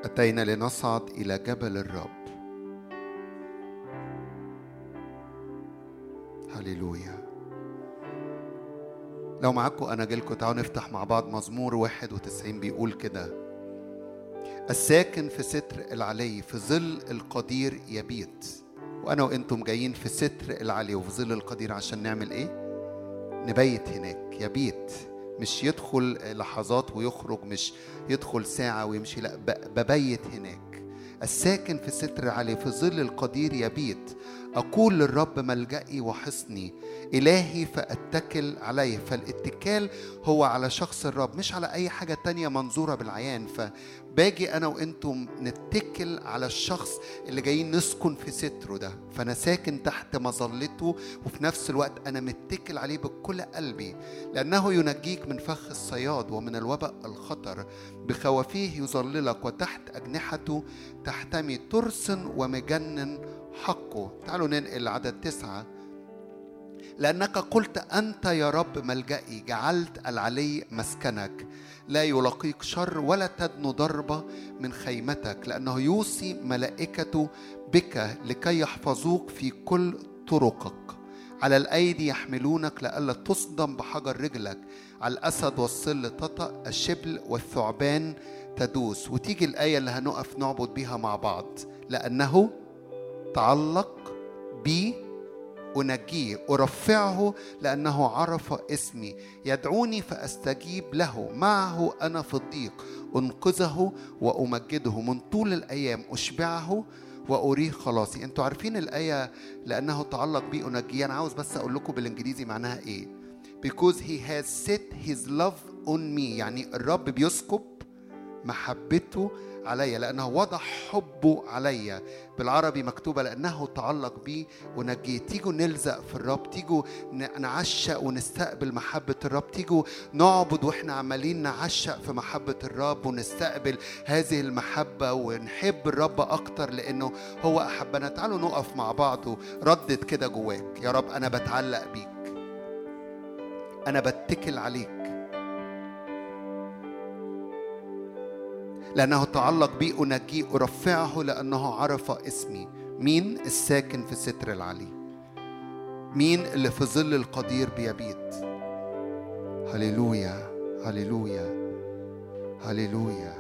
أتينا لنصعد إلى جبل الرب. هللويا. لو معاكم أناجيلكم تعالوا نفتح مع بعض مزمور 91 بيقول كده: الساكن في ستر العلي في ظل القدير يبيت. وأنا وإنتم جايين في ستر العلي وفي ظل القدير عشان نعمل إيه؟ نبيت هناك. يبيت مش يدخل لحظات ويخرج، مش يدخل ساعة ويمشي، لا، ببيت هناك. الساكن في ستر العلي في ظل القدير يبيت. أقول للرب ملجئي وحصني، إلهي فأتكل عليه. فالاتكال هو على شخص الرب، مش على أي حاجة تانية منظورة بالعيان. فباجي أنا وإنتم نتكل على الشخص اللي جايين نسكن في ستره ده. فأنا ساكن تحت مظلته، وفي نفس الوقت أنا متكل عليه بكل قلبي، لأنه ينجيك من فخ الصياد ومن الوباء الخطر. بخوافيه يظللك وتحت أجنحته تحتمي. ترس ومجنن حقه. تعالوا ننقل عدد 9. لأنك قلت أنت يا رب ملجئي، جعلت العلي مسكنك. لا يلاقيك شر ولا تدنو ضربة من خيمتك، لأنه يوصي ملائكته بك لكي يحفظوك في كل طرقك. على الأيدي يحملونك لئلا تصدم بحجر رجلك. على الأسد والصل تطأ، الشبل والثعبان تدوس. وتيجي الآية اللي هنقف نعبد بيها مع بعض: لأنه تعلق بي أنجيه، أرفعه لأنه عرف اسمي. يدعوني فأستجيب له، معه أنا في الضيق. أنقذه وأمجده، من طول الأيام أشبعه وأريه خلاصي. أنتوا عارفين الآية لأنه تعلق بي أنجيه؟ أنا عاوز بس أقول لكم بالإنجليزي معناها إيه. Because he has set his love on me، يعني الرب بيسكب محبته عليا، لأنه وضع حبه عليا. بالعربي مكتوبة لأنه تعلق بي ونجيه. تيجوا نلزق في الرب، تيجوا نعشق ونستقبل محبة الرب، تيجوا نعبد وإحنا عمالين نعشق في محبة الرب ونستقبل هذه المحبة ونحب الرب أكتر لأنه هو أحبنا. تعالوا نقف مع بعض وردد كده جواك: يا رب أنا بتعلق بيك، أنا بتكل عليك، لأنه تعلق بي أنجيه، أرفعه لأنه عرف اسمي. مين الساكن في ستر العلي؟ مين اللي في ظل القدير بيبيت؟ هللويا هللويا هللويا.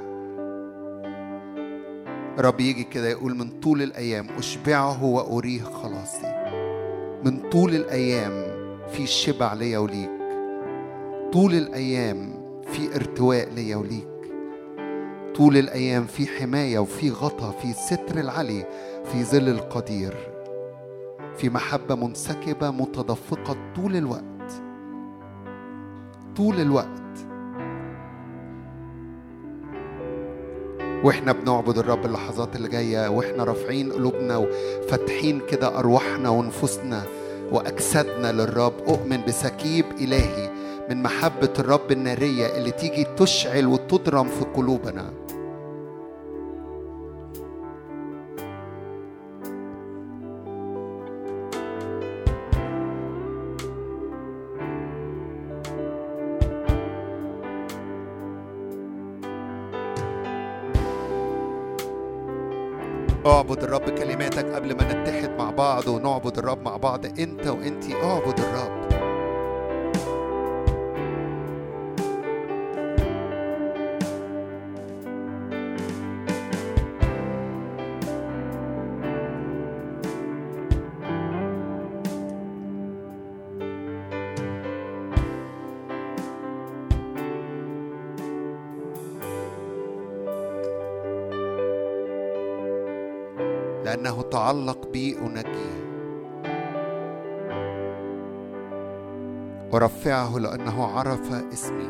رب يجي كده يقول: من طول الأيام أشبعه وأريه خلاصي. من طول الأيام في شبع ليا وليك، طول الأيام في ارتواء ليا وليك، طول الأيام في حماية وفي غطا في ستر العلي في ظل القدير، في محبة منسكبة متدفقة طول الوقت طول الوقت. وإحنا بنعبد الرب اللحظات اللي جاية وإحنا رافعين قلوبنا وفتحين كده أرواحنا ونفوسنا وأجسادنا للرب، أؤمن بسكيب إلهي من محبة الرب النارية اللي تيجي تشعل وتضرم في قلوبنا. اعبد الرب كلماتك قبل ما نتحد مع بعض ونعبد الرب مع بعض. انت وانتي اعبد الرب. لأنه تعلق بي أنجيه، ورفعه لأنه عرف اسمي.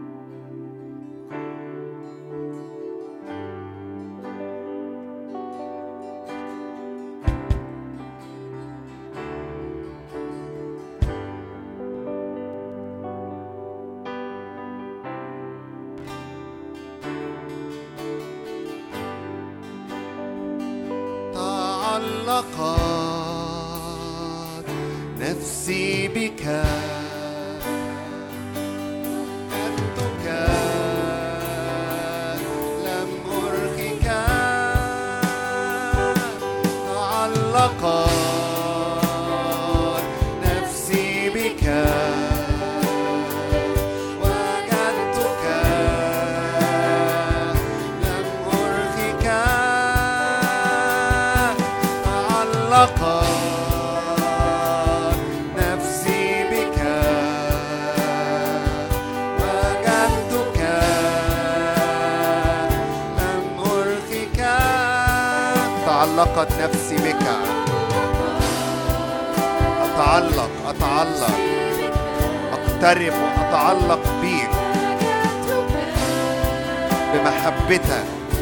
تعلقت نفسي بك، أنتك لم أرخك. تعلقت نفسي بك. أتعلق أقترب وأتعلق بيك بمحبتك.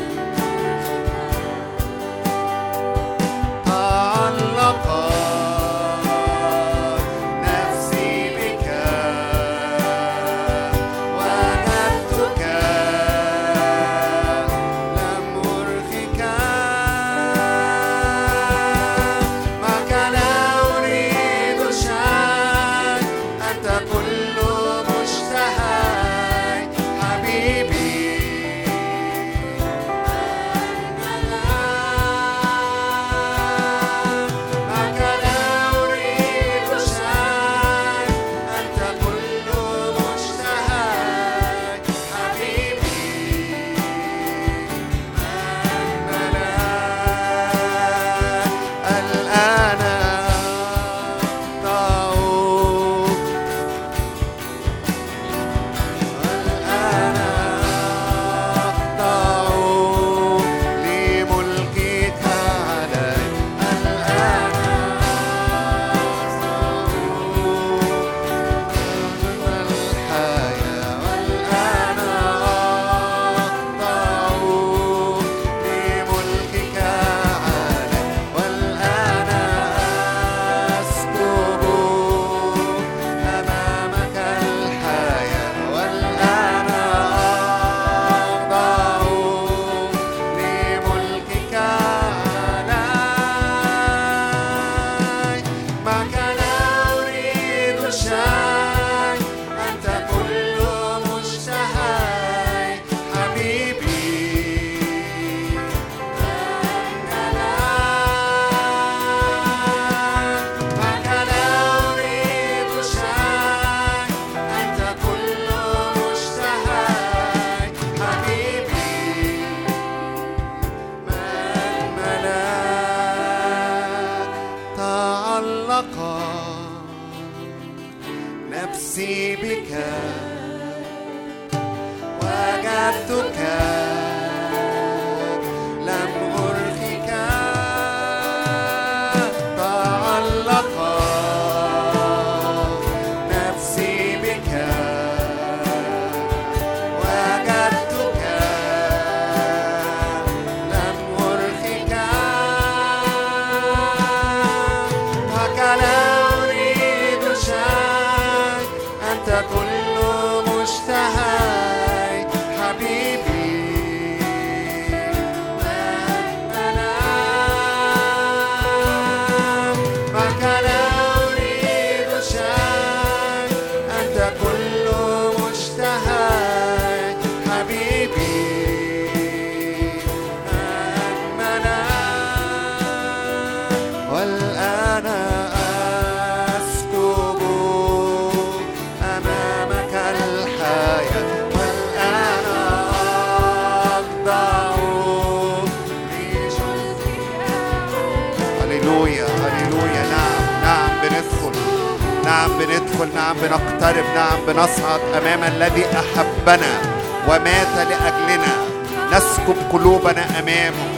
نعم بنقترب، نعم بنصعد أمام الذي أحبنا ومات لأجلنا، نسكب قلوبنا أمامه،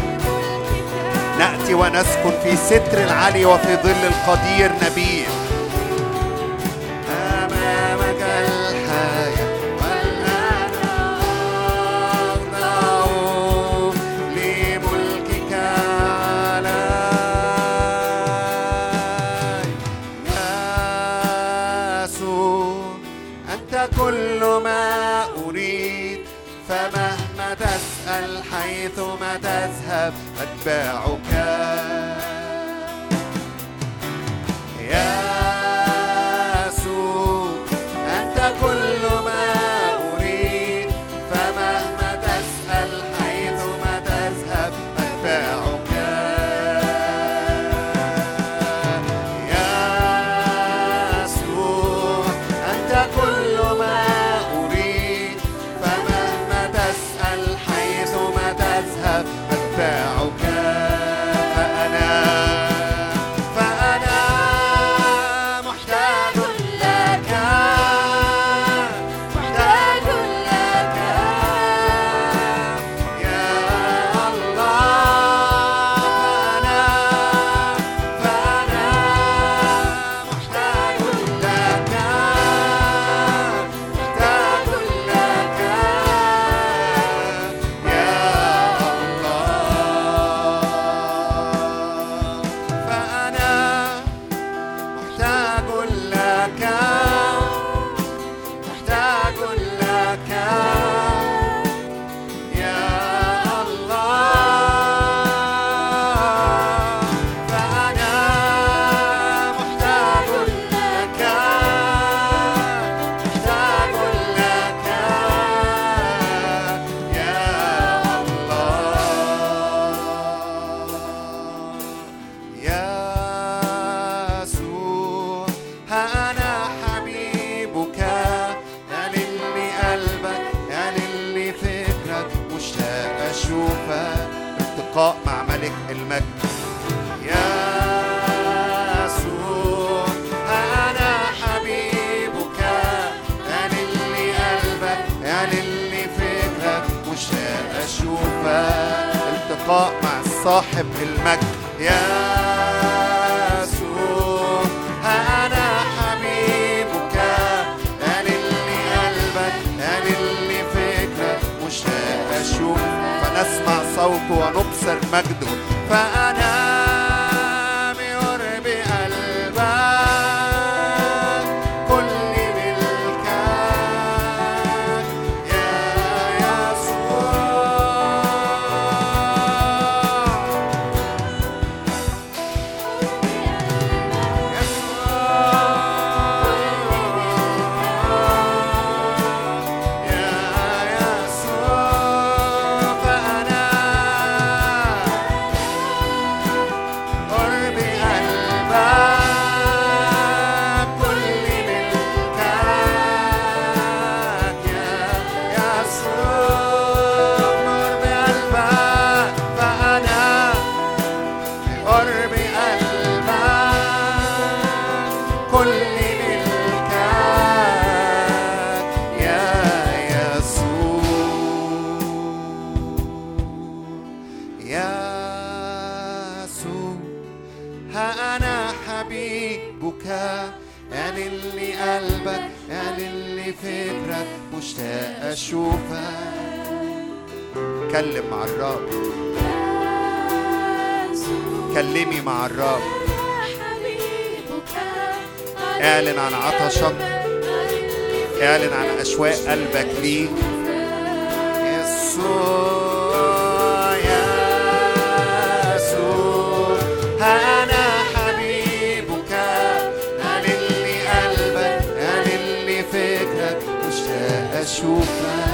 نأتي ونسكن في ستر العلي وفي ظل القدير نبيل. أمامك الحياة والآن أخضع لملكك علي. يسوع أنت كل ما أريد، فمهما تسأل حيثما تذهب أتبعك. يا يسوع أنت كل ما أريد، فمهما تسأل حيثما تذهب أتبعك. يا يسوع أنت كل ما أريد، فمهما تسأل حيثما تذهب أتبعك. فأنا أشوفك التقاء مع ملك المجد. يسوع أنا حبيبك، أنا اللي قلبك، أنا اللي فكرك، مشتاق أشوفك التقاء مع صاحب المجد. يسوع أنا حبيبك، أنا اللي قلبك، أنا اللي فكرك، مشتاق أشوف. فنسمع صوته ونبصر مجده، فأنا بقرب قلبك كل ملكك يا كلم مع الرب، كلمي مع الرب، اعلن عن عطشك، اعلن عن أشواق قلبك ليه. يسوع يسوع أنا حبيبك، أنا اللي قلبك، أنا اللي فكرك، مشتاق أشوفك.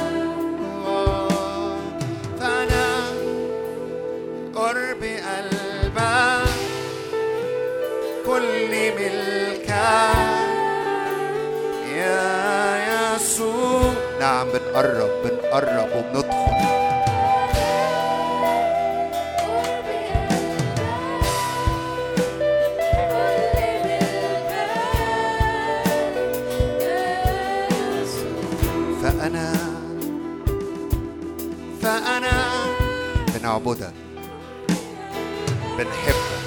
نعم بنقرب وبندخل. فأنا بنعبدك، بنحبك،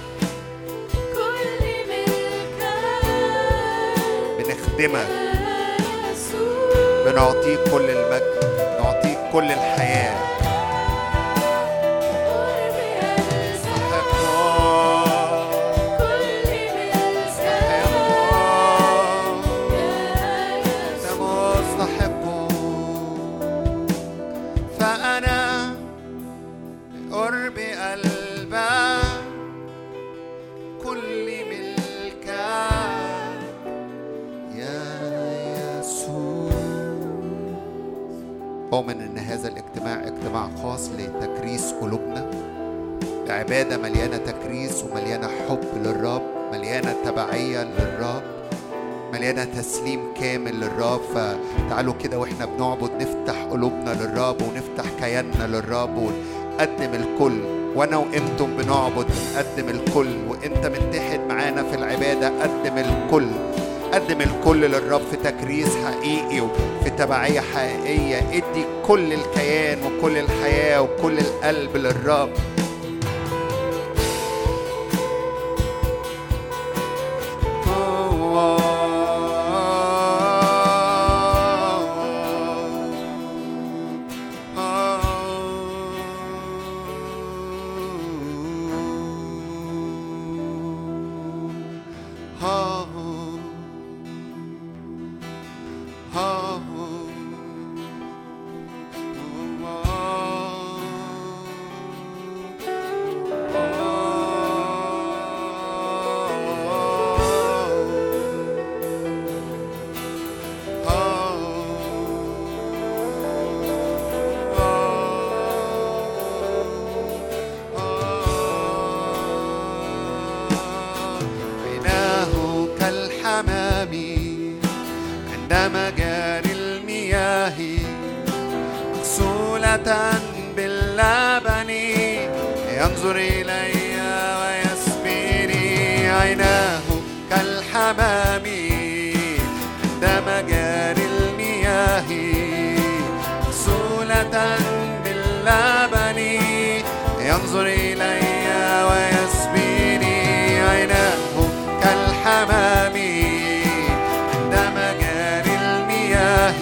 بنخدمك، بنعطيك كل المجد، نعطيك كل الحياة. فأنا قرب قلبك كل ملكك يا يسوع. أؤمن أن هذا الاجتماع اجتماع خاص لتكريس قلوبنا، عبادة مليانة تكريس ومليانة حب للرب، مليانة تبعية للرب، مليانة تسليم كامل للرب. فتعالوا كده واحنا بنعبد نفتح قلوبنا للرب ونفتح كياننا للرب ونقدم الكل. وانا وانتم بنعبد نقدم الكل، وانت متحد معانا في العبادة قدم الكل، قدم الكل للرب في تكريس حقيقي وفي تبعية حقيقية. ادي كل الكيان وكل الحياة وكل القلب للرب. عند مجاري المياه مغسولة ينظر إلي ويسبيني. عيناه كالحمام عند مجاري المياه، سولة باللبن ينظر إلي ويسبيني. عيناه كالحمام عند مجاري المياه،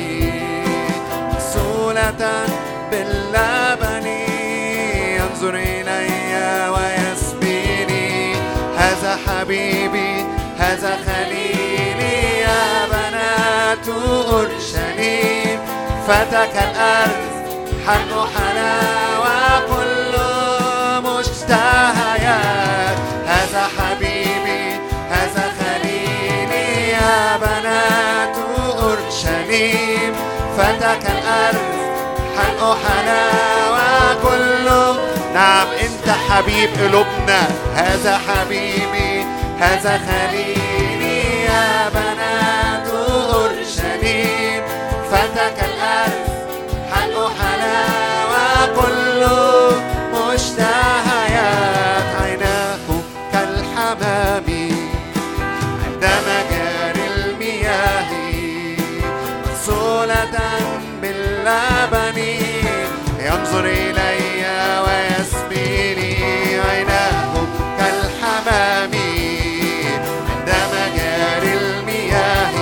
سولة باللبن ينظر إلي ويسبيني. هذا حبيبي هذا خليلي يا بنات أورشليم، فتك الأرض حق حلاوة كل مشتهيات. هذا حبيبي هذا خليلي يا بنات أورشليم، فتك الأرض حق حلاوة كله. نعم أنت حبيب قلوبنا. هذا حبيبي هذا خليلي يا بنات أورشليم، فتك الأرض حق حلاوة كله مشتهيات. عيناه كالحمام عند مجاري المياه، سولة باللبن ينظر إلي ويسبيني. عيناه كالحمام عند مجاري المياه،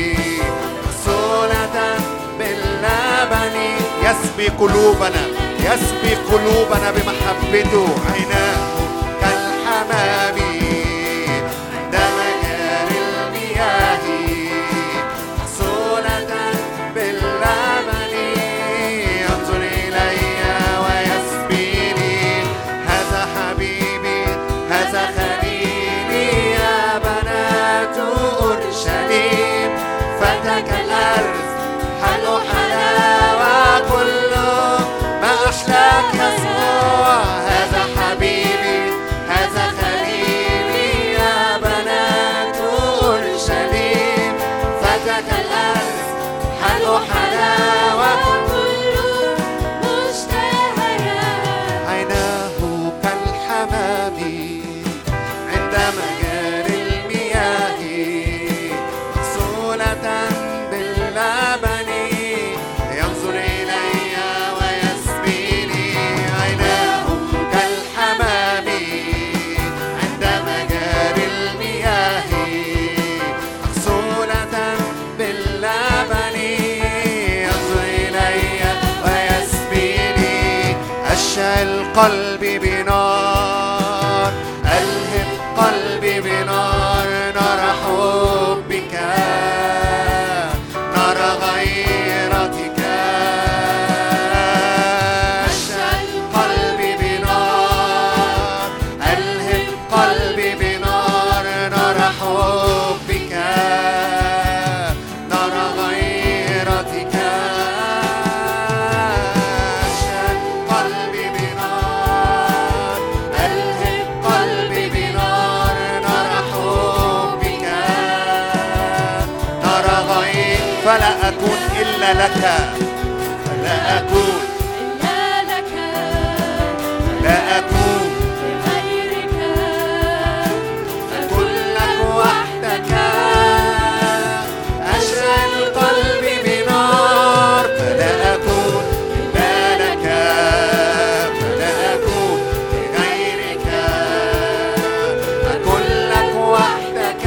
سولة باللبن يسبي قلوبنا، يسبي قلوبنا بمحبته. عيناه كالحمام عند مجاري المياه، سولة باللبن ينظر إلي ويسبيني. هذا حبيبي هذا خليلي يا بنات أورشليم، فتك الأرض حلو حلاوة كله. ما أحلاك يسوع. هذا حبيبي هذا خليلي يا بنات أورشليم، فتك الأرض حلو حلاوة كله مشتهيات. عيناه كالحمام عند مجاري المياه، سولة باللبن ينظر إلي ويسبيني. عيناه كالحمام عند مجاري المياه، سولة باللبن ينظر إلي ويسبيني. أشعل قلبي بنار، ألهب قلبي بنار، نار حبك، نار غيرتك. أشعل قلبي بنار، ألهب قلبي بنار، نار حبك، نار غيرتك. أشعل قلبي بنار، ألهب قلبي بنار، نار حبك، نار غير. فلا أكون إلا لك، فلا أكون إلا لك، فلا أكون لغيرك، أكون لك وحدك. أشعل قلبي بنار، فلا أكون إلا لك، فلا أكون لغيرك، أكون لك وحدك.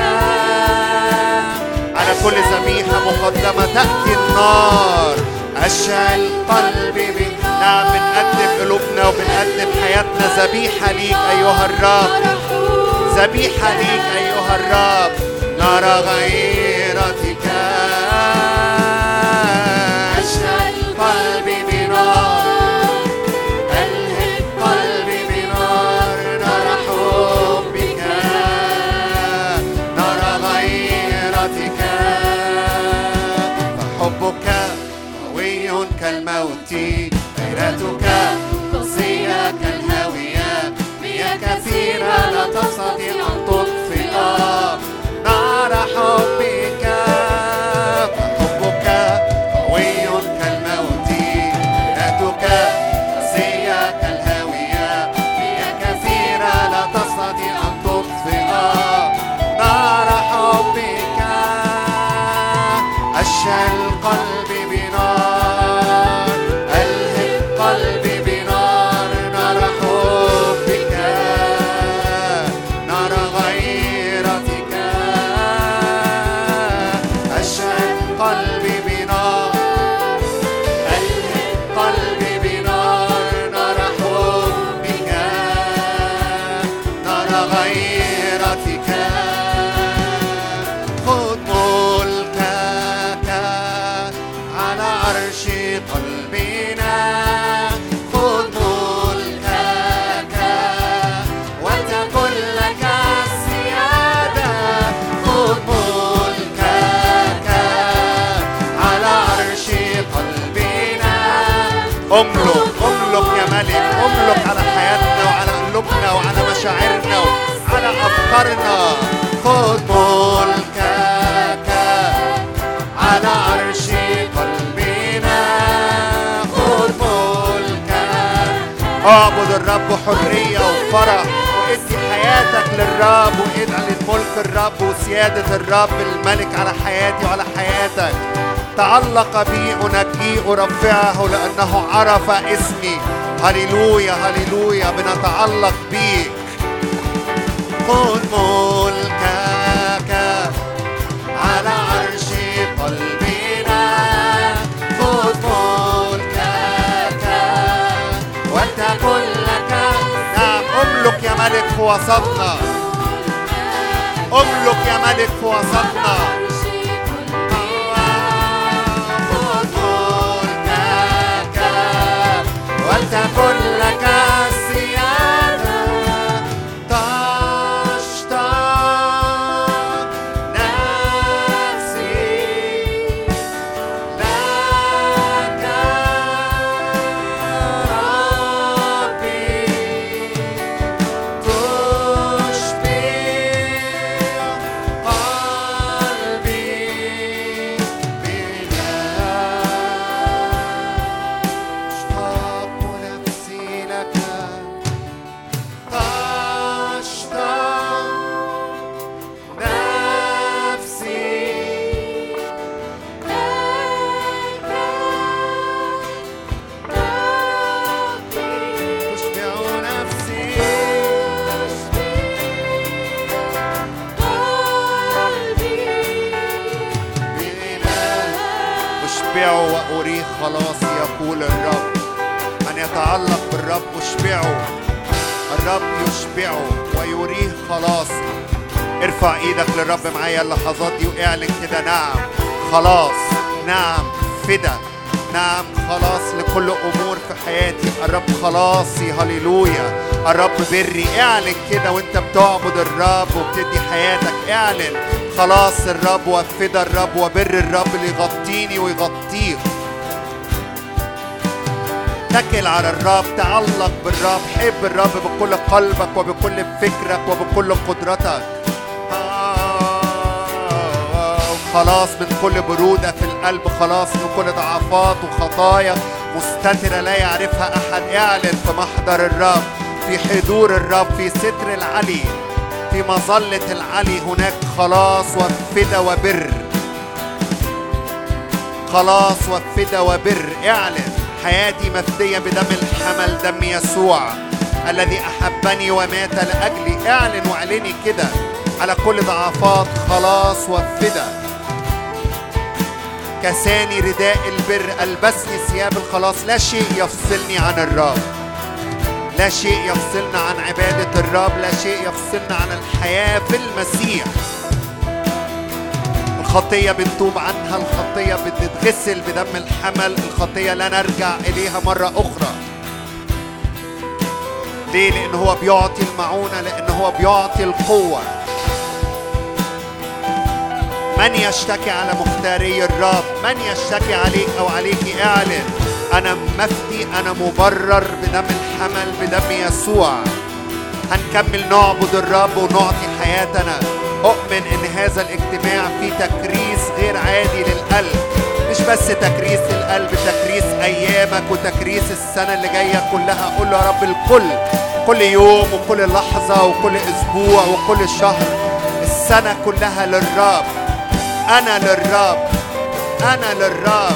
على كل ذبيحة مقدمة تأتي النار. أشعل قلبي نعم بنقدم قلوبنا وبنقدم حياتنا ذبيحة ليك أيها الرب، ذبيحة ليك أيها الرب. نار غيرتك. أشعل قلبي بنار، ألهب قلبي بنار، نار حبك، نار غيرتك. فحبك قوي كالموت، غيرتك قاسية كالهاوية، مياه كثيرة لا تستطيع أن تطفئ نار حبك. فحبك قوي كالموت، غيرتك قاسية كالهاوية، مياه كثيرة املك يا ملك، املك على حياتنا وعلى قلوبنا وعلى مشاعرنا وعلى أفكارنا. خذ ملكك على عرش قلبنا، خذ ملكك. اعبد الرب حرية وفرح، وادي حياتك للرب، واعلن ملك الرب وسيادة الرب الملك على حياتي وعلى حياتك. تعلق بي أنجيه أرفعه لأنه عرف اسمي. هللويا هللويا، بنتعلق بيك. خذ ملكك على عرش قلبنا، خذ ملكك ولتكن لك. نعم، املك يا ملك في وسطنا، املك يا ملك في وسطنا. ولتكن لك السيادة. تشتاق نفسي لك ربي، تشبع قلبي بك. وأريه خلاص يقول الرب. من يتعلق بالرب أشبعه، الرب يشبعه ويريه خلاص. ارفع ايدك للرب معايا اللحظات دي واعلن كده: نعم خلاص، نعم فدا، نعم خلاص لكل أمور في حياتي. الرب خلاصي، هللويا. الرب بري. اعلن كده وانت بتعبد الرب وبتدي حياتك، اعلن خلاص الرب وفدا الرب وبر الرب ليغطيني ويغطيك. اتكل على الرب، تعلق بالرب، حب الرب بكل قلبك وبكل فكرك وبكل قدرتك. خلاص من كل برودة في القلب، خلاص من كل ضعفات وخطايا مستترة لا يعرفها أحد. اعلن في محضر الرب، في حضور الرب، في ستر العلي، في مظلة العلي هناك خلاص وفدا وبر. خلاص وفدا وبر. اعلن: حياتي مفدية بدم الحمل، دم يسوع الذي أحبني ومات لأجلي. اعلن واعلني كده على كل ضعفات. خلاص وفدا. كساني رداء البر، ألبسني ثياب الخلاص. لا شيء يفصلني عن الرب، لا شيء يفصلنا عن عبادة الرب، لا شيء يفصلنا عن الحياة في المسيح. الخطية بنتوب عنها، الخطية بتتغسل بدم الحمل، الخطية لا نرجع إليها مرة أخرى. ليه؟ لأنه هو بيعطي المعونة، لأنه هو بيعطي القوة. من يشتكي على مختاري الرب؟ من يشتكي عليك أو عليك؟ اعلن: أنا مفدي، أنا مبرر بدم الحمل، بدم يسوع. هنكمل نعبد الرب ونعطي حياتنا. أؤمن إن هذا الاجتماع فيه تكريس غير عادي للقلب، مش بس تكريس للقلب، تكريس أيامك وتكريس السنة اللي جاية كلها. قول له: يا رب الكل، كل يوم وكل لحظة وكل أسبوع وكل شهر، السنة كلها للرب. أنا للرب، أنا للرب.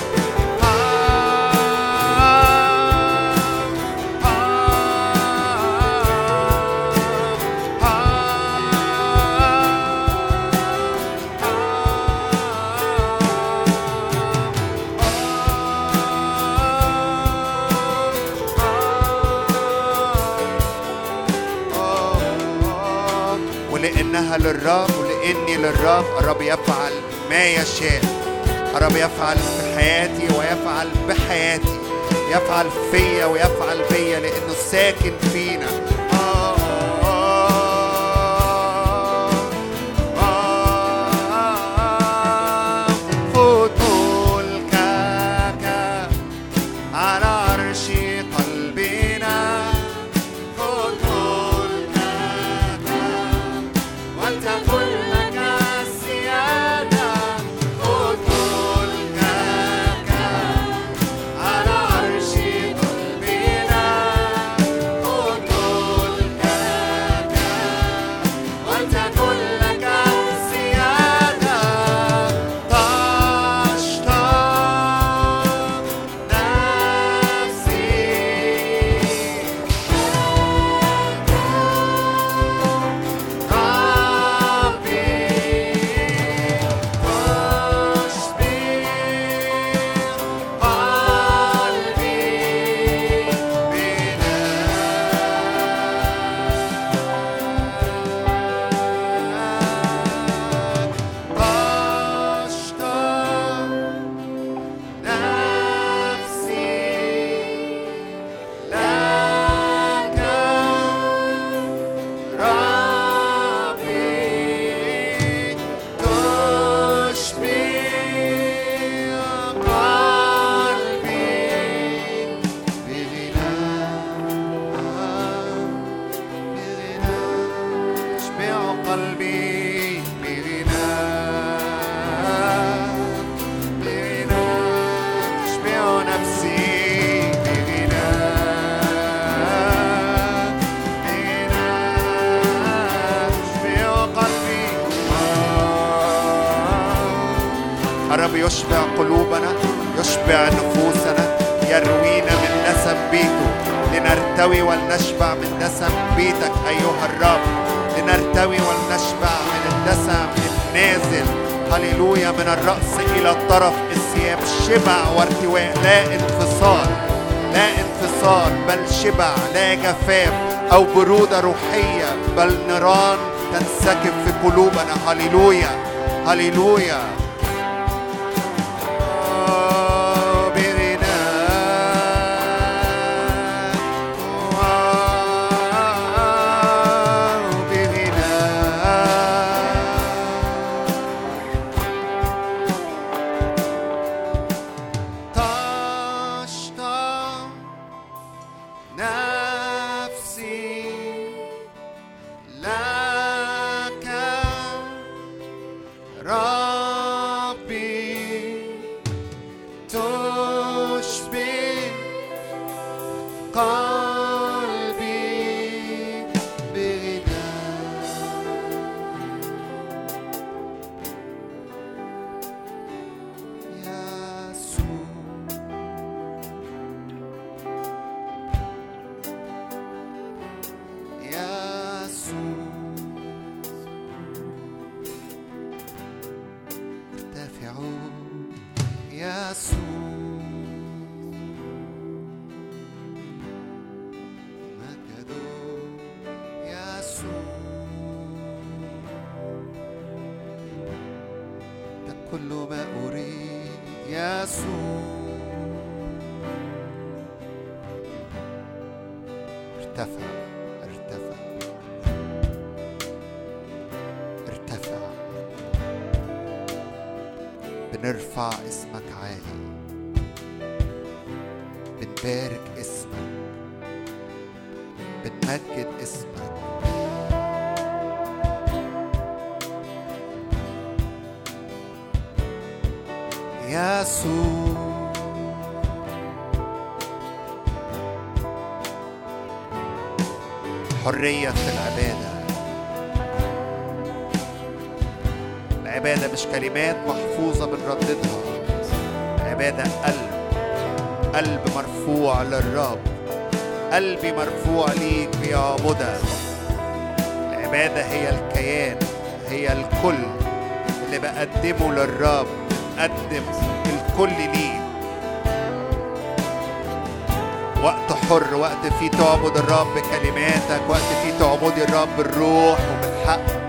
ولأنها للرب ولأني للرب، الرب يفعل ما يشاء. الرب يفعل في حياتي ويفعل بحياتي، يفعل فيا ويفعل بيا، لأنه ساكن فينا. خذ ملكك على عرش يشبع قلوبنا، يشبع نفوسنا، يروينا من دسم بيته، لنرتوي ولنشبع من دسم بيتك أيها الرب، لنرتوي ولنشبع من الدسم النازل. هللويا. من الرأس إلى الطرف الثياب، شبع وارتواء، لا انفصال، لا انفصال، بل شبع، لا جفاف أو برودة روحية، بل نيران تنسكب في قلوبنا. هللويا هللويا. نرفع اسمك عالي، بنبارك اسمك، بنمجد اسمك. يسوع حرية في العبادة. العبادة مش كلمات محفوظة بنرددها، العبادة قلب مرفوع للرب، قلبي مرفوع ليك بيعبدك. العبادة هي الكيان، هي الكل اللي بقدمه للرب، بقدم الكل ليه. وقت حر، وقت فيه تعبد الرب بكلماتك، وقت فيه تعبدي الرب بالروح وبالحق.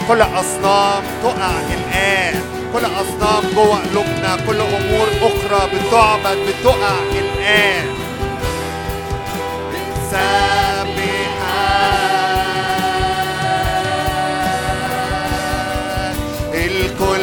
كل أصنام تقع الآن، كل أصنام جوه قلوبنا، كل أمور أخرى بتعبد بتقع الآن. سابحات الكل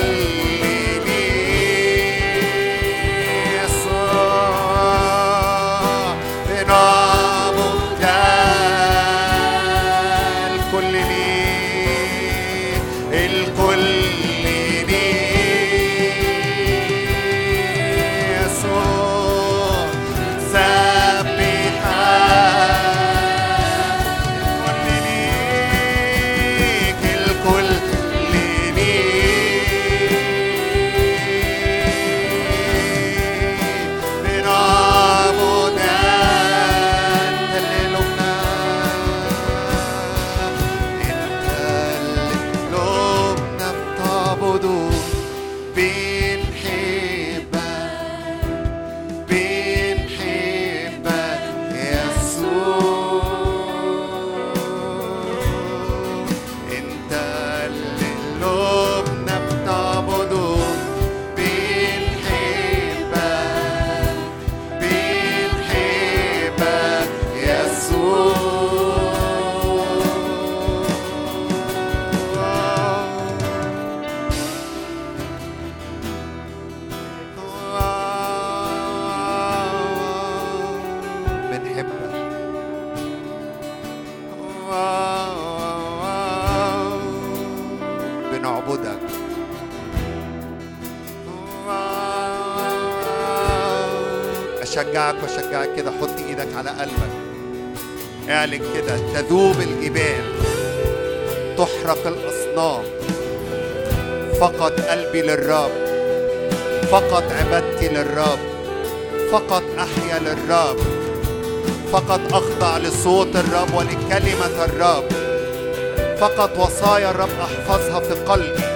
وشجعك كده. حط ايدك على قلبك، اعلن كده: تذوب الجبال، تحرق الأصنام، فقط قلبي للرب، فقط عبادتي للرب، فقط أحيا للرب، فقط أخضع لصوت الرب ولكلمة الرب، فقط وصايا الرب أحفظها في قلبي.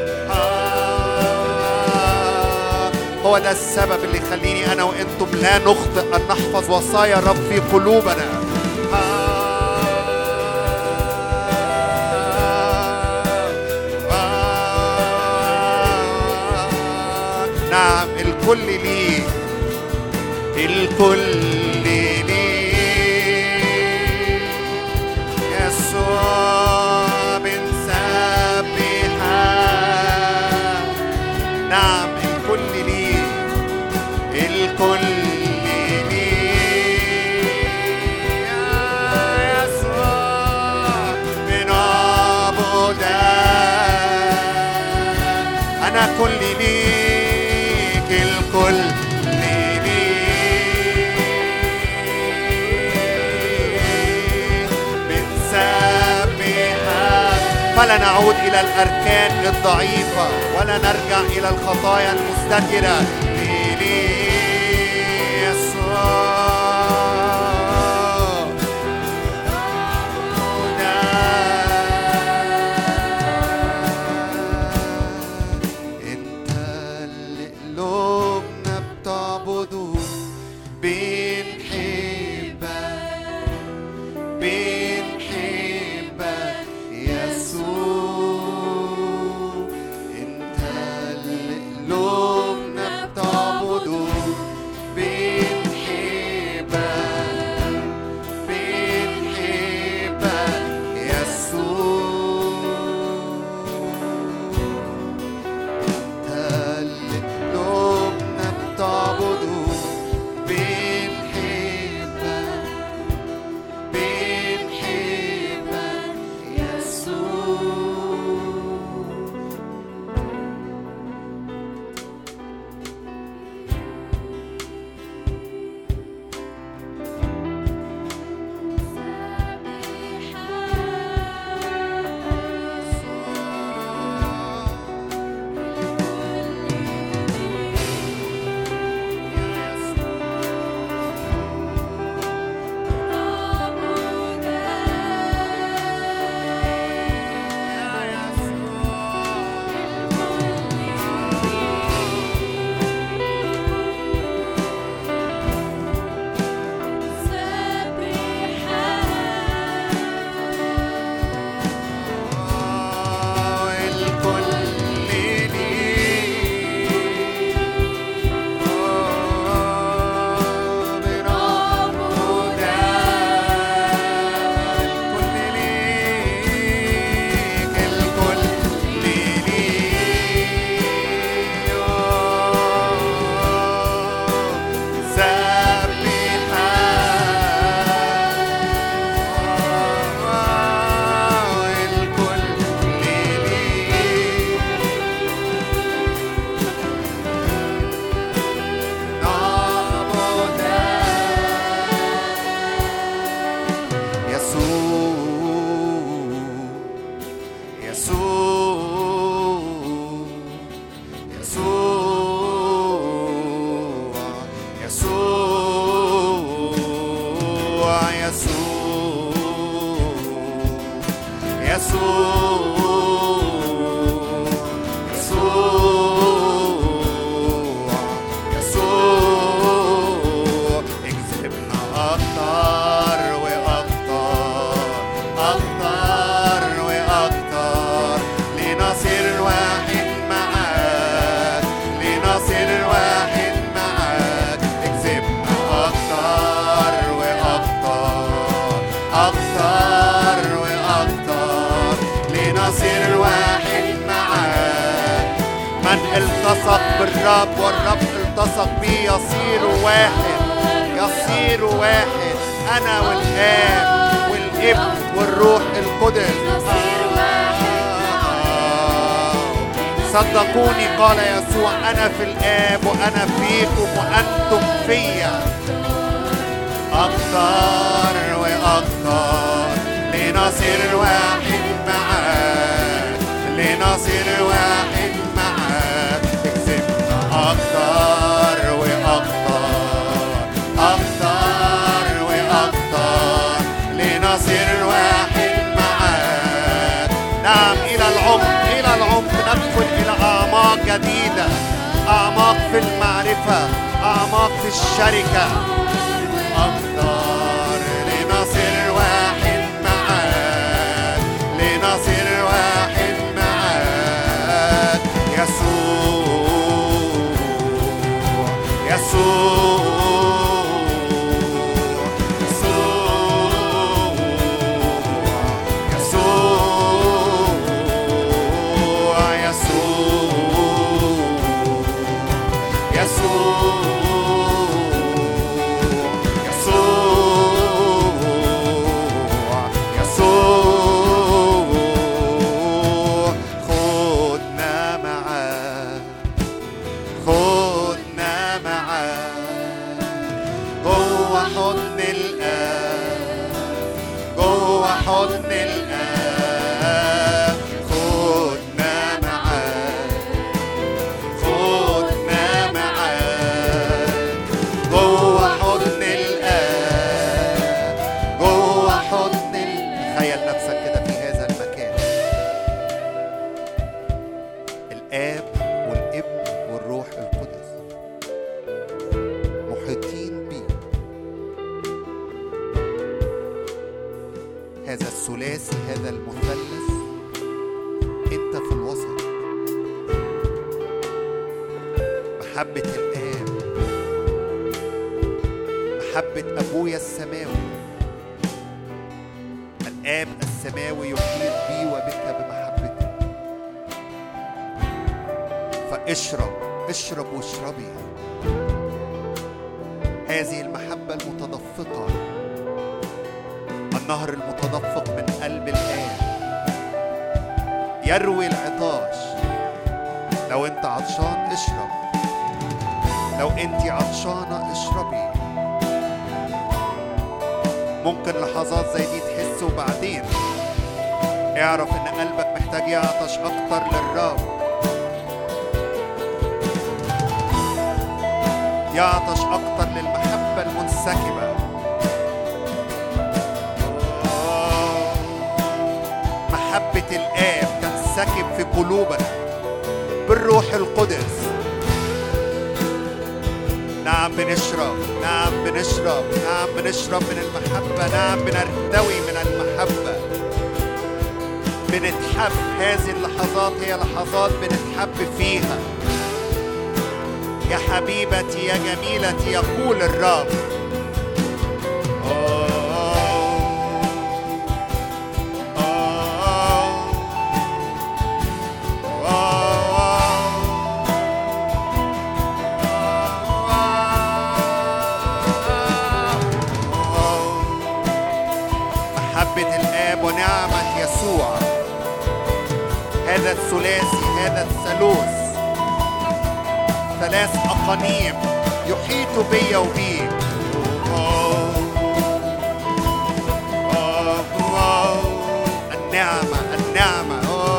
هو ده السبب اللي يخليني أنا وإنتم لا نخطئ أن نحفظ وصايا الرب في قلوبنا. نعم، الكل لي، الكل لي يسوع بنسبحه. نعم، الكل لي، الكل لي يا يسوع بنعبدك. أنا كل ليك، الكل لي بنسبحك. فلا نعود إلى الأركان الضعيفة ولا نرجع إلى الخطايا المستترة. التصق بالرب والرب التصق بي يصير واحد، يصير واحد. أنا والآب والابن والروح القدس. صدقوني قال يسوع أنا في الآب وأنا فيكم وأنتم فيا. أكثر وأكثر لنصير واحد معاك، لنصير واحد معاك. اكسبنا أكثر وأكثر، أكثر وأكثر لنصير واحد معاك. نعم إلى العمق، إلى العمق ندخل إلى أعماق جديدة، أعماق في المعرفة، أعماق في الشركة. أكثر لنصير واحد معاك، لنصير واحد معاك. يسوع يسوع اشرب واشربي هذه المحبة المتدفقة، النهر المتدفق من قلب الآب يروي العطاش. لو انت عطشان اشرب، لو انت عطشانة اشربي. ممكن لحظات زي دي تحس وبعدين اعرف ان قلبك محتاج يعطش اكتر للرب، يعطش أكتر للمحبة المنسكبة. محبة الآب تنسكب في قلوبنا بالروح القدس. نعم بنشرب، نعم بنشرب، نعم بنشرب من المحبة، نعم بنرتوي من المحبة، بنتحب. هذه اللحظات هي لحظات بنتحب فيها. يا حبيبتي يا جميلتي يقول الرب. محبة الآب ونعمة يسوع، هذا الثلاثي، هذا الثالوث، ثلاث أقانيم يحيط بي وبيك. النعمة، النعمة،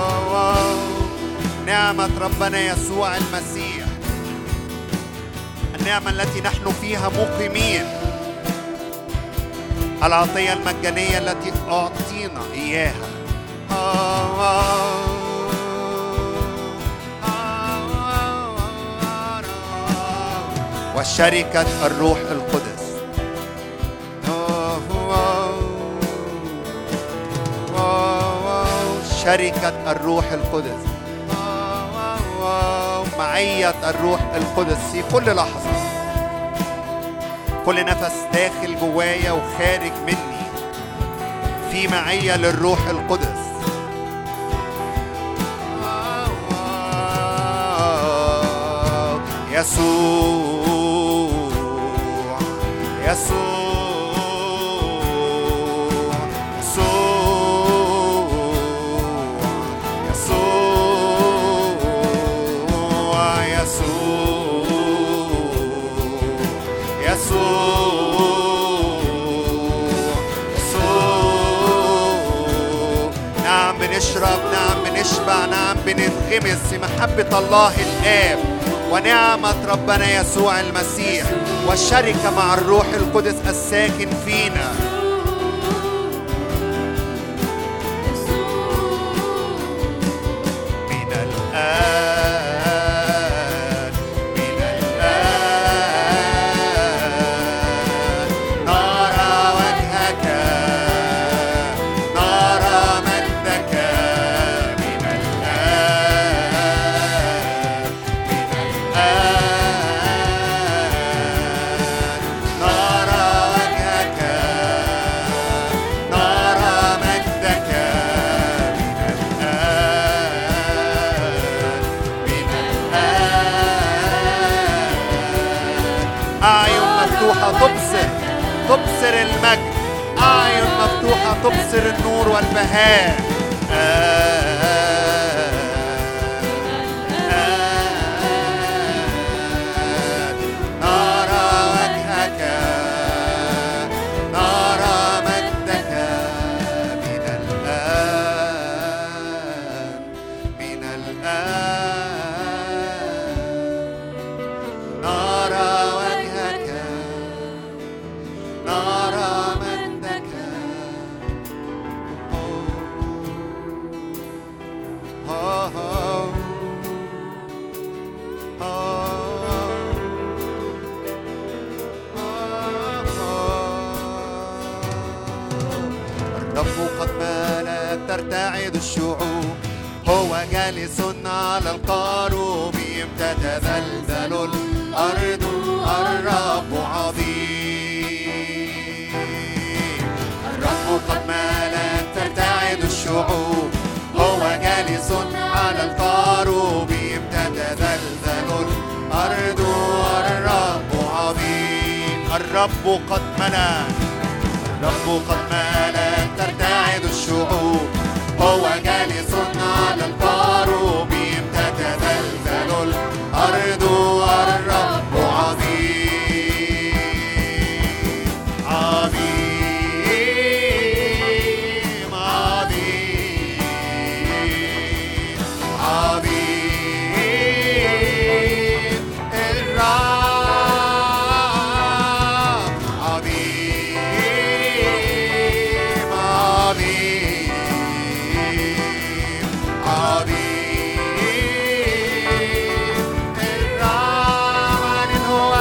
نعمة ربنا يسوع المسيح، النعمة التي نحن فيها مقيمين. العطية المجانية التي أعطينا إياها. وشركة الروح القدس. شركة الروح القدس، معية الروح القدس في كل لحظة، كل نفس داخل جوايا وخارج مني في معية للروح القدس. يسوع يسوع نشرب، نعم بنشبع، نعم بننغمس في محبة الله الآب ونعمة ربنا يسوع المسيح والشركة مع الروح القدس الساكن فينا. من الآن من الآن نرى وجهك، نرى مجدك. من الآن من الآن نرى وجهك، نرى مجدك. من الآن أعين مفتوحة تبصر المجد، أعين مفتوحة تبصر النور والبهاء. نرى وجهك، نرى مجدك. من الآن من الآن نرى وجهك، نرى مجدك. الرب قد ملك ترتعد الشعوب، هو جالس على القاروبيم تتذلذل الأرض. الرب عظيم، الرب قد ملك ترتعد الشعوب، هو جالس على القاروبيم تتذلذل الأرض. الرب عظيم، الرب قد ملك، الرب قد ملك ترتعد الشعوب، هو جالس على القاروبيم تتذلذل الأرض. الرب عظيم عظيم عظيم عظيم. الرب عظيم عظيم عظيم. الرب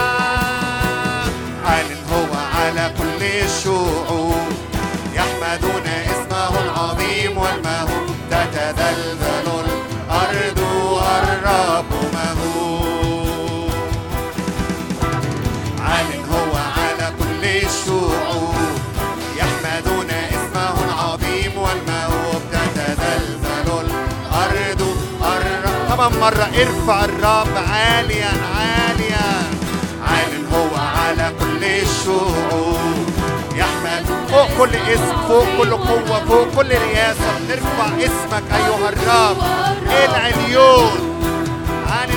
عال هو على كل الشعوب، يحمدون اسمه العظيم والمهول. تتذلذل الأرض والرب مهول. عال هو على كل الشعوب، يحمدون اسمه العظيم والمهول. تتذلذل الأرض. كمان مرة ارفع الرب عاليا عاليا. عال هو على كل الشعوب، يحمد فوق كل اسم، فوق كل قوة، فوق كل رياسة. نرفع اسمك أيها الرب العليون. عال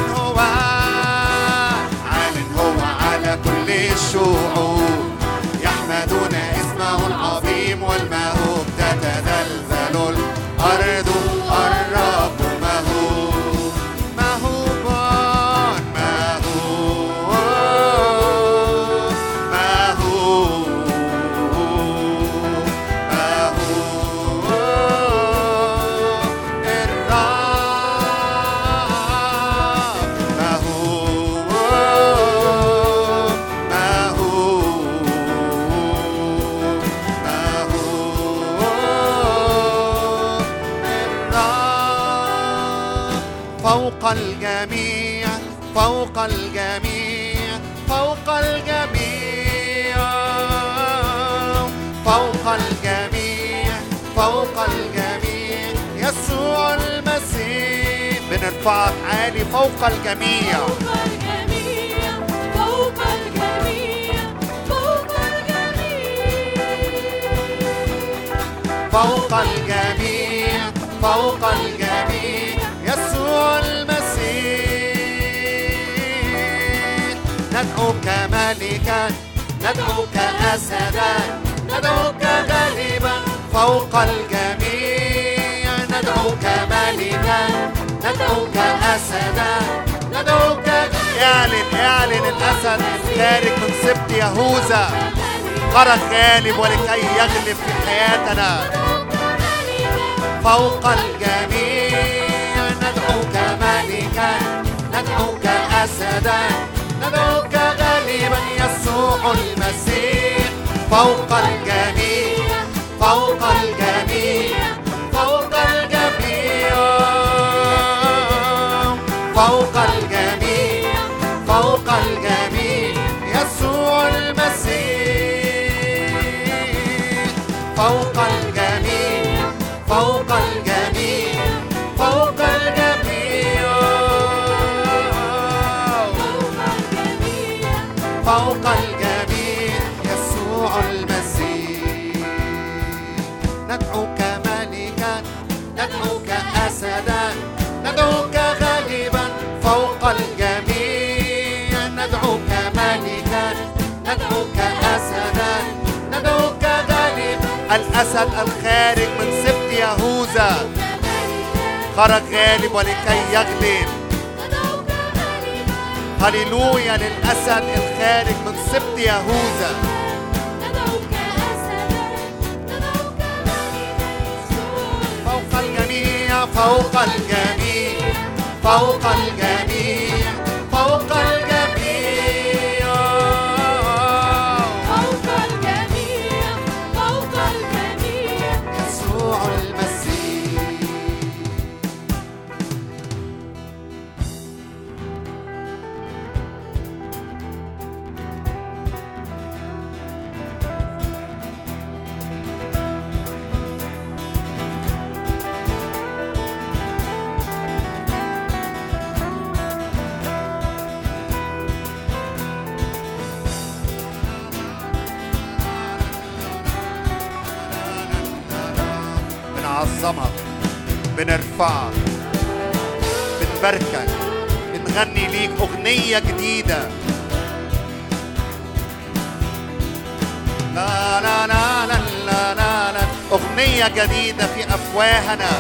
هو على كل الشعوب، يحمدون اسمه العظيم والمهوب. تتذلذل الأرض. الرب مهوب مهوب مهوب مهوب الجميع فوق الجميع فوق الجميع فوق الجميع يسوع المسيح. بنرفعك عالي فوق الجميع فوق الجميع فوق الجميع فوق الجميع فوق الجميع يسوع المسيح. ندعوك ملكا ندعوك أسدا ندعوك غالبا فوق الجميع ندعوك ملكا ندعوك أسدا ندعوك. اعلن الأسد خارج من سبط يهوذا خرج غالب ولكي يغلب في حياتنا. فوق الجميع ندعوك ملكا ندعوك أسدا ندعوك غالبا يسوع المسيح. فوق الجميع فوق الجميع فوق الجميع فوق الجميع فوق الجميع يسوع المسيح. فوق الجميع فوق الجميع فوق الجميع فوق الجميع يسوع المسيح. ندعوك ملكا ندعوك أسدا ندعوك غالبا فوق الجميع ندعوك ملكا ندعوك أسدا ندعوك غالبا. الأسد الخارج من سبط يهوذا خرج غالب ولكي يغلب. هللويا للأسد الخارج من سبط يهوذا. فوق الجميع فوق الجميع فوق الجميع فوق الجميع فوق الجميع فوق الجميع يسوع المسيح. بنعظمك بنرفعك بنباركك بنغني ليك أغنية جديدة. لا لا لا لا لا لا لا أغنية جديدة في أفواهنا.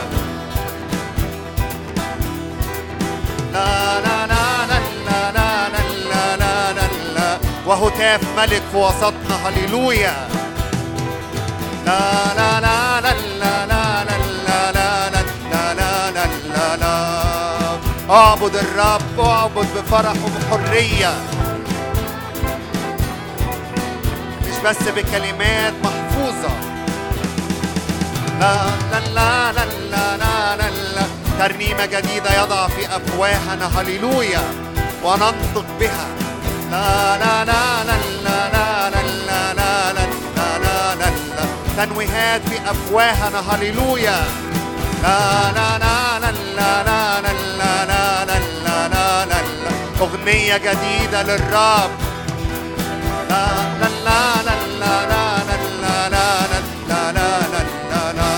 لا لا لا لا لا لا لا لا لا لا وهتاف ملك في وسطنا. هللويا. لا لا لا لا لا لا لا لا لا لا لا لا لا. اعبد الرب اعبد بفرح وبحرية مش بس بكلمات محفوظة. لا لا لا لا لا لا لا ترنيمة جديدة يضع في أفواهنا. هللويا وننطق بها. لا لا لا لا لا لا لا لا لا لا لا تنويهات في أفواهنا. هللويا. لا لا لا لا لا لا لا لا لا لا لا أغنية جديدة للرب. لا لا لا لا لا لا لا لا لا لا لا لا.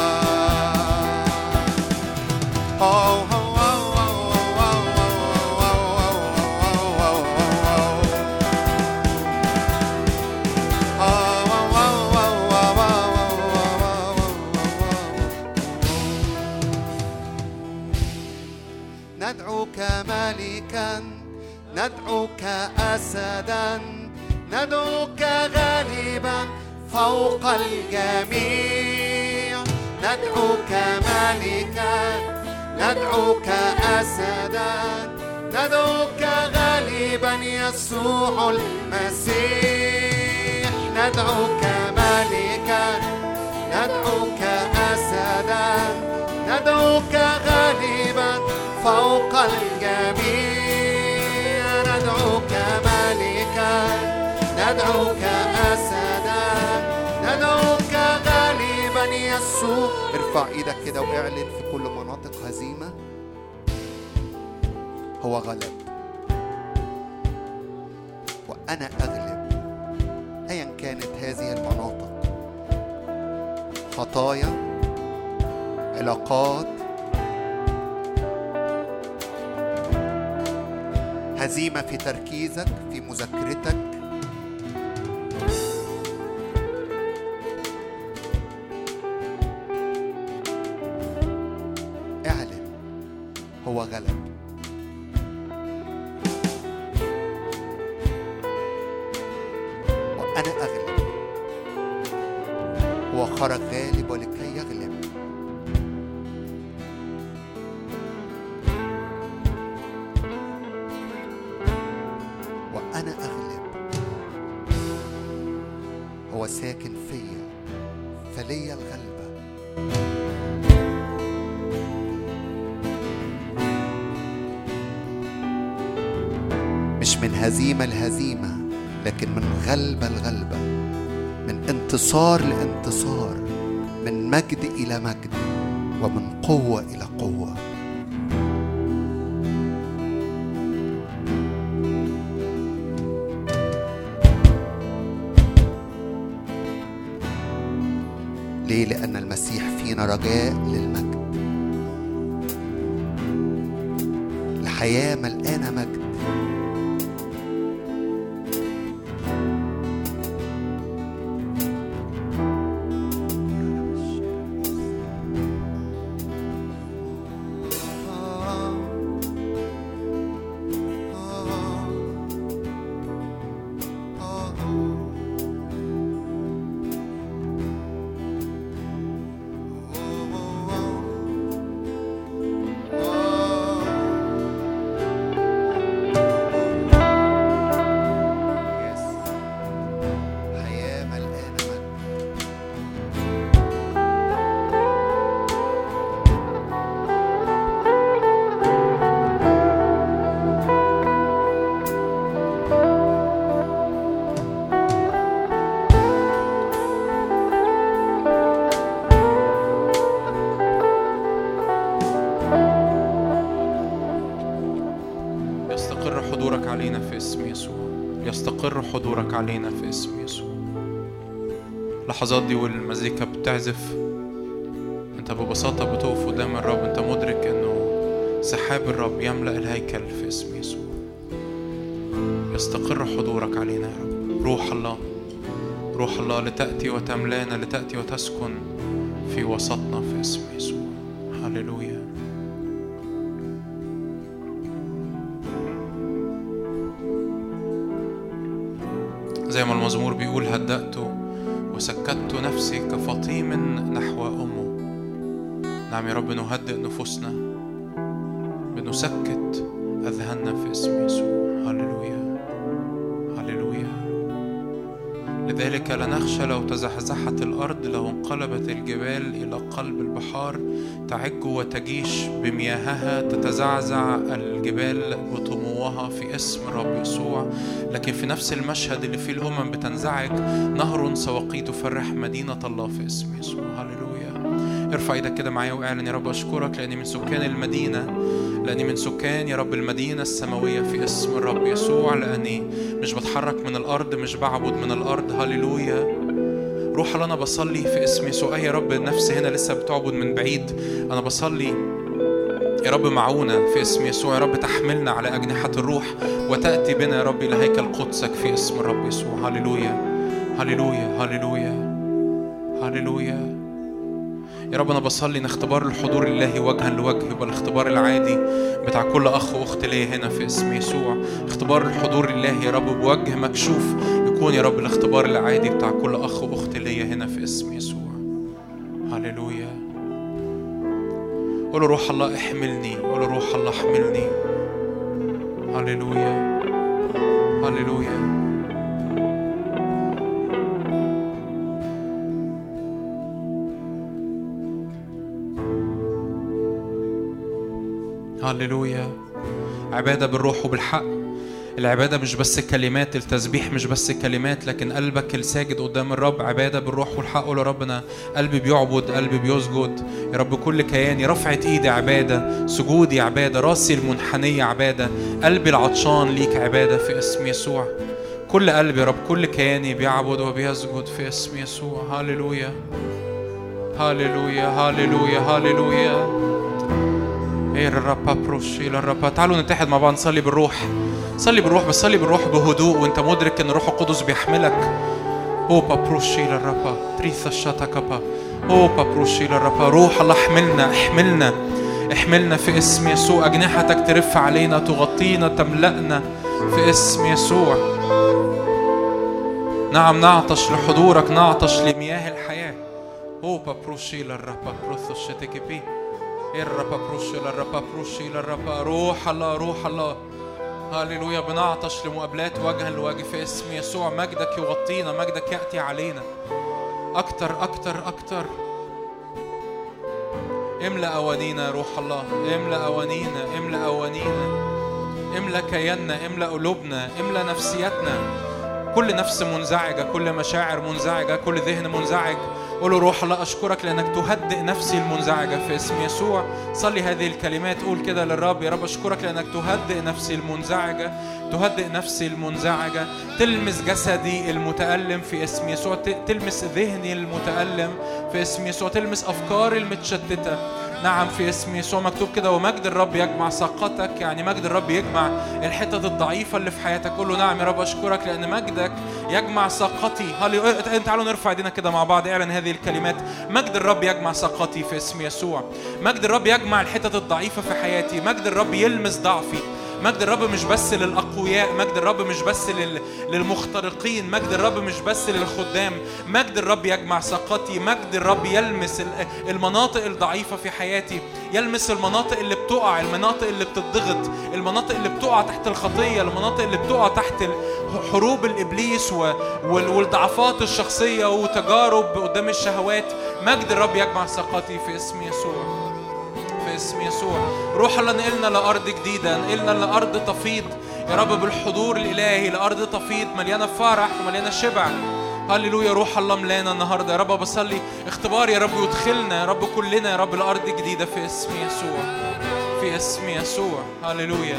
ندعوك ملكا ندعوك أسدا ندعوك غالبا فوق الجميع. ندعوك ملكا ندعوك أسدا ندعوك غالبا يسوع المسيح. ندعوك ملكا ندعوك أسدا ندعوك غالبا فوق الجميع. ندعوك ندعوك أسدا، ندعوك غالبا يسوع. ارفع ايدك كده واعلن في كل مناطق هزيمة هو غلب، وأنا أغلب. أيا كانت هذه المناطق، خطايا، علاقات، هزيمة في تركيزك، في مذاكرتك، اعلن هو غلب. وأنا أغلب، هو خرج غالب ولكي يغلب. وأنا أغلب، هو ساكن فيا فليا الغلبة. مش من هزيمة لهزيمة، لكن من غلبة لغلبة، من انتصار لانتصار، من مجد إلى مجد، ومن قوة إلى قوة. ليه؟ لأن المسيح فينا رجاء للمجد، لحياة ملقانة مجد. حضورك علينا في اسم يسوع. اللحظات دي والمزيكا بتعزف، انت ببساطة بتقف قدام الرب، انت مدرك انه سحاب الرب يملأ الهيكل في اسم يسوع. يستقر حضورك علينا يا رب. روح الله، روح الله لتأتي وتملانا، لتأتي وتسكن في وسطنا في اسم يسوع. هللويا. زي ما المزمور بيقول: هدأت وسكت نفسي كفطيم نحو أمه. نعم يا رب، نهدئ نفوسنا، بنسكت أذهاننا في اسم يسوع. هللويا هللويا. لذلك لا نخشى لو تزحزحت الأرض، لو انقلبت الجبال إلى قلب البحار، تعج وتجيش بمياهها، تتزعزع الجبال بطموها في اسم الرب يسوع. لكن في نفس المشهد اللي فيه الأمم بتنزعج، نهر سواقي تفرح مدينة الله في اسم يسوع. هللويا. ارفع ايدك كده معايا واعلن: يا رب أشكرك لأني من سكان المدينة، لأني من سكان يا رب المدينة السماوية في اسم الرب يسوع، لأني مش بتحرك من الأرض، مش بعبد من الأرض. هللويا. روح الله، أنا بصلي في اسم يسوع. يا رب النفس هنا لسه بتعبد من بعيد، أنا بصلي يا رب معونا في اسم يسوع. يا رب تحملنا على أجنحة الروح وتأتي بنا يا رب إلى هيكل قدسك في اسم الرب يسوع. هللويا هللويا هللويا هللويا. يا رب أنا بصلي إن اختبار الحضور الإلهي وجها لوجه يبقى الاختبار العادي بتاع كل أخ وأخت ليا هنا في اسم يسوع. اختبار الحضور الإلهي يا رب بوجه مكشوف يكون يا رب الاختبار العادي بتاع كل أخ وأخت ليا هنا في اسم يسوع. هللويا. قولوا: روح الله احملني. قولوا: روح الله احملني. هللويا هللويا. هللويا. عبادة بالروح وبالحق. العبادة مش بس كلمات، التسبيح مش بس كلمات، لكن قلبك الساجد قدام الرب عبادة بالروح والحق. قول يا رب أنا قلبي بيعبد، قلبي بيسجد يا رب، كل كياني، رفعة إيدي عبادة، سجودي عبادة، راسي المنحنية عبادة، قلبي العطشان ليك عبادة في اسم يسوع. كل قلبي يا رب، كل كياني بيعبد وبيسجد في اسم يسوع. هاليلويا هاليلويا هاليلويا هاليلويا. تعالوا نتحد مع بعض، نصلي بالروح. صلي بالروح، بس صلي بالروح بهدوء وانت مدرك ان الروح القدس بيحملك. او بابروشي للربا تريث الشاتاكابا، او بابروشي للربا. روح الله احملنا احملنا احملنا في اسم يسوع. اجنحتك ترف علينا، تغطينا، تملأنا في اسم يسوع. نعم نعطش لحضورك، نعطش لمياه الحياة. او بابروشي للربا بروث الشتكبي الربا بروشي للربا بروشي للربا. روح الله روح الله. هاليلويا. بنعطش لمقابلات وجها لوجه في اسم يسوع. مجدك يغطينا، مجدك يأتي علينا أكتر أكتر أكتر. املأ أوانينا روح الله، املأ أوانينا، املأ أوانينا، املأ كياننا، املأ قلوبنا، املأ نفسيتنا. كل نفس منزعجة، كل مشاعر منزعجة، كل ذهن منزعج، قولوا روح الله أشكرك لأنك تهدئ نفسي المنزعجة في اسم يسوع. صلي هذه الكلمات، قول كده للرب: يا رب أشكرك لأنك تهدئ نفسي المنزعجة، تهدئ نفسي المنزعجة، تلمس جسدي المتألم في اسم يسوع، تلمس ذهني المتألم في اسم يسوع، تلمس أفكاري المتشتتة. نعم في اسم يسوع. مكتوب كده: ومجد الرب يجمع ساقتك، يعني مجد الرب يجمع الحتت الضعيفة اللي في حياتك. قول له: نعم يا رب أشكرك لأن مجدك يجمع ساقتي. تعالوا نرفع ايدينا كده مع بعض، اعلن هذه الكلمات: مجد الرب يجمع ساقتي في اسم يسوع. مجد الرب يجمع الحتت الضعيفة في حياتي، مجد الرب يلمس ضعفي. مجد الرب مش بس للأقوياء، مجد الرب مش بس للمخترقين، مجد الرب مش بس للخدام. مجد الرب يجمع ساقتي، مجد الرب يلمس المناطق الضعيفة في حياتي، يلمس المناطق اللي بتقع، المناطق اللي بتضغط، المناطق اللي بتقع تحت الخطية، المناطق اللي بتقع تحت حروب الإبليس والضعفات الشخصية وتجارب قدام الشهوات. مجد الرب يجمع ساقتي في اسم يسوع، في اسم يسوع. روح الله نقلنا لأرض جديدة، نقلنا لأرض تفيض يا رب بالحضور الإلهي، لأرض تفيض مليانة فرح ومليانة شبع. هللويا. روح الله ملانا النهاردة يا رب. بصلي اختبار يا رب يدخلنا يا رب كلنا يا رب لأرض جديدة في اسم يسوع، في اسم يسوع. هللويا.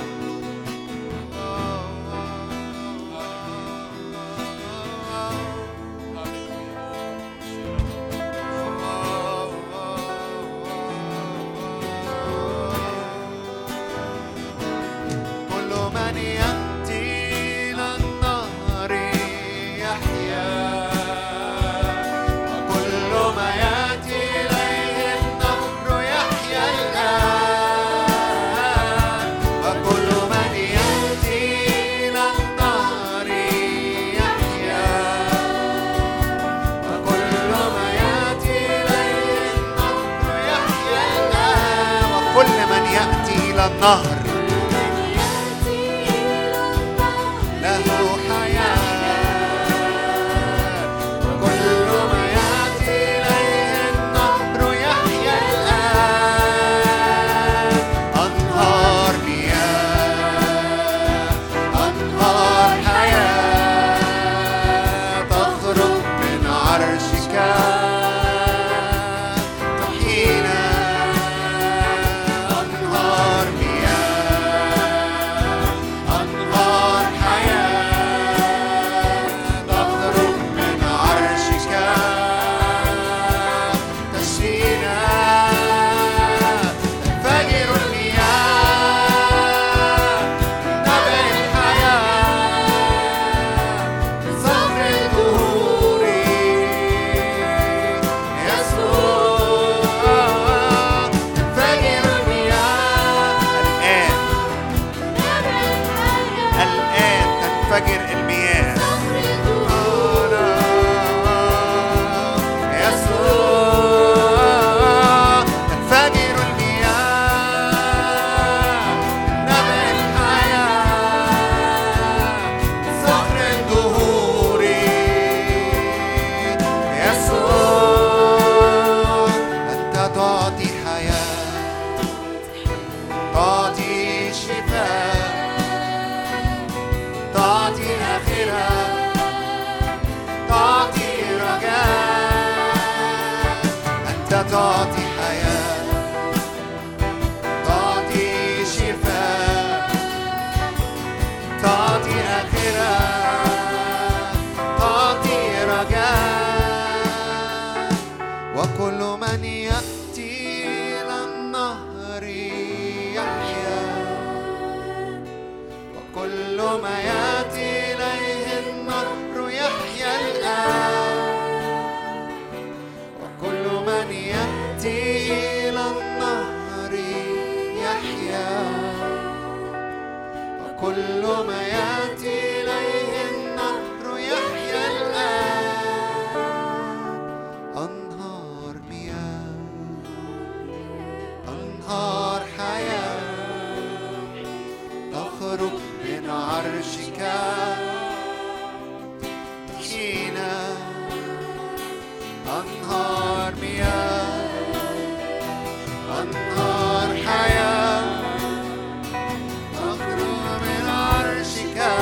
النهر له حياة، كل ما يأتي إليه النهر يحيا الآن. أنهار مياه، أنهار حياة تخرج من عرشك تحيينا. كل ما يأتي إليه النهر يحيا الآن. أنهار مياه، أنهار حياة تخرج من عرشك تحيينا. أنهار مياه، أنهار حياة تخرج من عرشك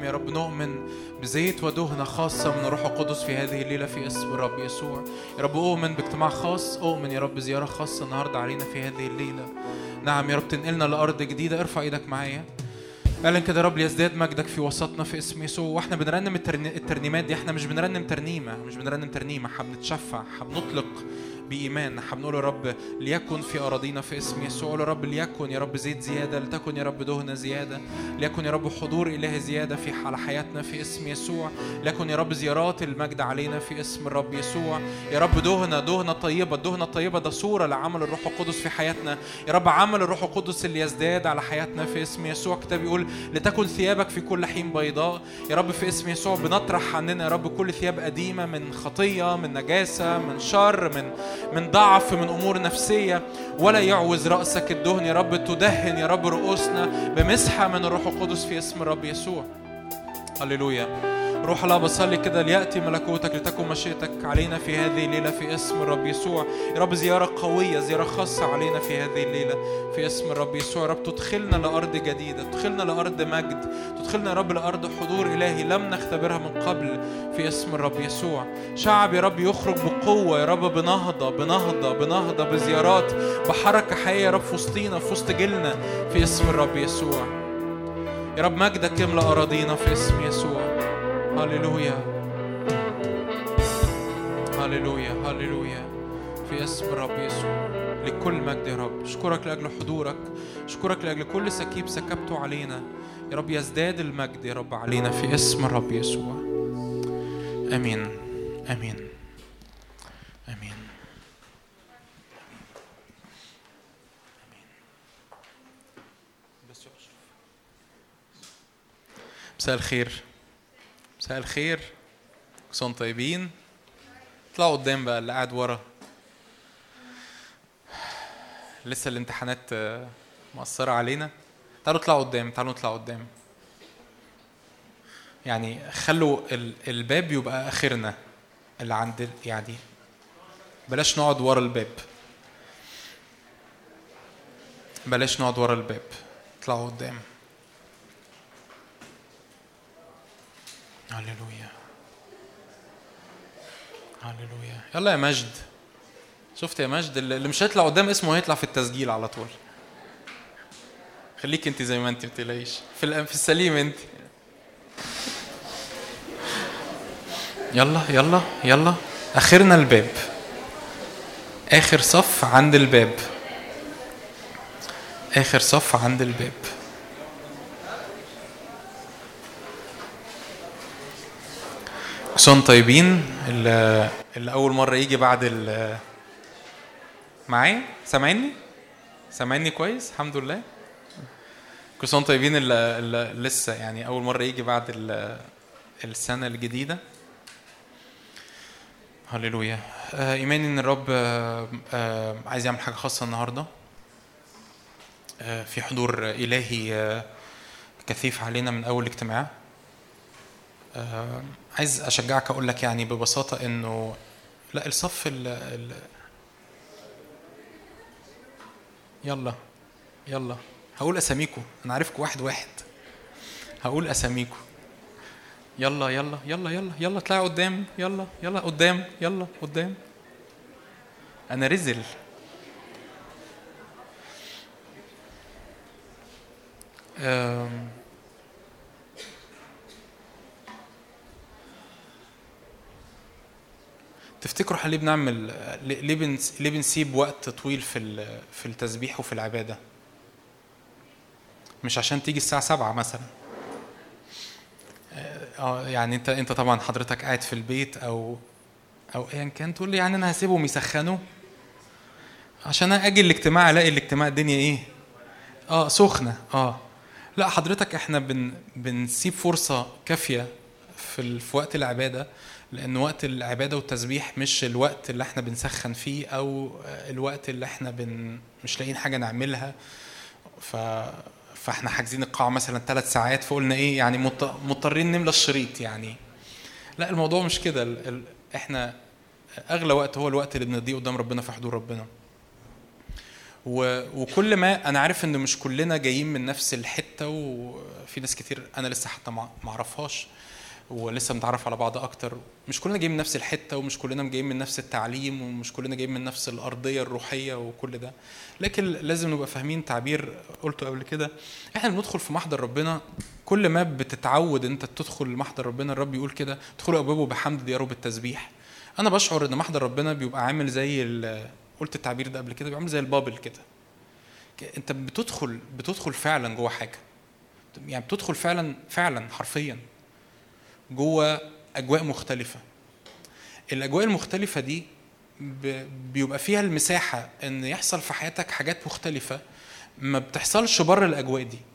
نعم يا رب نؤمن بزيت ودهنة خاصة من الروح القدس في هذه الليلة في اسم الرب يسوع. يا رب أؤمن باجتماع خاص، أؤمن يا رب زيارة خاصة النهاردة علينا في هذه الليلة. نعم يا رب تنقلنا لأرض جديدة. ارفع ايدك معايا، اعلن كده يا رب ليزداد مجدك في وسطنا في اسم يسوع. واحنا بنرنم الترنيمات دي، احنا مش بنرنم ترنيمة، حبنتشفع، حبنطلق بإيمان، حبنقول يا رب ليكن في أراضينا في اسم يسوع. قول يا رب ليكن يا رب زيت زيادة، لتكن يا رب دهنة زيادة، ليكن يا رب حضور إلهي زيادة على حياتنا في اسم يسوع. ليكن يا رب زيارات المجد علينا في اسم الرب يسوع. يا رب دهنة طيبة. الدهنة الطيبة ده صورة لعمل الروح القدس في حياتنا. يا رب عمل الروح القدس اللي يزداد على حياتنا في اسم يسوع. كتاب يقول لتكن ثيابك في كل حين بيضاء. يا رب في اسم يسوع بنطرح عننا يا رب كل ثياب قديمة من خطية، من نجاسة، من شر، من ضعف، من أمور نفسية. ولا يعوز رأسك الدهن يا رب، تدهن يا رب رؤوسنا بمسحة من الروح القدس في اسم الرب يسوع. هللويا. روح الله بصلي كده ليأتي ملكوتك، لتكن مشيئتك علينا في هذه الليلة في اسم الرب يسوع. يا رب زيارة قوية، زيارة خاصة علينا في هذه الليلة في اسم الرب يسوع. يا رب تدخلنا لأرض جديدة، تدخلنا لأرض مجد، تدخلنا يا رب لأرض حضور إلهي لم نختبرها من قبل في اسم الرب يسوع. شعب يا رب يخرج بقوة يا رب، بنهضة بزيارات، بحركة حقيقية يا رب في وسطينا، في وسط جيلنا في اسم الرب يسوع. يا رب مجدك يملأ أراضينا في اسم يسوع. هللويا هللويا هللويا في اسم الرب يسوع. لكل مجد يا رب. اشكرك لأجل حضورك، اشكرك لأجل كل سكيب سكبته علينا يا رب. يزداد المجد يا رب علينا في اسم الرب يسوع. امين امين امين. مساء الخير، مساء الخير، كنتم طيبين؟ اطلعوا قدام بقى اللي قاعد ورا، لسه الامتحانات مؤثرة علينا. تعالوا اطلعوا قدام، تعالوا نطلع قدام. يعني خلوا الباب يبقى آخرنا اللي عند، يعني بلاش نقعد ورا الباب، بلاش نقعد ورا الباب. اطلعوا قدام. هللويا هللويا. يلا يا مجد، شفت يا مجد اللي مش هيطلع قدام اسمه هيطلع في التسجيل على طول. خليك انت زي ما انت، متقلقيش في السليم انت. يلا يلا يلا. اخرنا الباب، اخر صف عند الباب، اخر صف عند الباب. كنتم طيبين؟ اللي اول مره يجي بعد معايا سامعني كويس؟ الحمد لله. كنتم طيبين اللي لسه يعني اول مره يجي بعد السنه الجديده. هللويا. ايماني ان الرب عايز يعمل حاجه خاصه النهارده، في حضور الهي كثيف علينا من اول اجتماع. عايز اشجعك اقول لك يعني ببساطه انه لا، الصف يلا يلا. هقول اساميكم، انا عارفكم واحد واحد، هقول اساميكم. يلا يلا يلا يلا يلا. اطلعوا قدام، يلا يلا قدام، يلا قدام. انا رزل. تفتكروا احنا ليه بنعمل، ليه بنسيب وقت طويل في التسبيح وفي العبادة؟ مش عشان تيجي الساعة 7 مثلا. يعني انت طبعا حضرتك قاعد في البيت او ايا كان، تقول لي يعني انا هسيبهم يسخنوا عشان اجي الاجتماع الاقي الاجتماع الدنيا ايه سخنة. لا حضرتك، احنا بنسيب فرصة كافية في وقت العبادة، لأن وقت العبادة والتسبيح مش الوقت اللي احنا بنسخن فيه أو الوقت اللي احنا مش لاقيين حاجة نعملها. فاحنا حاجزين القاعة مثلا 3 ساعات، فقلنا ايه يعني مضطرين نملى الشريط يعني. لا، الموضوع مش كده. احنا أغلى وقت هو الوقت اللي بنقضيه قدام ربنا في حضور ربنا. وكل ما انا عارف ان مش كلنا جايين من نفس الحته، وفي ناس كتير انا لسه حتى ما اعرفهاش ولسه متعرف على بعض اكتر. مش كلنا جايين من نفس الحته، ومش كلنا جايين من نفس التعليم، ومش كلنا جايين من نفس الارضيه الروحيه وكل ده، لكن لازم نبقى فاهمين تعبير قلته قبل كده. احنا بندخل في محضر ربنا، كل ما بتتعود انت تدخل محضر ربنا، الرب يقول كده ادخلوا ابوابه بحمد دياره بالتسبيح. انا بشعر ان محضر ربنا بيبقى عامل زي قلت التعبير ده قبل كده، بيعمل زي البابل كده. انت بتدخل فعلا جوه حاجه، يعني بتدخل فعلا حرفيا جوه اجواء مختلفه. الاجواء المختلفه دي بيبقى فيها المساحه ان يحصل في حياتك حاجات مختلفه ما بتحصلش بره الاجواء دي.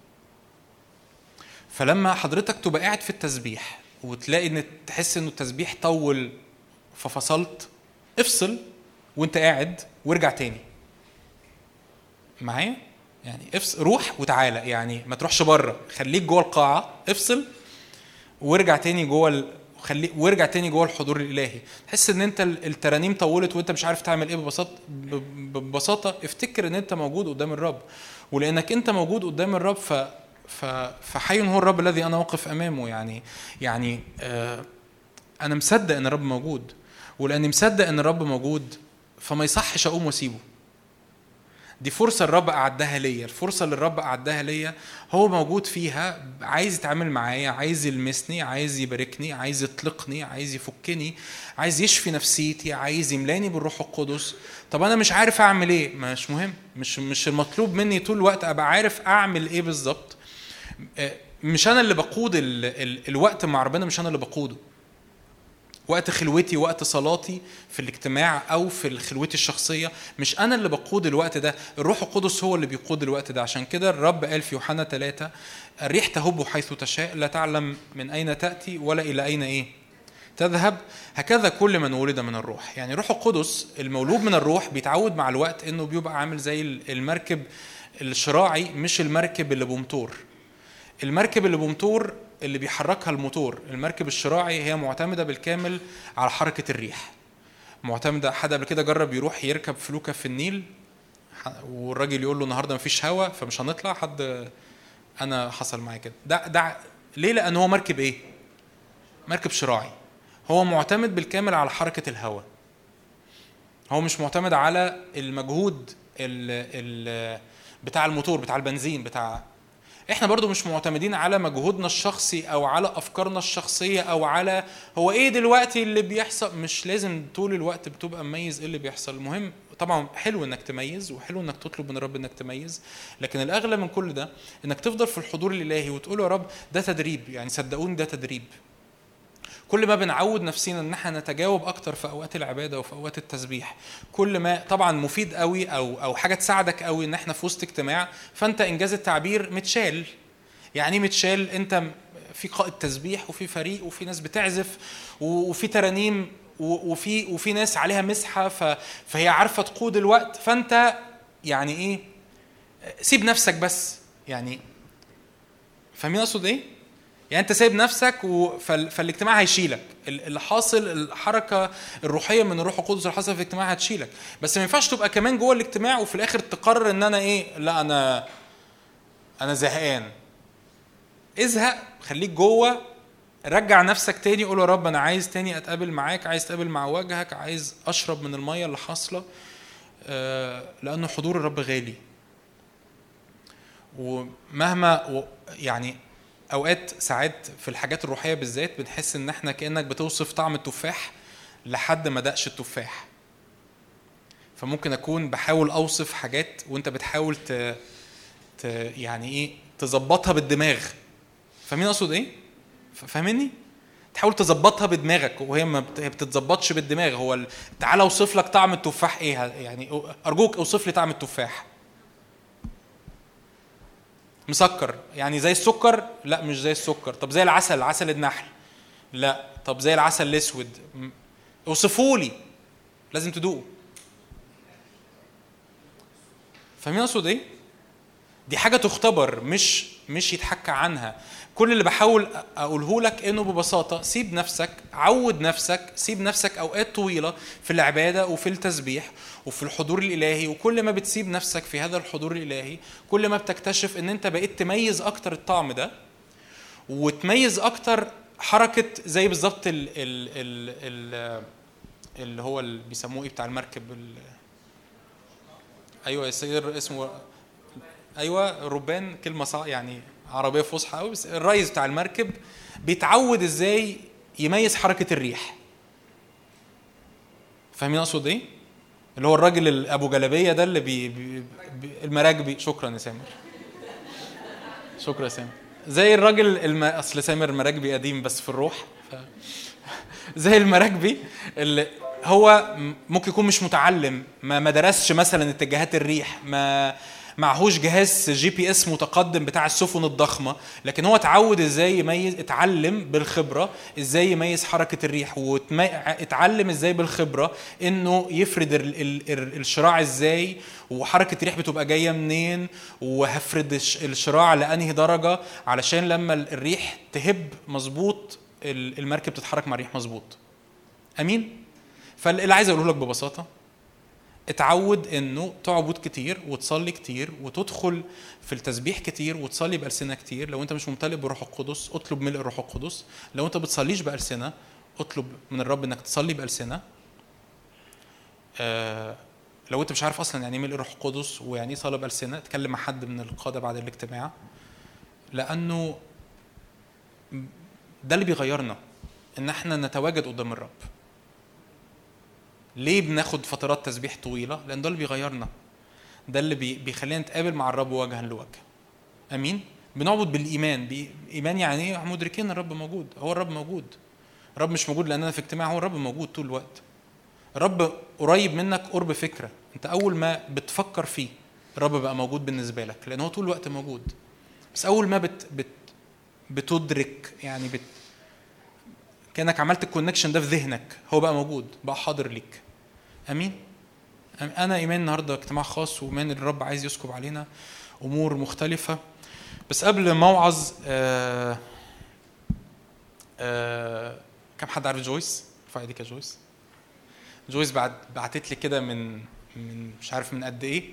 فلما حضرتك تبقى قاعد في التسبيح وتلاقي ان تحس انه التسبيح طول ففصلت، افصل وانت قاعد وارجع تاني معايا. يعني افصل، روح وتعالى، يعني ما تروحش بره، خليك جوه القاعه، افصل وارجع تاني وارجع تاني جوه الحضور الالهي. تحس ان انت الترانيم طولت وانت مش عارف تعمل ايه، ببساطه افتكر ان انت موجود قدام الرب، ولانك انت موجود قدام الرب فحي هو الرب الذي انا واقف امامه. يعني انا مصدق ان الرب موجود، ولاني مصدق ان الرب موجود فما يصحش اقوم واسيبه. دي فرصة الرب أعدها ليا، الفرصة اللي الرب أعدها ليا هو موجود فيها، عايز يتعامل معايا، عايز يلمسني، عايز يباركني، عايز يطلقني، عايز يفكني، عايز يشفي نفسيتي، عايز يملاني بالروح القدس. طب أنا مش عارف أعمل إيه، مش مهم، مش المطلوب مني طول الوقت أبقى عارف أعمل إيه بالظبط. مش أنا اللي بقود الوقت مع ربنا، مش أنا اللي بقوده. وقت خلوتي، وقت صلاتي في الاجتماع أو في خلوتي الشخصية، مش أنا اللي بقود الوقت ده، الروح القدس هو اللي بيقود الوقت ده. عشان كده الرب قال في يوحنا 3 الريح تهب حيث تشاء، لا تعلم من أين تأتي ولا إلى أين تذهب، هكذا كل من ولد من الروح. يعني روح القدس المولود من الروح بيتعود مع الوقت إنه بيبقى عامل زي المركب الشراعي، مش المركب اللي بموتور. المركب اللي بموتور اللي بيحركها الموتور، المركب الشراعي هي معتمدة بالكامل على حركة الريح، معتمدة. حد قبل كده جرب يروح يركب فلوكة في النيل والراجل يقول له النهاردة مفيش هوا فمش هنطلع، حد أنا حصل معايا كده. ده ليه؟ لأن هو مركب إيه؟ مركب شراعي، هو معتمد بالكامل على حركة الهوا، هو مش معتمد على المجهود بتاع الموتور، بتاع البنزين، احنا برضو مش معتمدين على مجهودنا الشخصي او على افكارنا الشخصية او على هو ايه دلوقتي اللي بيحصل. مش لازم طول الوقت بتبقى مميز ايه اللي بيحصل. المهم طبعا حلو انك تميز، وحلو انك تطلب من الرب انك تميز، لكن الاغلى من كل ده انك تفضل في الحضور الالهي وتقول يا رب ده تدريب. يعني صدقوني ده تدريب. كل ما بنعود نفسنا ان احنا نتجاوب اكتر في اوقات العباده وفي اوقات التسبيح، كل ما طبعا مفيد قوي او حاجه تساعدك قوي ان احنا في وسط اجتماع فانت انجاز التعبير متشال. يعني متشال، انت في قائد تسبيح وفي فريق وفي ناس بتعزف وفي ترانيم وفي ناس عليها مسحه فهي عارفه تقود الوقت. فانت يعني ايه، سيب نفسك بس. يعني فاهمين اقصد ايه؟ يعني انت سايب نفسك فالاجتماع هيشيلك. اللي حاصل الحركه الروحيه من الروح القدس اللي حاصل في الاجتماع هتشيلك. بس ما ينفعش تبقى كمان جوه الاجتماع وفي الاخر تقرر ان انا ايه، لا انا زهقان. ازهق، خليك جوه، رجع نفسك تاني، قول يا رب انا عايز تاني اتقابل معاك، عايز اتقابل مع وجهك، عايز اشرب من الميه اللي حاصله، لانه حضور الرب غالي. ومهما يعني اوقات ساعات في الحاجات الروحيه بالذات بنحس ان احنا كانك بتوصف طعم التفاح لحد ما دقش التفاح. فممكن اكون بحاول اوصف حاجات وانت بتحاول يعني ايه تظبطها بالدماغ. فاهمين اقصد ايه؟ فاهميني؟ تحاول تظبطها بدماغك وهي ما بتتظبطش بالدماغ. هو تعالى اوصف لك طعم التفاح ايه، يعني ارجوك اوصف لي طعم التفاح. مسكر، يعني زي السكر؟ لا مش زي السكر. طب زي العسل، عسل النحل؟ لا. طب زي العسل الاسود؟ اوصفوا لي، لازم تدوقوا. فاهمين اقصد ايه؟ دي حاجة تختبر، مش يتحكى عنها. كل اللي بحاول أقوله لك إنه ببساطة سيب نفسك، عود نفسك، سيب نفسك أوقات طويلة في العبادة وفي التسبيح وفي الحضور الإلهي. وكل ما بتسيب نفسك في هذا الحضور الإلهي كل ما بتكتشف إن أنت بقيت تميز أكتر الطعم ده، وتميز أكتر حركة زي بالظبط اللي هو اللي بيسموه إيه بتاع المركب، أيوة يصير اسمه أيوة ربان، كلمة صعبة يعني عربية فصحى قوي، بس الرئيس بتاع المركب بيتعود ازاي يميز حركة الريح. فاهمين اقصد ايه؟ اللي هو الراجل ابو جلابية ده اللي المراكبي. شكرا يا سامر، شكرا يا سامر. زي الراجل اصل سامر مراكبي قديم بس في الروح، زي المراكبي اللي هو ممكن يكون مش متعلم، ما درسش مثلا اتجاهات الريح، ما معهوش جهاز GPS متقدم بتاع السفن الضخمة، لكن هو اتعود ازاي يميز، اتعلم بالخبرة ازاي يميز حركة الريح، واتعلم ازاي بالخبرة انه يفرد الشراع ازاي، وحركة الريح بتبقى جاية منين، وهفرد الشراع لأنهي درجة علشان لما الريح تهب مظبوط المركب تتحرك مع الريح مظبوط. امين. فاللي عايز اقوله لك ببساطة، اتعود انه تعبد كتير وتصلي كتير وتدخل في التسبيح كتير وتصلي بألسنة كتير. لو انت مش ممتلئ بروح القدس اطلب ملء الروح القدس. لو انت بتصليش بألسنة اطلب من الرب انك تصلي بألسنة. لو انت مش عارف اصلا يعني ملء الروح القدس ويعني صلاة بألسنة، اتكلم مع حد من القادة بعد الاجتماع، لانه ده اللي بيغيرنا، ان احنا نتواجد قدام الرب. ليه بناخد فترات تسبيح طويلة؟ لأن ده اللي بيغيرنا، ده اللي بيخلينا نتقابل مع الرب وجها لوجه. أمين. بنعبد بالإيمان. إيمان يعني إيه؟ مدركين الرب موجود. هو الرب موجود. الرب مش موجود لأننا في اجتماع، هو الرب موجود طول الوقت. الرب قريب منك قرب فكرة، أنت أول ما بتفكر فيه الرب بقى موجود بالنسبة لك، لأنه هو طول الوقت موجود. بس أول ما بتدرك يعني كأنك عملت الكونكشن ده في ذهنك، هو بقى موجود، بقى حاضر ليك. أمين. أنا إيمان النهاردة اجتماع خاص، وإيمان الرب عايز يسكب علينا أمور مختلفة. بس قبل ما أوعظ كم حد عارف جويس؟ رفع ايديك يا جويس. جويس بعتت لي كده من مش عارف من قد إيه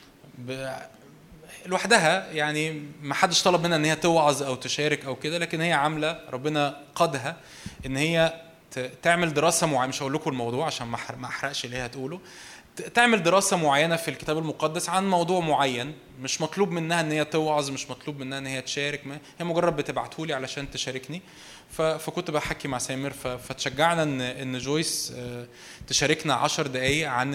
لوحدها، يعني ما حدش طلب منها إن هي توعظ أو تشارك أو كده، لكن هي عاملة، ربنا قادها إن هي تعمل دراسة معينة. مش هقول لكم الموضوع عشان ما احرقش اللي هي هتقوله. تعمل دراسة معينة في الكتاب المقدس عن موضوع معين. مش مطلوب منها ان هي توعظ، مش مطلوب منها ان هي تشارك، هي مجرد بتبعتهولي علشان تشاركني. فكنت بحكي مع سامر، فتشجعنا ان جويس تشاركنا 10 دقايق عن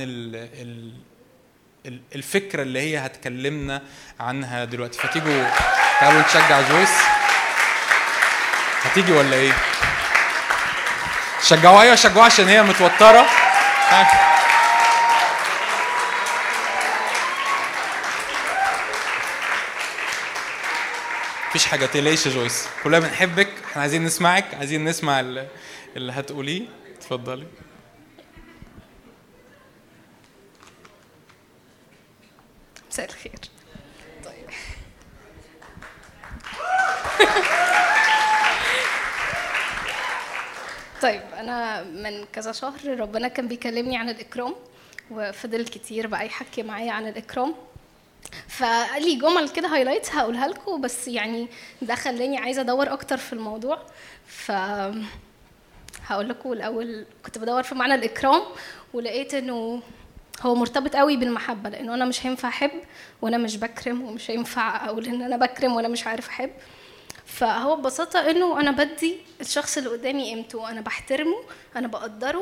الفكرة اللي هي هتكلمنا عنها دلوقتي. فتيجوا تعالوا نشجع جويس. هتيجي ولا ايه؟ شجعوا. ايوه شجعوا عشان هي متوتره. مفيش حاجه تقلقيش يا جويس، كلنا بنحبك، احنا عايزين نسمعك، عايزين نسمع اللي هتقوليه. اتفضلي. مساء الخير. طيب طيب أنا من كذا شهر ربنا كان بيكلمني عن الإكرام، وفضل كتير بقى يحكي معايا عن الإكرام. فقال لي جمل كده هايلايتس هقولها لكم، بس يعني ده خلاني عايزة أدور أكتر في الموضوع. هقول لكم الأول، كنت بدور في معنى الإكرام ولقيت إنه هو مرتبط قوي بالمحبة، لأنه أنا مش هينفع أحب وأنا مش بكرم، ومش هينفع أقول إن أنا بكرم وأنا مش عارف أحب. فهو ببساطة إنه أنا بدي الشخص اللي قدامي قيمته، أنا بحترمه، أنا بقدره،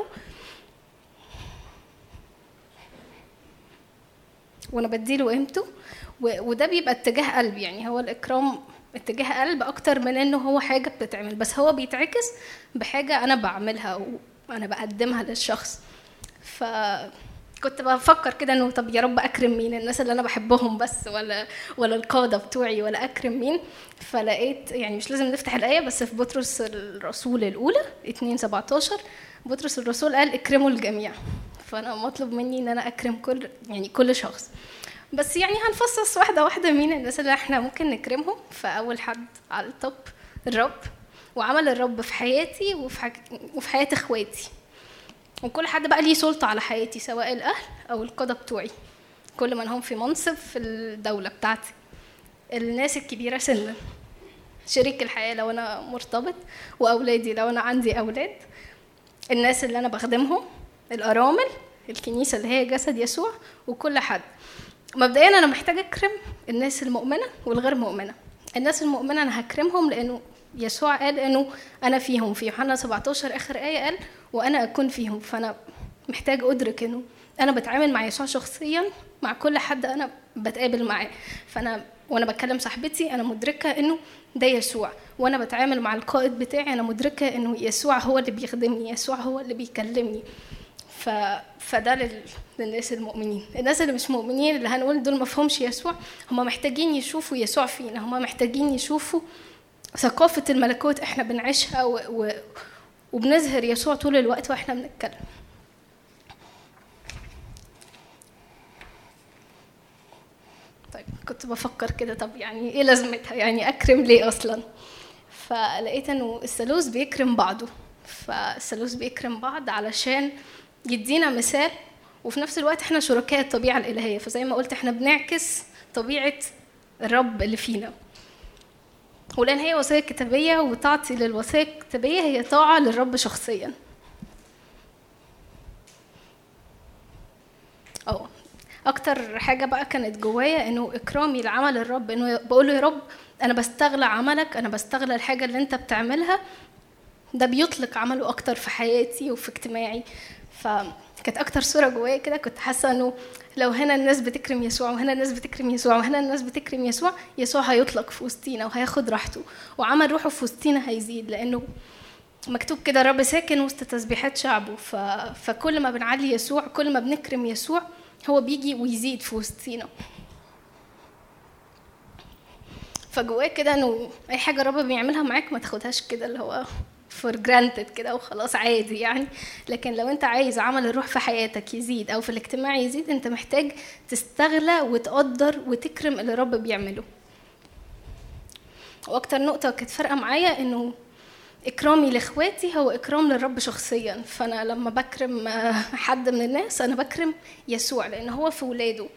وأنا بديله قيمته، وده بيبقى اتجاه قلب. يعني هو الإكرام اتجاه قلب أكتر من إنه هو حاجة بتتعمل، بس هو بيتعكس بحاجة أنا بعملها وأنا بقدمها للشخص. كنت بفكر كده انه طب يا رب اكرم مين؟ الناس اللي انا بحبهم بس ولا القاده بتوعي، ولا اكرم مين؟ فلقيت يعني مش لازم نفتح الايه، بس في بطرس الرسول الاولى 2:17 بطرس الرسول قال اكرموا الجميع. فانا مطلوب مني ان انا اكرم كل شخص. بس يعني هنفصص واحدة واحدة مين الناس اللي احنا ممكن نكرمهم. فأول حد على التوب الرب، وعمل الرب في حياتي وفي حياة اخواتي، وكل حد بقى ليه سلطة على حياتي، سواء الأهل أو القادة بتوعي، كل من هم في منصب في الدولة بتاعتي، الناس الكبيرة سنا، شريك الحياة لو أنا مرتبط، وأولادي لو أنا عندي أولاد، الناس اللي أنا بخدمهم، الأرامل، الكنيسة اللي هي جسد يسوع، وكل حد. مبدئيا أنا محتاجة أكرم الناس المؤمنة والغير مؤمنة. الناس المؤمنة أنا هكرمهم لأنه يسوع قال إنه أنا فيهم، في يوحنا 17 آخر آية قال وأنا أكون فيهم. فأنا محتاج أدرك إنه أنا بتعامل مع يسوع شخصيا مع كل حد أنا بتقابل معاه. فأنا وأنا بتكلم صاحبتي أنا مدركة إنه ده يسوع، وأنا بتعامل مع القائد بتاعي أنا مدركة إنه يسوع هو اللي بيخدمني، يسوع هو اللي بيكلمني. فده للناس المؤمنين. الناس اللي مش مؤمنين اللي هنقول دول ما فهمش يسوع، هم محتاجين يشوفوا يسوع فينا، هم محتاجين يشوفوا ثقافة الملكوت احنا بنعيشها وبنظهر يسوع طول الوقت واحنا بنتكلم. طيب كنت بفكر كده، طب يعني ايه لازمتها، يعني اكرم ليه اصلا؟ فلقيت انه الثالوث بيكرم بعضه. فالثالوث بيكرم بعض علشان يدينا مثال، وفي نفس الوقت احنا شركاء الطبيعة الإلهية. فزي ما قلت احنا بنعكس طبيعة الرب اللي فينا، ولأن هي وصية كتابية، وتعطي للوصية الكتابية هي طاعة للرب شخصيا. أكتر حاجة بقى كانت جوايا إنه إكرامي لعمل الرب، إنه بقوله يا رب أنا بستغلى عملك، أنا بستغلى الحاجة اللي أنت بتعملها، ده بيطلق عمله أكتر في حياتي وفي اجتماعي. فكانت أكتر صورة جوايا كده، كنت حاسة إنه لو هنا الناس بتكرم يسوع، وهنا الناس بتكرم يسوع، وهنا الناس بتكرم يسوع، يسوع هيطلق في وسطينا وهياخد راحته، وعمل روحه في وسطينا هيزيد، لأنه مكتوب كده الرب ساكن وسط تسبيحات شعبه. فكل ما بنعلي يسوع، كل ما بنكرم يسوع، هو بيجي ويزيد في وسطينا. فجواك كده انه اي حاجه الرب بيعملها معاك ما تاخدهاش كده اللي هو for granted كده وخلاص عادي يعني. لكن لو انت عايز عمل الروح في حياتك يزيد او في الاجتماع يزيد، انت محتاج تستغلى وتقدر وتكرم اللي الرب بيعمله. واكتر نقطه كانت فارقه معايا انه إكرامي لإخواتي هو إكرام للرب شخصياً. فأنا لما بكرم حد من الناس أنا بكرم يسوع، لأنه هو في ولاده.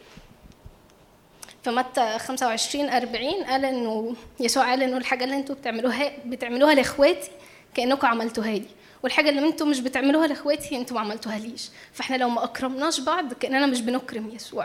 فمتى 25:40 قال إنه يسوع قال إنه الحاجة اللي أنتوا بتعملوها لإخواتي كأنكم عملتوها لي، والحاجة اللي أنتوا مش بتعملوها لإخواتي أنتوا ما عملتوها ليش. فإحنا لو ما أكرمناش بعض كأننا مش بنكرم يسوع.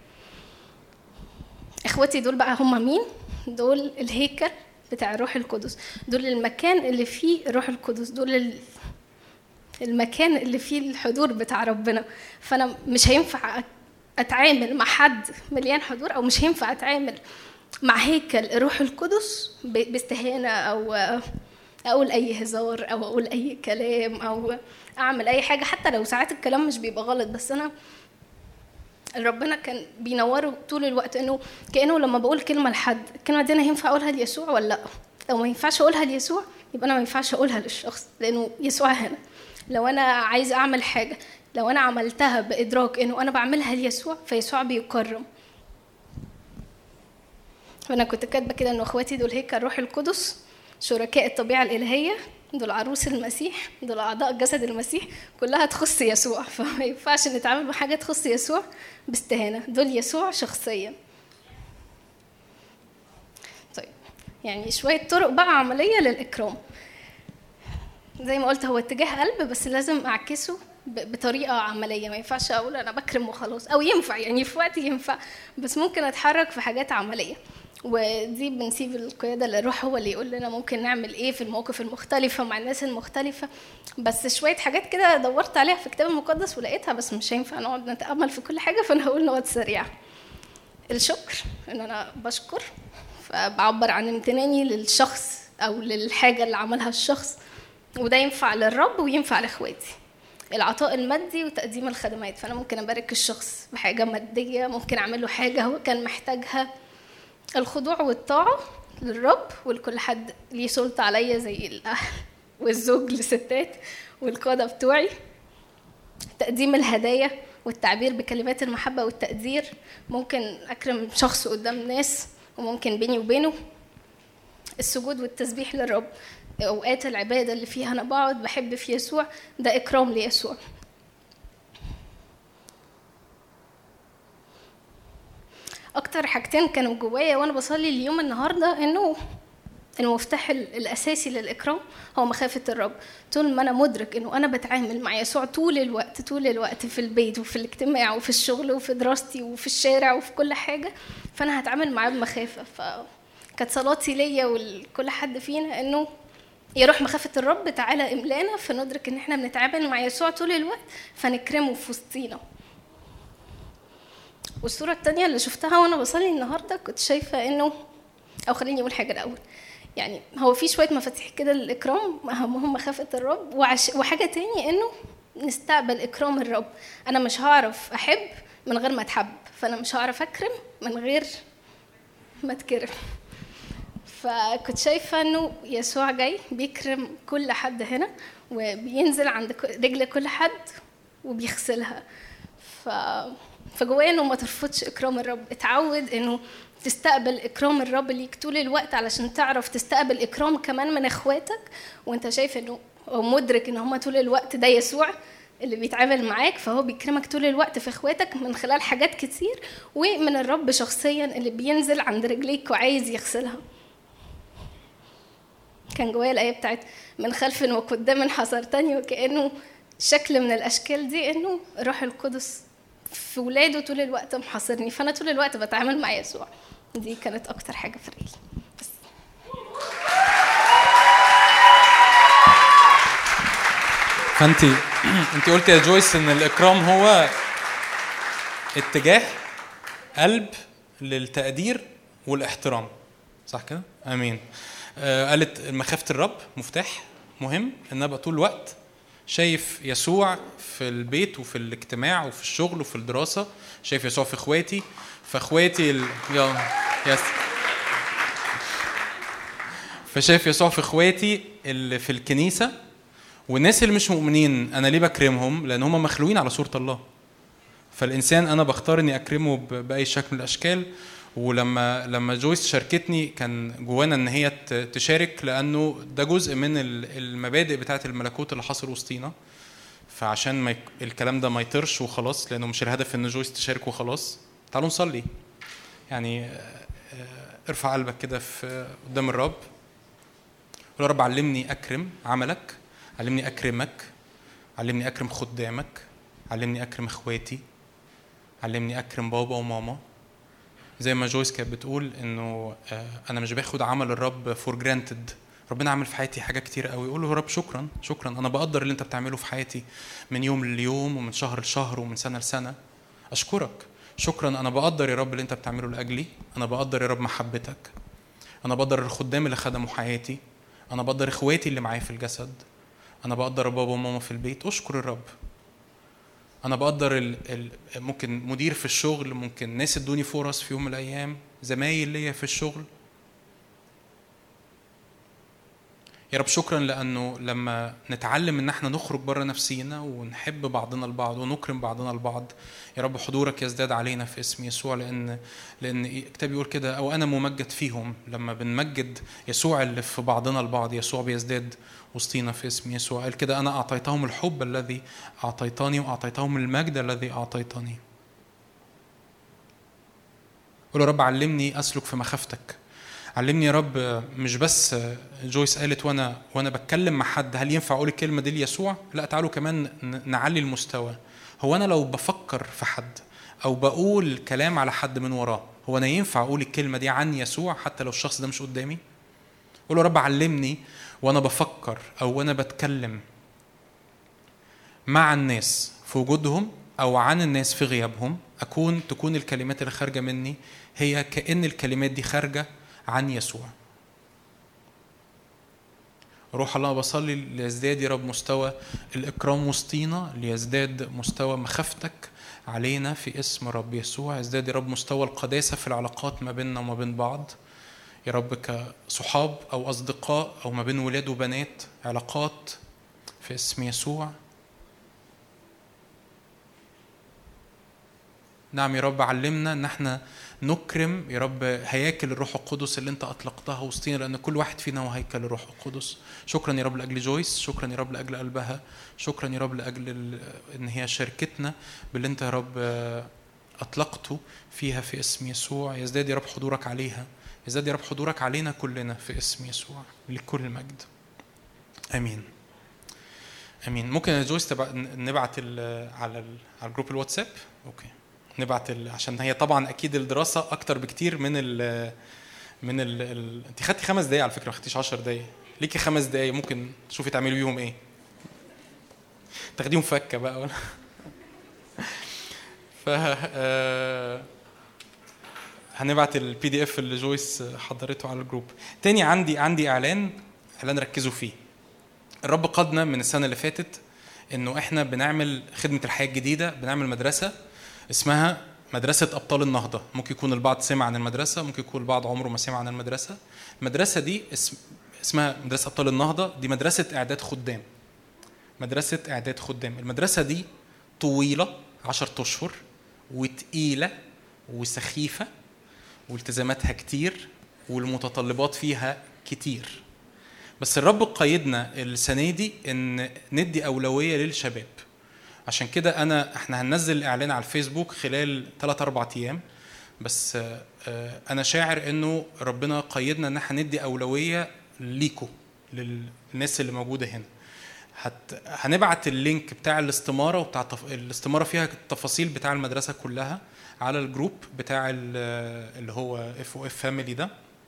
إخواتي دول بقى هم مين؟ دول الهيكل بتاع الروح القدس، دول المكان اللي فيه الروح القدس، دول المكان اللي فيه الحضور بتاع ربنا. فأنا مش هينفع أتعامل مع حد مليان حضور، أو مش هينفع أتعامل مع هيكل الروح القدس باستهانة، أو أقول أي هزار، أو أقول أي كلام، أو أعمل أي حاجة، حتى لو ساعات الكلام مش بيبقى غلط. بس أنا ربنا كان بينوره طول الوقت، انه كانه لما بقول كلمه لحد، الكلمه دي انا ينفع اقولها ليسوع ولا لا؟ لو ما ينفعش اقولها ليسوع يبقى انا ما ينفعش اقولها للشخص، لانه يسوع هنا. لو انا عايز اعمل حاجه، لو انا عملتها بادراك انه انا بعملها ليسوع، فيسوع بيكرم. وانا كنت كاتبه كده انه اخواتي دول هيكل الروح القدس، شركاء الطبيعه الالهيه، دول عروس المسيح، دول اعضاء جسد المسيح، كلها تخص يسوع. فما ينفعش نتعامل بحاجه تخص يسوع باستهانه، دول يسوع شخصيا. طيب يعني شويه طرق بقى عمليه للاكرام. زي ما قلت هو اتجاه قلب، بس لازم اعكسه بطريقه عمليه. ما ينفعش اقول انا بكرم وخلاص، او ينفع يعني في وقت ينفع، بس ممكن اتحرك في حاجات عمليه. ودي بنسيب القيادة للروح هو اللي يقول لنا ممكن نعمل ايه في المواقف المختلفة مع الناس المختلفة. بس شوية حاجات كده دورت عليها في الكتاب المقدس ولقيتها، بس مش هينفع نقعد نتأمل في كل حاجة، فأنا هقول نقط سريعة. الشكر، ان انا بشكر، فبعبر عن امتناني للشخص او للحاجة اللي عملها الشخص، وده ينفع للرب وينفع لاخواتي. العطاء المادي وتقديم الخدمات، فأنا ممكن أبارك الشخص بحاجة مادية، ممكن أعمل له حاجة هو كان محتاجها. الخضوع والطاعة للرب ولكل حد ليه سلطة عليا، زي الأهل والزوج لستات والقادة بتوعي. تقديم الهدايا والتعبير بكلمات المحبة والتقدير. ممكن أكرم شخص قدام ناس، وممكن بيني وبينه. السجود والتسبيح للرب، أوقات العبادة اللي فيها أنا بقعد بحب في يسوع، ده إكرام ليسوع. أكتر حاجتين كانوا جوايا وأنا بصلي اليوم النهاردة إنه المفتاح الأساسي للإكرام هو مخافة الرب. طول ما أنا مدرك إنه أنا بتعامل مع يسوع طول الوقت في البيت وفي الاجتماع وفي الشغل وفي دراستي وفي الشارع وفي كل حاجة، فأنا هتعامل معاه بمخافة. فكانت صلاتي ليا ولكل حد فينا إنه يا روح مخافة الرب تعالى إملانا، فندرك إن إحنا بنتعامل مع يسوع طول الوقت، فنكرمه في وسطينا. والصورة التانية اللي شفتها وأنا بصلي النهاردة، كنت شايفة إنه، أو خليني أقول حاجة الأول، يعني هو في شوية مفاتيح كده للإكرام، أهمهم مخافة الرب، وحاجة تاني إنه نستقبل إكرام الرب. أنا مش هعرف أحب من غير ما أتحب، فأنا مش هعرف أكرم من غير ما أتكرم. فكنت شايفة إنه يسوع جاي بيكرم كل حد هنا، وبينزل عند رجل كل حد وبيغسلها. فجوايا إنه ما ترفضش إكرام الرب، اتعود إنه تستقبل إكرام الرب ليك طول الوقت، علشان تعرف تستقبل إكرام كمان من إخواتك، وانت شايف إنه أو مدرك إن هما طول الوقت ده يسوع اللي بيتعامل معاك، فهو بيكرمك طول الوقت في إخواتك من خلال حاجات كتير، ومن الرب شخصيا اللي بينزل عند رجليك وعايز يغسلها. كان جوايا الآية بتاعت من خلف وقدام حصرتني، وكأنه شكل من الأشكال دي إنه روح القدس في ولاده طول الوقت محاصرني، فأنا طول الوقت بتعامل مع يسوع. دي كانت أكتر حاجة في رأيي. بس فأنت قلت يا جويس إن الإكرام هو اتجاه قلب للتقدير والاحترام، صح كده؟ آمين. قالت مخافة الرب مفتاح مهم، إن أبقى طول الوقت شايف يسوع في البيت وفي الاجتماع وفي الشغل وفي الدراسة، شايف يسوع في إخواتي، فشايف يسوع في إخواتي اللي في الكنيسة، والناس اللي مش مؤمنين أنا ليه بكرمهم؟ لأن هم مخلوقين على صورة الله. فالإنسان أنا بختار إني أكرمه بأي شكل من الأشكال. ولما جويس شاركتني كان جوانا ان هي تشارك، لانه ده جزء من المبادئ بتاعه الملكوت اللي حصل وسطينا. فعشان الكلام ده ما يطرش وخلاص، لانه مش الهدف ان جويس تشارك وخلاص. تعالوا نصلي. يعني ارفع قلبك كده في قدام الرب، قول يا رب علمني اكرم عملك، علمني اكرمك، علمني اكرم خدامك، علمني اكرم اخواتي، علمني اكرم بابا وماما. زي ما جويس كانت بتقول انه انا مش باخد عمل الرب فور جرانتد. ربنا عمل في حياتي حاجات كتير قوي، اقول له يا رب شكرا شكرا، انا بقدر اللي انت بتعمله في حياتي من يوم ليوم ومن شهر لشهر ومن سنه لسنه. اشكرك شكرا، انا بقدر يا رب اللي انت بتعمله لاجلي، انا بقدر يا رب محبتك، انا بقدر الخدام اللي خدموا حياتي، انا بقدر اخواتي اللي معايا في الجسد، انا بقدر بابا وماما في البيت. اشكر الرب. أنا بقدر ممكن مدير في الشغل، ممكن ناس ادوني فرص في يوم من الأيام، زمايل ليا في الشغل. يا رب شكرا، لأنه لما نتعلم إن احنا نخرج برا نفسينا ونحب بعضنا البعض ونكرم بعضنا البعض، يا رب حضورك يزداد علينا في اسم يسوع. لأن الكتاب يقول كده، أو أنا ممجد فيهم. لما بنمجد يسوع اللي في بعضنا البعض، يسوع بيزداد وسطينا في اسم يسوع. قال كده، أنا أعطيتهم الحب الذي أعطيتني وأعطيتهم المجد الذي أعطيتني. قل يا رب علمني أسلك في مخافتك. علمني يا رب، مش بس جويس قالت وانا بتكلم مع حد هل ينفع اقول الكلمه دي ليسوع؟ لا، تعالوا كمان نعلي المستوى. هو انا لو بفكر في حد او بقول كلام على حد من وراه، هو انا ينفع اقول الكلمه دي عن يسوع حتى لو الشخص ده مش قدامي؟ قول يا رب علمني وانا بفكر او وانا بتكلم مع الناس في وجودهم او عن الناس في غيابهم، تكون الكلمات اللي خارجه مني هي كأن الكلمات دي خارجه عن يسوع. روح الله، بصلي ليزداد يا رب مستوى الإكرام وسطينا، ليزداد مستوى مخافتك علينا في اسم رب يسوع. يزداد يا رب مستوى القداسة في العلاقات ما بيننا وما بين بعض يا رب، كصحاب أو أصدقاء أو ما بين ولاد وبنات، علاقات في اسم يسوع. نعم يا رب، علمنا ان احنا نكرم يا رب هياكل الروح القدس اللي انت اطلقتها وسطينا، لان كل واحد فينا هو هيكل الروح القدس. شكرا يا رب لاجل جويس، شكرا يا رب لاجل قلبها، شكرا يا رب لاجل ان هي شاركتنا باللي انت يا رب اطلقته فيها في اسم يسوع. يزداد يا رب حضورك عليها، يزداد يا رب حضورك علينا كلنا في اسم يسوع، لكل المجد. امين امين. ممكن يا جويس نبعت على الجروب الواتساب؟ اوكي، نبعت عشان هي طبعا اكيد الدراسه اكتر بكتير من انت خدتي 5 دقايق على فكره، ما خدتيش 10 دقايق، ليكي 5 دقايق ممكن تشوفي تعملي بيهم ايه، تاخديهم فكه بقى ولا هنبعت البي دي اف اللي جويس حضرته على الجروب. تاني عندي اعلان ركزوا فيه. الرب قادنا من السنه اللي فاتت انه احنا بنعمل خدمه الحياه الجديده، بنعمل مدرسه اسمها مدرسه ابطال النهضه. ممكن يكون البعض سمع عن المدرسه، ممكن يكون البعض عمره ما سمع عن المدرسه. المدرسه دي اسمها مدرسه ابطال النهضه. دي مدرسه اعداد خدام، مدرسه اعداد خدام. المدرسه دي طويله 10 اشهر وتقيله وسخيفه والتزاماتها كتير والمتطلبات فيها كتير، بس الرب قيدنا السنه دي ان ندي اولويه للشباب. عشان كده احنا هننزل الاعلان على الفيسبوك خلال 3-4 ايام، بس انا شاعر انه ربنا قيدنا ان احنا ندي اولويه ليكو، للناس اللي موجوده هنا. هنبعت اللينك بتاع الاستماره، وبتاع الاستماره فيها التفاصيل بتاع المدرسه كلها على الجروب بتاع اللي هو FOF Family ده.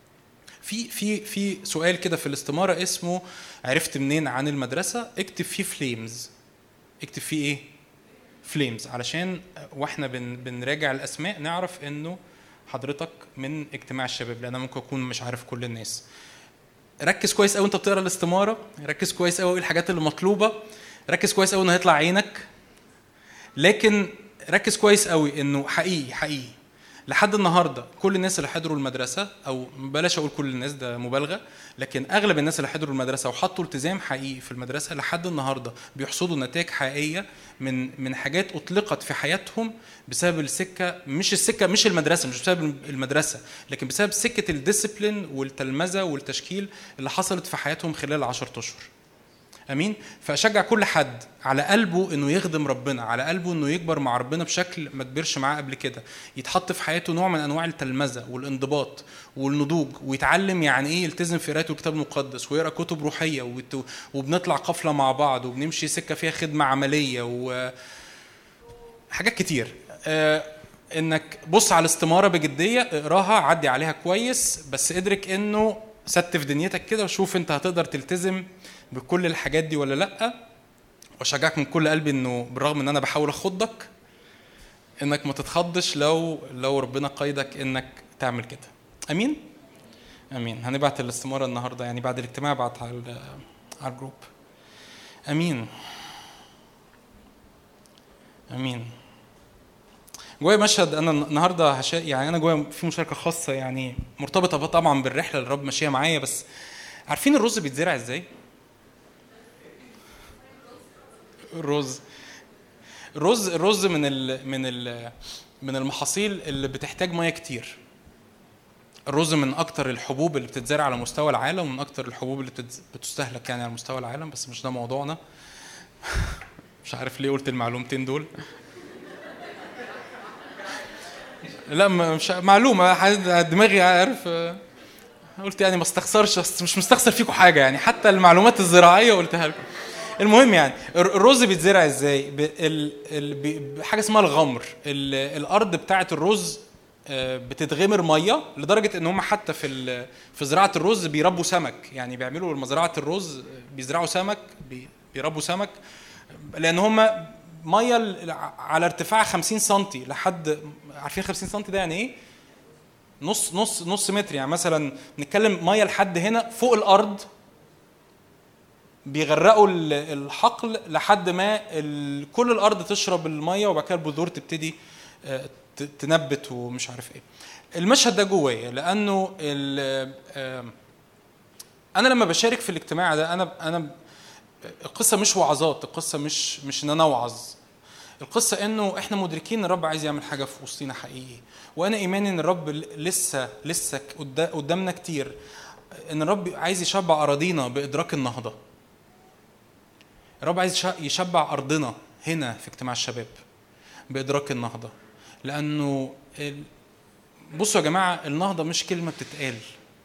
في سؤال كده في الاستماره اسمه عرفت منين عن المدرسه؟ اكتب فيه فليمز، اكتب فيه ايه؟ فليمز، علشان واحنا بنراجع الاسماء نعرف انه حضرتك من اجتماع الشباب، لان انا ممكن اكون مش عارف كل الناس. ركز كويس قوي انت بتقرا الاستماره، ركز كويس قوي الحاجات اللي مطلوبه، ركز كويس قوي انه هيطلع عينك، لكن ركز كويس قوي انه حقيقي لحد النهارده كل الناس اللي حضروا المدرسه، او بلاش اقول كل الناس ده مبالغه، لكن اغلب الناس اللي حضروا المدرسه وحطوا التزام حقيقي في المدرسه لحد النهارده بيحصدوا نتائج حقيقيه من حاجات اطلقت في حياتهم بسبب السكه، مش المدرسه، مش بسبب المدرسه، لكن بسبب سكه الديسيبلين والتلمذه والتشكيل اللي حصلت في حياتهم خلال 10 اشهر. امين. فاشجع كل حد على قلبه انه يخدم ربنا، على قلبه انه يكبر مع ربنا بشكل ما كبرش معاه قبل كده، يتحط في حياته نوع من انواع التلمذه والانضباط والنضوج، ويتعلم يعني ايه يلتزم في قراءه الكتاب المقدس ويقرا كتب روحيه، وبنطلع قفله مع بعض وبنمشي سكه فيها خدمه عمليه وحاجات كتير. انك بص على الاستماره بجديه، اقراها، عدي عليها كويس، بس ادرك انه ستف دنيتك كده وشوف انت هتقدر تلتزم بكل الحاجات دي ولا لا. واشجعك من كل قلبي انه بالرغم ان انا بحاول اخضك، انك ما تتخضش لو ربنا قيدك انك تعمل كده. امين امين. هنبعت الاستماره النهارده، يعني بعد الاجتماع بعت على الجروب. امين امين. جوايا مشهد انا النهارده يعني انا جوايا في مشاركه خاصه، يعني مرتبطه طبعا بالرحله اللي الرب ماشيه معايا. بس عارفين الرز بيتزرع ازاي؟ الرز من المحاصيل اللي بتحتاج ميه كتير. الرز من اكتر الحبوب اللي بتتزرع على مستوى العالم، ومن اكتر الحبوب اللي بتستهلك يعني على مستوى العالم، بس مش ده موضوعنا. مش عارف ليه قلت المعلومتين دول. لا مش معلومه، دماغي عارف، قلت يعني ما استخسرش، مش مستخسر فيكم حاجه، يعني حتى المعلومات الزراعيه قلتها لكم. المهم يعني الرز بيتزرع ازاي؟ حاجه اسمها الغمر. الارض بتاعه الرز بتتغمر ميه لدرجه ان هم حتى في زراعه الرز بيربوا سمك، يعني بيعملوا مزرعه الرز، بيزرعوا سمك، بيربوا سمك، لان هم ميه على ارتفاع 50 سم لحد، عارفين 50 سم ده يعني ايه؟ نص متر، يعني مثلا نتكلم ميه لحد هنا فوق الارض، بيغرقوا الحقل لحد ما كل الارض تشرب الميه، وبعد كده البذور تبتدي تنبت ومش عارف ايه. المشهد ده جوايا لانه انا لما بشارك في الاجتماع ده، انا القصه مش وعظات، القصه مش ان انا اوعظ، القصة انه احنا مدركين ان الرب عايز يعمل حاجة في وسطينا حقيقي، وانا ايماني ان الرب لسه قدامنا كتير، ان الرب عايز يشبع اراضينا بادراك النهضة. الرب عايز يشبع ارضنا هنا في اجتماع الشباب بادراك النهضة. لانه بصوا يا جماعة، النهضة مش كلمة بتتقال.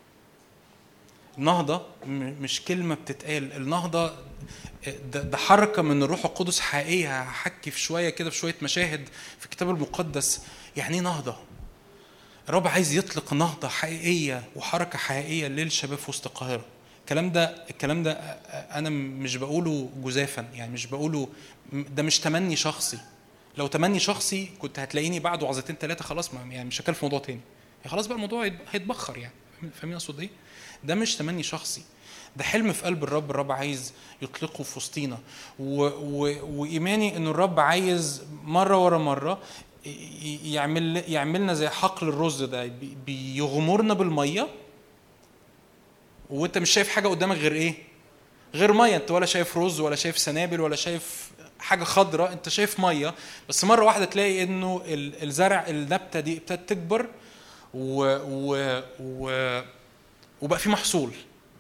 النهضة مش كلمة بتتقال. النهضة ده حركة من الروح القدس حقيقية. هحكي في شوية كده في شوية مشاهد في الكتاب المقدس يعني ايه نهضة. الرب عايز يطلق نهضة حقيقية وحركة حقيقية للشباب في وسط القاهرة. الكلام ده أنا مش بقوله جزافا، يعني مش بقوله، ده مش تمني شخصي. لو تمني شخصي كنت هتلاقيني بعد وعظتين 3 خلاص، يعني مش هكلم في موضوع تاني، يعني خلاص بقى الموضوع هيتبخر. يعني فاهمين اقصد ايه؟ ده مش تمني شخصي، ده حلم في قلب الرب. الرب عايز يطلقه في وسطينا، وإيماني إنه الرب عايز مرة ورا مرة يعملنا زي حقل الرز ده، بيغمرنا بالمية، وانت مش شايف حاجة قدامك غير ايه؟ غير مية. انت ولا شايف رز ولا شايف سنابل ولا شايف حاجة خضراء، انت شايف مية بس. مرة واحدة تلاقي انه الزرع، النبتة دي ابتدت تكبر وبقى في محصول.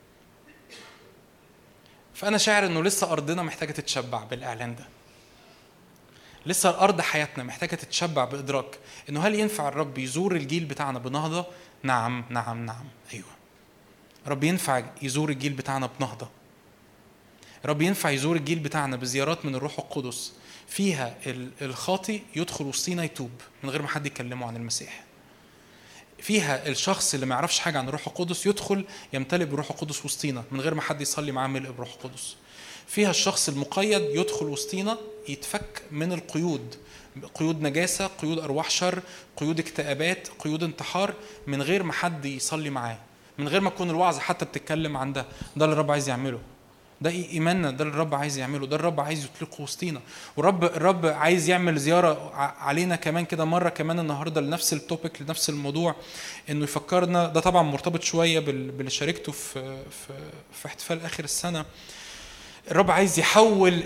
فأنا شاعر إنه لسه أرضنا محتاجة تتشبع بالإعلان ده. لسه الأرض حياتنا محتاجة تتشبع بإدراك إنه هل ينفع الرب يزور الجيل بتاعنا بنهضة؟ نعم نعم نعم، أيوة. رب ينفع يزور الجيل بتاعنا بنهضة. رب ينفع يزور الجيل بتاعنا بزيارات من الروح القدس فيها الخاطي يدخل وسطينا يتوب من غير ما حد يكلمه عن المسيح. فيها الشخص اللي ما يعرفش حاجة عن الروح القدس يدخل يمتلئ بالروح القدس وسطينا من غير ما حد يصلي معاه ملء بالروح القدس. فيها الشخص المقيد يدخل وسطينا يتفك من القيود، قيود نجاسة، قيود أرواح شر، قيود اكتئابات، قيود انتحار، من غير ما حد يصلي معاه، من غير ما تكون الوعظة حتى بتتكلم عن ده. ده اللي الرب عايز يعمله، ده إيماننا، ده اللي الرب عايز يعمله، ده الرب عايز يطلقه وسطينا. الرب عايز يعمل زيارة علينا كمان كده مرة كمان النهاردة لنفس التوبيك، لنفس الموضوع، إنه يفكرنا. ده طبعا مرتبط شوية باللي شاركته في احتفال آخر السنة. الرب عايز يحول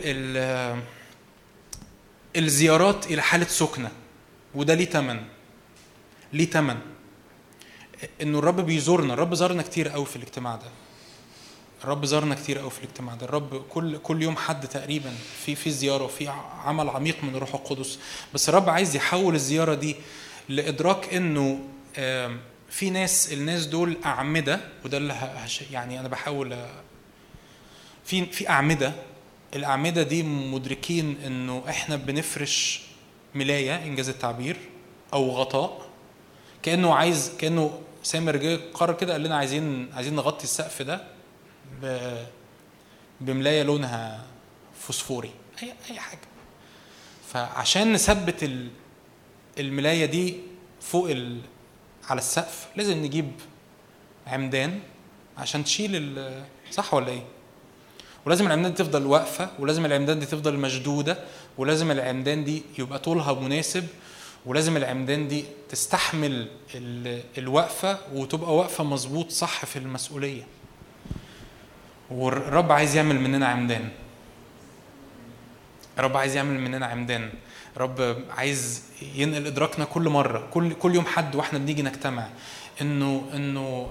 الزيارات إلى حالة سكنة، وده ليه تمن. إنه الرب بيزورنا. الرب زارنا كتير قوي في الاجتماع ده. الرب زارنا كتير قوي في الاجتماع ده. الرب كل يوم حد تقريبا في زيارة وفي عمل عميق من الروح القدس. بس الرب عايز يحول الزيارة دي لإدراك إنه في الناس دول أعمدة. وده اللي يعني أنا بحاول في أعمدة. الأعمدة دي مدركين إنه إحنا بنفرش ملاية، إنجاز التعبير، أو غطاء، كأنه سامر جه قرر كده قال لنا عايزين نغطي السقف ده بملاية لونها فوسفوري، أي حاجة. فعشان نثبت الملاية دي فوق على السقف لازم نجيب عمدان عشان تشيل صح ولا ايه؟ ولازم العمدان دي تفضل واقفة، ولازم العمدان دي تفضل مشدودة، ولازم العمدان دي يبقى طولها مناسب، ولازم العمدان دي تستحمل الوقفة وتبقى واقفة مظبوط صح في المسؤولية. والرب عايز يعمل مننا عمدان. الرب عايز يعمل مننا عمدان. الرب عايز ينقل إدراكنا كل مرة، كل يوم حد واحنا بنيجي نجتمع، إنه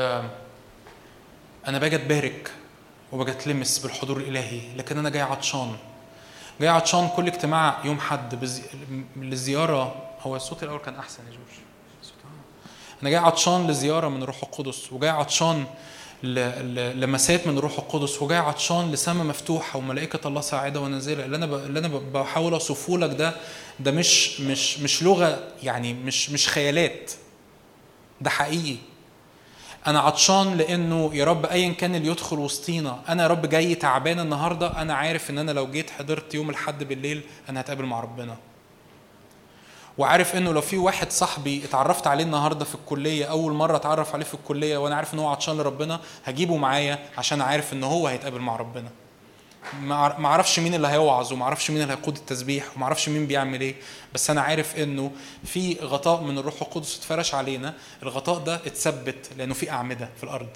أنا باجي أتبارك وباجي أتلمس بالحضور الإلهي، لكن أنا جاي عطشان كل اجتماع يوم حد للزيارة. هو الصوت الأول كان أحسن يا جورج. أنا جاي عطشان لزيارة من الروح القدس، وجاي عطشان لمسات من الروح القدس، وجاي عطشان لسماء مفتوحة وملائكة الله صاعدة ونازلة. اللي أنا بحاول أوصفه لك ده مش لغة، يعني مش خيالات، ده حقيقي. أنا عطشان لأنه يا رب أيا كان اللي يدخل وسطينا، أنا يا رب جاي تعبان النهاردة، أنا عارف إن أنا لو جيت حضرت يوم الحد بالليل أنا هتقابل مع ربنا. وعارف إنه لو في واحد صاحبي اتعرفت عليه النهاردة في الكلية، أول مرة اتعرف عليه في الكلية، وأنا عارف إنه هو عطشان لربنا، هجيبه معايا عشان عارف إنه هو هيتقابل مع ربنا. ما عرفش مين اللي هيوعظ، وما عرفش مين اللي هيقود التسبيح، وما عرفش مين بيعمل ايه، بس انا عارف انه في غطاء من الروح القدس اتفرش علينا. الغطاء ده اتثبت لانه في اعمده في الارض.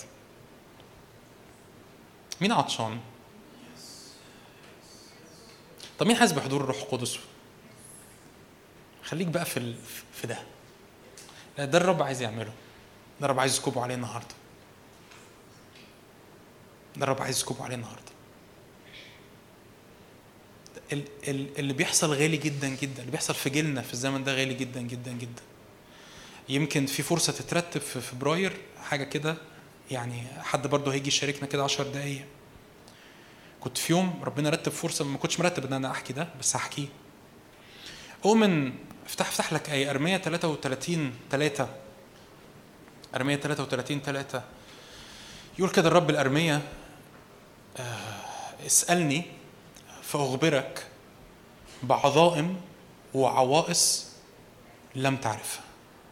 مين عطشان؟ طب مين حاسس بحضور الروح القدس خليك بقى في ده. لا ده الرب عايز يعمله، ده الرب عايز يسكبه عليه النهارده، ده الرب عايز يسكبه عليه النهارده. اللي بيحصل غالي جدا جدا، اللي بيحصل في جيلنا في الزمن ده غالي جدا جدا جدا. يمكن في فرصة تترتب في فبراير حاجة كده، يعني حد برضه هيجي يشاركنا كده 10 دقايق. كنت في يوم ربنا رتب فرصة، ما كنتش مرتب ان انا احكي ده بس هحكيه. أؤمن افتح لك آية أرمية 33:3. أرمية 33:3 يقول كده الرب الأرمية اسألني فأخبرك بعظائم وعوائص لم تعرفها.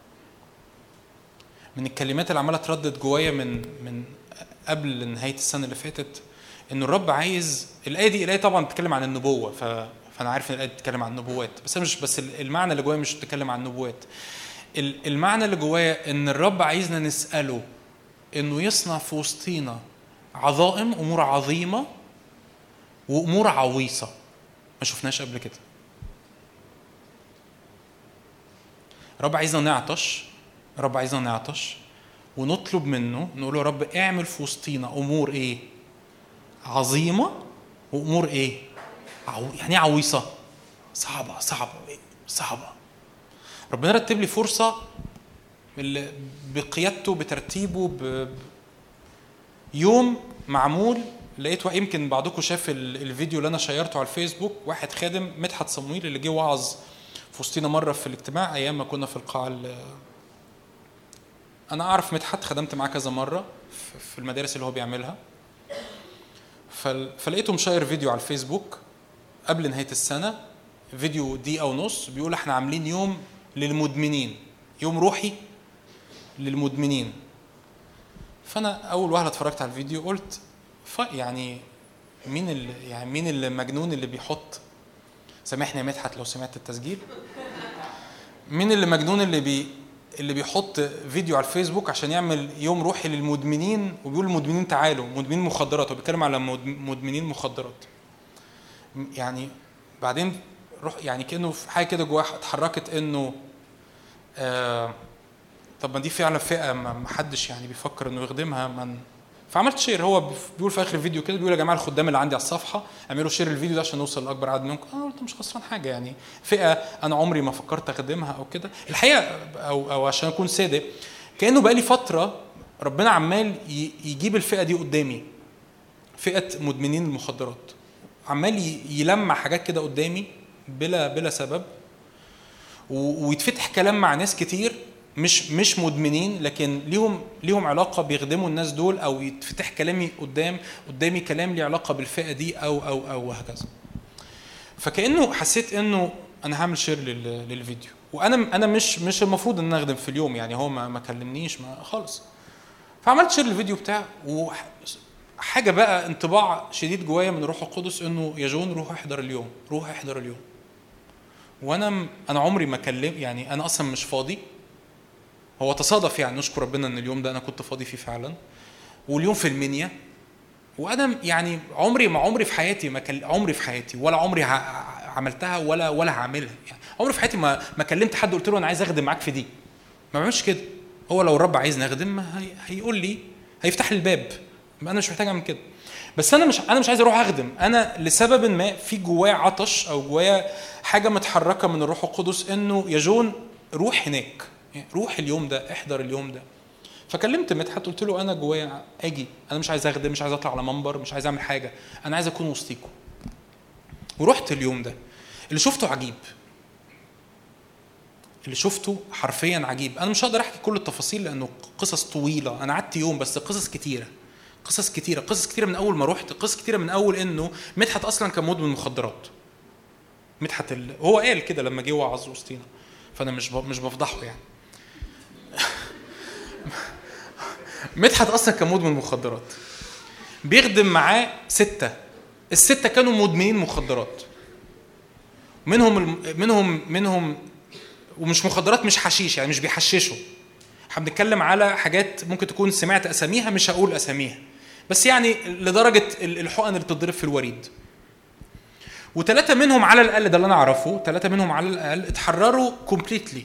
من الكلمات اللي عمالة تردد جوايا من قبل نهاية السنة اللي فاتت، إنه الرب عايز الآية طبعا بتتكلم عن النبوة، فأنا عارف إن الآية بتتكلم عن النبوات، بس مش بس المعنى اللي جوايا مش بتتكلم عن النبوات. المعنى اللي جوايا إن الرب عايزنا نسأله إنه يصنع في وسطينا عظائم، أمور عظيمة وأمور عويصة ما شفناش قبل كده. الرب عايزنا نعطش ونطلب منه، نقول له رب اعمل في وسطينا أمور إيه؟ عظيمة وأمور إيه؟ يعني عويصة، صعبة. ربنا رتب لي فرصة بقيادته بترتيبه يوم معمول. لقيت يمكن بعضكم شاف الفيديو اللي أنا شيرته على الفيسبوك، واحد خادم مدحت صمويل اللي جه وعظ في وسطينا مرة في الاجتماع أيام ما كنا في القاعة. أنا أعرف مدحت، خدمت معاه كذا مرة في المدارس اللي هو بيعملها. فلقيته مشاير فيديو على الفيسبوك قبل نهاية السنة، فيديو 1.5 دقيقة، بيقول احنا عاملين يوم للمدمنين، يوم روحي للمدمنين. فأنا أول واحد اتفرجت على الفيديو قلت يعني مين اللي مجنون اللي بيحط، سامحني يا مدحت لو سمعت التسجيل، مين اللي مجنون اللي بيحط فيديو على الفيسبوك عشان يعمل يوم روحي للمدمنين وبيقول المدمنين تعالوا، مدمنين مخدرات، وبيتكلم على مدمنين مخدرات. يعني بعدين روح يعني كأنه في حاجة كده جواه اتحركت إنه طب ما دي فعلا فئة ما حدش يعني بيفكر إنه يخدمها. فعملت شير. هو بيقول في آخر الفيديو كده، بيقول يا جماعة الخدام اللي عندي على الصفحة اعملوا شير الفيديو ده عشان نوصل لأكبر عدد منكم. قلت مش خسران حاجة، يعني فئة أنا عمري ما فكرت أخدمها أو كده. الحقيقة أو عشان أكون صادق، كأنه بقى لي فترة ربنا عمال يجيب الفئة دي قدامي، فئة مدمنين المخدرات، عمال يلمع حاجات كده قدامي بلا سبب، ويتفتح كلام مع ناس كتير مش مدمنين لكن ليهم علاقة بيخدموا الناس دول، أو يتفتح كلامي قدامي كلام ليه علاقة بالفئة دي أو هكذا. فكأنه حسيت إنه أنا هعمل شير للفيديو، وأنا مش المفروض إن أخدم في اليوم، يعني هو ما كلمنيش خالص. فعملت شير للفيديو بتاعه، وحاجة بقى انطباع شديد جوايا من روح القدس إنه يا جون روح احضر اليوم. وأنا عمري ما كلم، يعني أنا أصلا مش فاضي. هو تصادف يعني، نشكر ربنا ان اليوم ده انا كنت فاضي فيه فعلا، واليوم في المنيا. وانا يعني عمري في حياتي ولا عمري عملتها ولا هعملها. يعني عمري في حياتي ما كلمت حد قلت له انا عايز اخدم معاك في دي. ما بعملش كده. هو لو الرب عايزني اخدم هيقول لي، هيفتح لي الباب، انا مش محتاج اعمل كده. بس انا مش عايز اروح اخدم. انا لسبب ما في جوايا عطش او جوايا حاجه متحركه من الروح القدس انه يا جون روح هناك، روح اليوم ده، احضر اليوم ده. فكلمت مدحت قلت له انا جوايا اجي، انا مش عايز اخدم، مش عايز اطلع على منبر، مش عايز اعمل حاجه، انا عايز اكون وسطيكم. ورحت اليوم ده. اللي شفته عجيب، اللي شفته حرفيا عجيب. انا مش هقدر احكي كل التفاصيل لانه قصص طويله، انا قعدت يوم بس. قصص كتيره من اول ما رحت، قصص كتيره من اول انه مدحت اصلا كان مدمن مخدرات. مدحت هو قال كده لما جه وعظ وسطينا، فانا مش بفضحه يعني. مدحت اصلا كان مدمن مخدرات، بيخدم معاه 6. ال6 كانوا مدمنين مخدرات، منهم ومش مخدرات، مش حشيش، يعني مش بيحششوا. احنا بنتكلم على حاجات ممكن تكون سمعت اساميها، مش هقول اساميها، بس يعني لدرجه الحقن اللي بتضرب في الوريد. و3 منهم على الاقل، ده اللي انا اعرفه، 3 منهم على الاقل اتحرروا كومبليتلي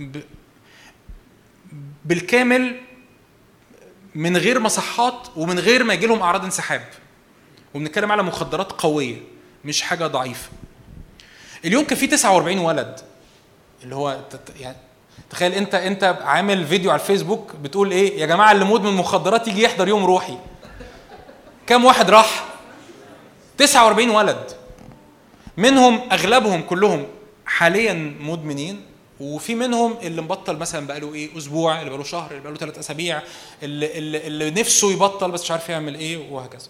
بالكامل من غير مصحات ومن غير ما يجي لهم اعراض انسحاب. وبنتكلم على مخدرات قويه مش حاجه ضعيفه. اليوم كان في 49 ولد، اللي هو يعني تخيل انت عامل فيديو على الفيسبوك بتقول ايه يا جماعه اللي مدمن مخدرات يجي يحضر يوم روحي. كم واحد راح؟ 49 ولد، منهم اغلبهم كلهم حاليا مدمنين، وفي منهم اللي مبطل مثلا بقاله ايه اسبوع، اللي بقاله شهر، اللي بقاله 3 أسابيع، اللي نفسه يبطل بس مش عارف يعمل ايه، وهكذا.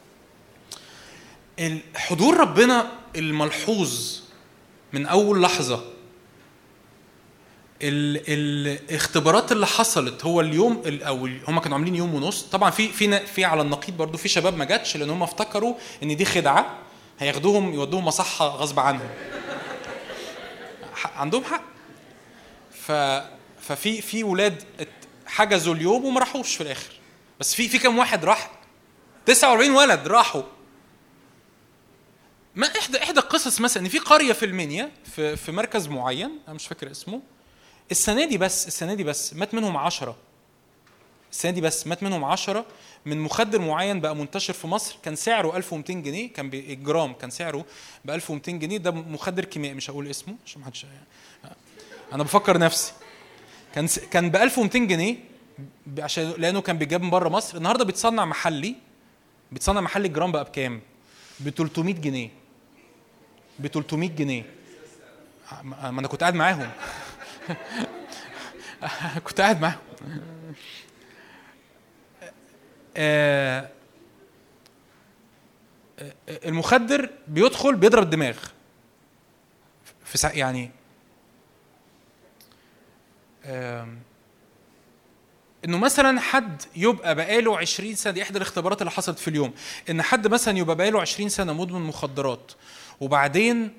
الحضور ربنا الملحوظ من اول لحظه، الاختبارات اللي حصلت هو اليوم او هم كانوا عاملين يوم ونص. طبعا في على النقيض برضو في شباب ما جاتش لان هم افتكروا ان دي خدعه هياخدوهم يودوهم مصحه غصب عنهم. عندهم حق. ففي ولاد حجزوا اليوم وما راحوش في الاخر. بس في كم واحد راح؟ 49 ولد راحوا. ما احدى القصص مثلا ان في قريه في المنيا في مركز معين انا مش فاكر اسمه، السنه دي بس مات منهم 10. السنه دي بس مات منهم 10 من مخدر معين بقى منتشر في مصر، كان سعره 1200 جنيه، كان الجرام كان سعره ب 1200 جنيه. ده مخدر كيميائي مش هقول اسمه عشان ما حدش، انا بفكر نفسي. كان ب 1200 جنيه عشان لانه كان بيجاب من بره مصر. النهارده بيتصنع محلي الجرام بقى بكام؟ ب 300 جنيه. ب 300 جنيه. ما انا كنت قاعد معاهم. كنت قاعد معاهم. المخدر بيدخل بيضرب الدماغ في يعني انه مثلا حد يبقى بقاله 20 سنه، دي احدى الاختبارات اللي حصلت في اليوم، ان حد مثلا يبقى بقاله 20 سنه مدمن مخدرات وبعدين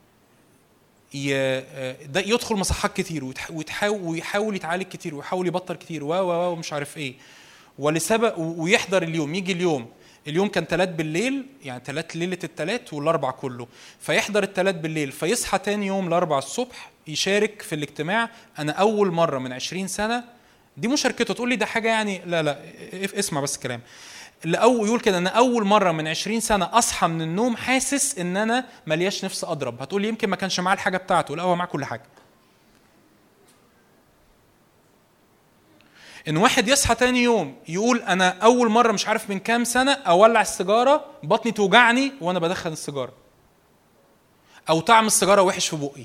ده يدخل مصحات كتير ويحاول يتعالج كتير ويحاول يبطل كتير ومش عارف ايه، ولسبب ويحضر اليوم، يجي اليوم كان 3 بالليل، يعني 3 ليله الثلاث والاربع كله، فيحضر ال3 بالليل فيصحى تاني يوم الاربع الصبح يشارك في الاجتماع. انا اول مره من 20 سنه، دي مشاركته. تقول لي ده حاجه يعني، لا اسمع بس الكلام. يقول كده انا اول مره من 20 سنه اصحى من النوم حاسس ان انا ملياش نفس اضرب. هتقول لي يمكن ما كانش معاه الحاجه بتاعته، لا هو معاه كل حاجه. ان واحد يصحى تاني يوم يقول انا اول مره مش عارف من كام سنه اولع السيجاره بطني توجعني وانا بدخن السيجاره، او طعم السيجاره وحش في بقي.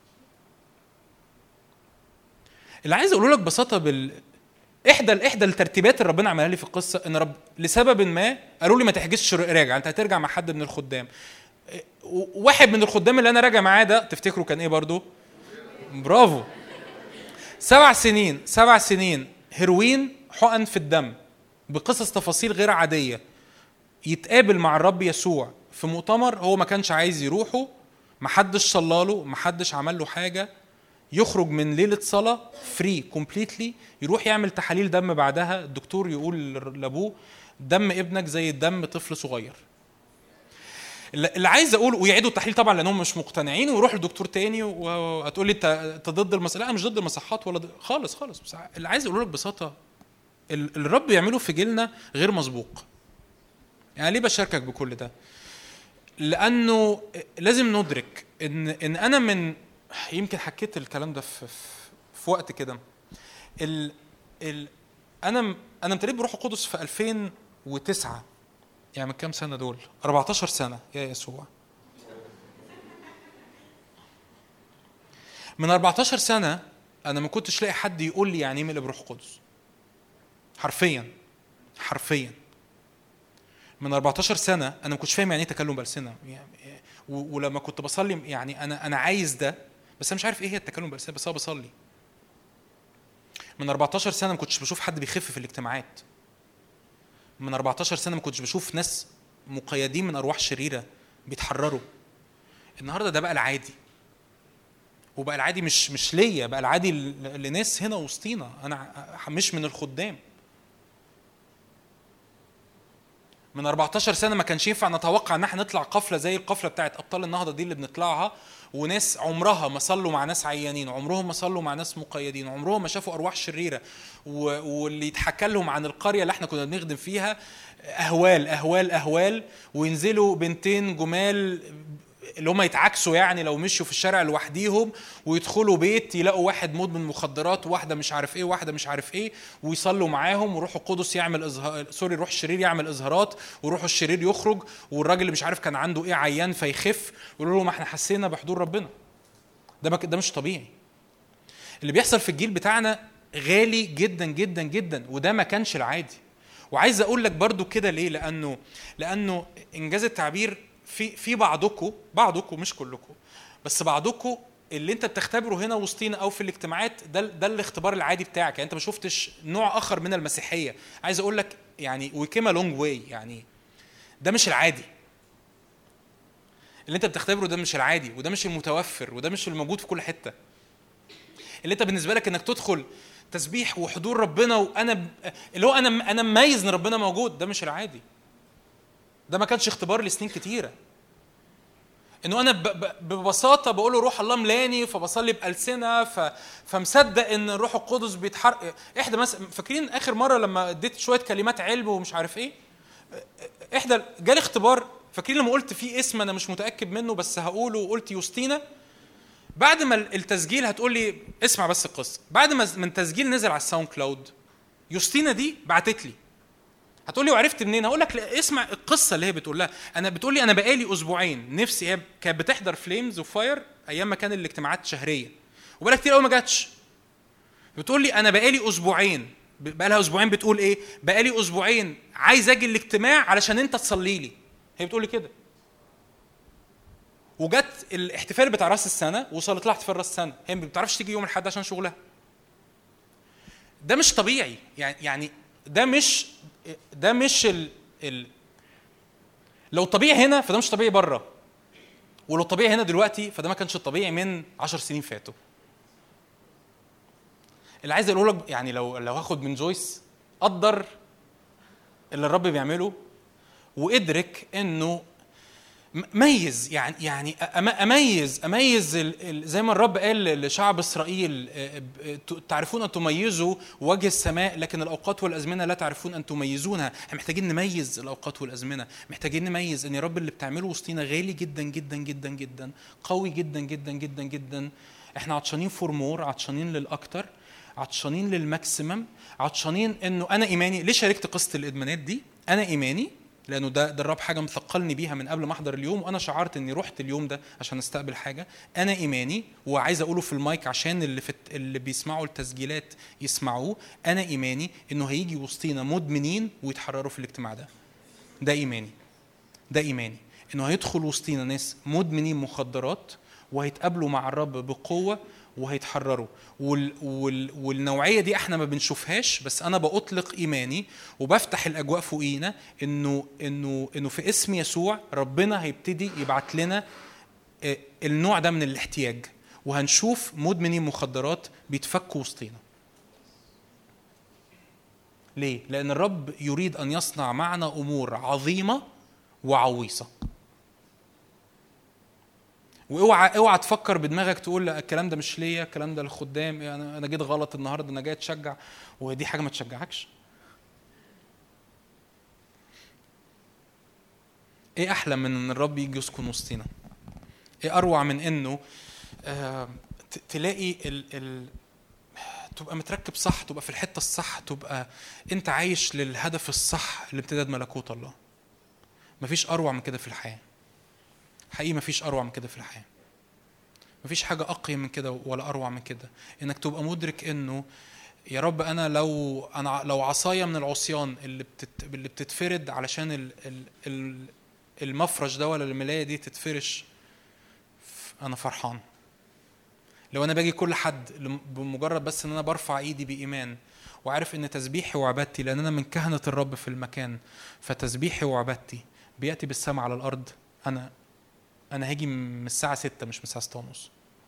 اللي عايز اقوله لك ببساطه احدى الترتيبات اللي ربنا عملها لي في القصه، ان رب لسبب ما قالوا لي ما تحجزش راجع، انت هترجع مع حد من الخدام. واحد من الخدام اللي انا راجع معاه ده تفتكروا كان ايه برضو؟ برافو. 7 سنين هيروين، حقن في الدم، بقصص تفاصيل غير عاديه. يتقابل مع الرب يسوع في مؤتمر هو ما كانش عايز يروحه، محدش صلاله، محدش عمل له حاجه. يخرج من ليله صلاه فري كومبليتلي، يروح يعمل تحاليل دم بعدها. الدكتور يقول لابوه دم ابنك زي دم طفل صغير. اللي عايز اقول، ويعيدوا التحليل طبعا لانهم مش مقتنعين، ويروح لدكتور تاني. وهتقول لي انت ضد المصحات؟ لا مش ضد المصحات ولا خالص. بس اللي عايز اقوله لك ببساطه، الرب يعمله في جيلنا غير مسبوق. يعني ليه بشاركك بكل ده؟ لانه لازم ندرك ان انا من يمكن حكيت الكلام ده في وقت كده. انا امتليت بروح القدس في 2009، يعني من كام سنه دول؟ 14 سنه يا يسوع. من 14 سنه انا ما كنتش لاقي حد يقول لي يعني ايه ملء بروح القدس. حرفيا من 14 سنه انا ما كنتش فاهم يعني ايه تكلم بألسنة. يعني ولما كنت بصلي، يعني انا عايز ده، بس انا مش عارف ايه هي التكلم بألسنة، بس انا بصلي. من 14 سنه ما كنتش بشوف حد بيخف في الاجتماعات. من 14 سنه ما كنتش بشوف ناس مقيدين من ارواح شريره بيتحرروا. النهارده ده بقى العادي، وبقى العادي مش ليا، بقى العادي لناس هنا وسطينا. انا مش من الخدام. من 14 سنة ما كانش ينفع نتوقع ان احنا نطلع قفلة زي القفلة بتاعت ابطال النهضة دي اللي بنطلعها، وناس عمرها ما صلوا مع ناس عيانين، عمرهم ما صلوا مع ناس مقيدين، عمرهم ما شافوا ارواح شريرة، واللي يتحكى لهم عن القرية اللي احنا كنا بنخدم فيها اهوال اهوال اهوال، وينزلوا بنتين جمال اللي هم يتعكسوا يعني لو مشوا في الشارع لوحديهم، ويدخلوا بيت يلاقوا واحد مدمن مخدرات وواحده مش عارف ايه وواحده مش عارف ايه، ويصلوا معاهم، وروح القدس يعمل روح الشرير يعمل اظهارات، وروح الشرير يخرج، والراجل اللي مش عارف كان عنده ايه عيان فيخف، ويقولوا له ما احنا حسينا بحضور ربنا. ده مش طبيعي. اللي بيحصل في الجيل بتاعنا غالي جدا جدا جدا، وده ما كانش العادي. وعايز اقول لك برضو كده ليه، لانه انجاز التعبير في بعضكم مش كلكم، بس بعضكم اللي انت بتختبره هنا وسطينا او في الاجتماعات ده الاختبار العادي بتاعك. يعني انت ما شفتش نوع اخر من المسيحيه. عايز اقول لك يعني we came a long way، يعني ده مش العادي اللي انت بتختبره، ده مش العادي، وده مش المتوفر، وده مش الموجود في كل حته. اللي انت بالنسبه لك انك تدخل تسبيح وحضور ربنا وانا اللي هو انا مميز ان ربنا موجود، ده مش العادي. ده ما كانش اختبار لسنين كتيره، انه انا ببساطه بقول له روح الله ملاني فبصلي بألسنة فمصدق ان الروح القدس بيتحرك. احدى مثلا فاكرين اخر مره لما اديت شويه كلمات علم ومش عارف ايه، احدى جالي اختبار، فاكرين لما قلت في اسم انا مش متاكد منه بس هقوله، وقلت يوستينا. بعد ما التسجيل هتقول لي اسمع بس القصه، بعد ما التسجيل نزل على الساوند كلاود، يوستينا دي بعتت لي، هتقول لي وعرفت منين؟ هقول لك اسمع القصه اللي هي بتقول لها. بتقول لي انا بقالي اسبوعين نفسي، هي كانت بتحضر فليمز اوف فاير ايام ما كان الاجتماعات شهريه، وبقالها كتير قوي ما جاتش. بتقول لي انا بقالي اسبوعين، بقالها اسبوعين بتقول ايه، بقالي اسبوعين عايز اجي الاجتماع علشان انت تصلي لي. هي بتقول لي كده. وجت الاحتفال بتاع راس السنه وصلت لها احتفال راس السنه، هي ما بتعرفش تيجي يوم الاحد عشان شغلها. ده مش طبيعي، يعني ده مش لو طبيعي هنا فده مش طبيعي بره، ولو طبيعي هنا دلوقتي فده ما كانش الطبيعي من 10 سنين فاتوا. اللي عايز اقوله لك يعني لو هاخد من جويس، قدر اللي الرب بيعمله وادرك انه ميز، يعني اميز زي ما الرب قال لشعب اسرائيل تعرفون ان تميزوا وجه السماء لكن الاوقات والازمنه لا تعرفون ان تميزونها. احنا محتاجين نميز الاوقات والازمنه، محتاجين نميز ان يا رب اللي بتعمله وسطينا غالي جدا جدا جدا جدا، قوي جدا جدا جدا جدا. احنا عطشانين فور مور، عطشانين للاكتر، عطشانين للماكسيمم، عطشانين انه انا ايماني. ليه شاركت قصه الادمانات دي؟ انا ايماني لانه ده الرب حاجه مثقلني بيها من قبل ما احضر اليوم، وانا شعرت اني رحت اليوم ده عشان استقبل حاجه. انا ايماني، وعايز اقوله في المايك عشان اللي بيسمعوا التسجيلات يسمعوه، انا ايماني انه هيجي وسطينا مدمنين ويتحرروا في الاجتماع ده. ده ايماني انه هيدخل وسطينا ناس مدمنين مخدرات وهيتقابلوا مع الرب بقوه وهيتحرروا. والنوعيه دي احنا ما بنشوفهاش، بس انا بأطلق ايماني وبفتح الاجواء فوقينا انه في اسم يسوع ربنا هيبتدي يبعت لنا النوع ده من الاحتياج، وهنشوف مدمنين مخدرات بيتفكوا وسطينا. ليه؟ لان الرب يريد ان يصنع معنا امور عظيمه وعويصه. واوعى تفكر بدماغك تقول لا الكلام ده مش ليا، الكلام ده للخدام، انا جيت غلط النهارده، انا جاي اتشجع، ودي حاجه ما تشجعكش. ايه احلى من ان الرب يجي يسكن وسطينا؟ ايه اروع من انه تلاقي تبقى متركب صح، تبقى في الحته الصح، تبقى انت عايش للهدف الصح لامتداد ملكوت الله. مفيش اروع من كده في الحياه، حقيقي مفيش أروع من كده في الحياة. مفيش حاجة أقيم من كده ولا أروع من كده، إنك تبقى مدرك إنه يا رب أنا لو عصاية من العصيان اللي بتتفرد علشان المفرش ده ولا الملاية دي تتفرش، أنا فرحان. لو أنا باجي كل حد بمجرد بس إن أنا برفع إيدي بإيمان وعارف إن تسبيحي وعبادتي، لأن أنا من كهنة الرب في المكان، فتسبيحي وعبادتي بيأتي بالسماء على الأرض. أنا هاجي من الساعة 6 مش من الساعة 6:30.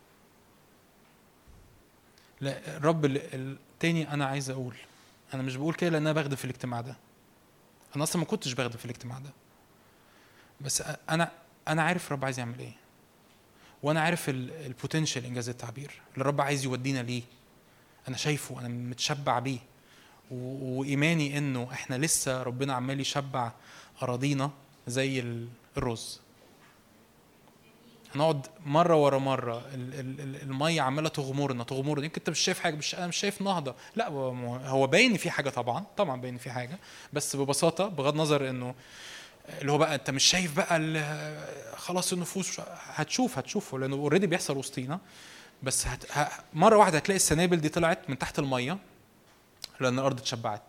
لا الرب التاني، أنا عايز أقول، أنا مش بقول كده لأن أنا بخدم في الاجتماع ده، انا اصلا ما كنتش باخده في الاجتماع ده، بس انا عارف الرب عايز يعمل ايه، وانا عارف البوتنشال انجاز التعبير اللي الرب عايز يودينا ليه. انا شايفه، انا متشبع بيه، وايماني انه احنا لسه ربنا عمال يشبع اراضينا زي الرز. هنقعد مره ورا مره الميه عماله تغمرنا. يمكن انت مش شايف حاجه، انا مش شايف نهضه، لا هو باين في حاجه، طبعا باين في حاجه، بس ببساطه بغض النظر انه اللي هو بقى انت مش شايف بقى خلاص النفوس. هتشوفه لانه اوريدي بيحصل وسطينا، بس مره واحده هتلاقي السنابل دي طلعت من تحت الميه لان الارض اتشبعت.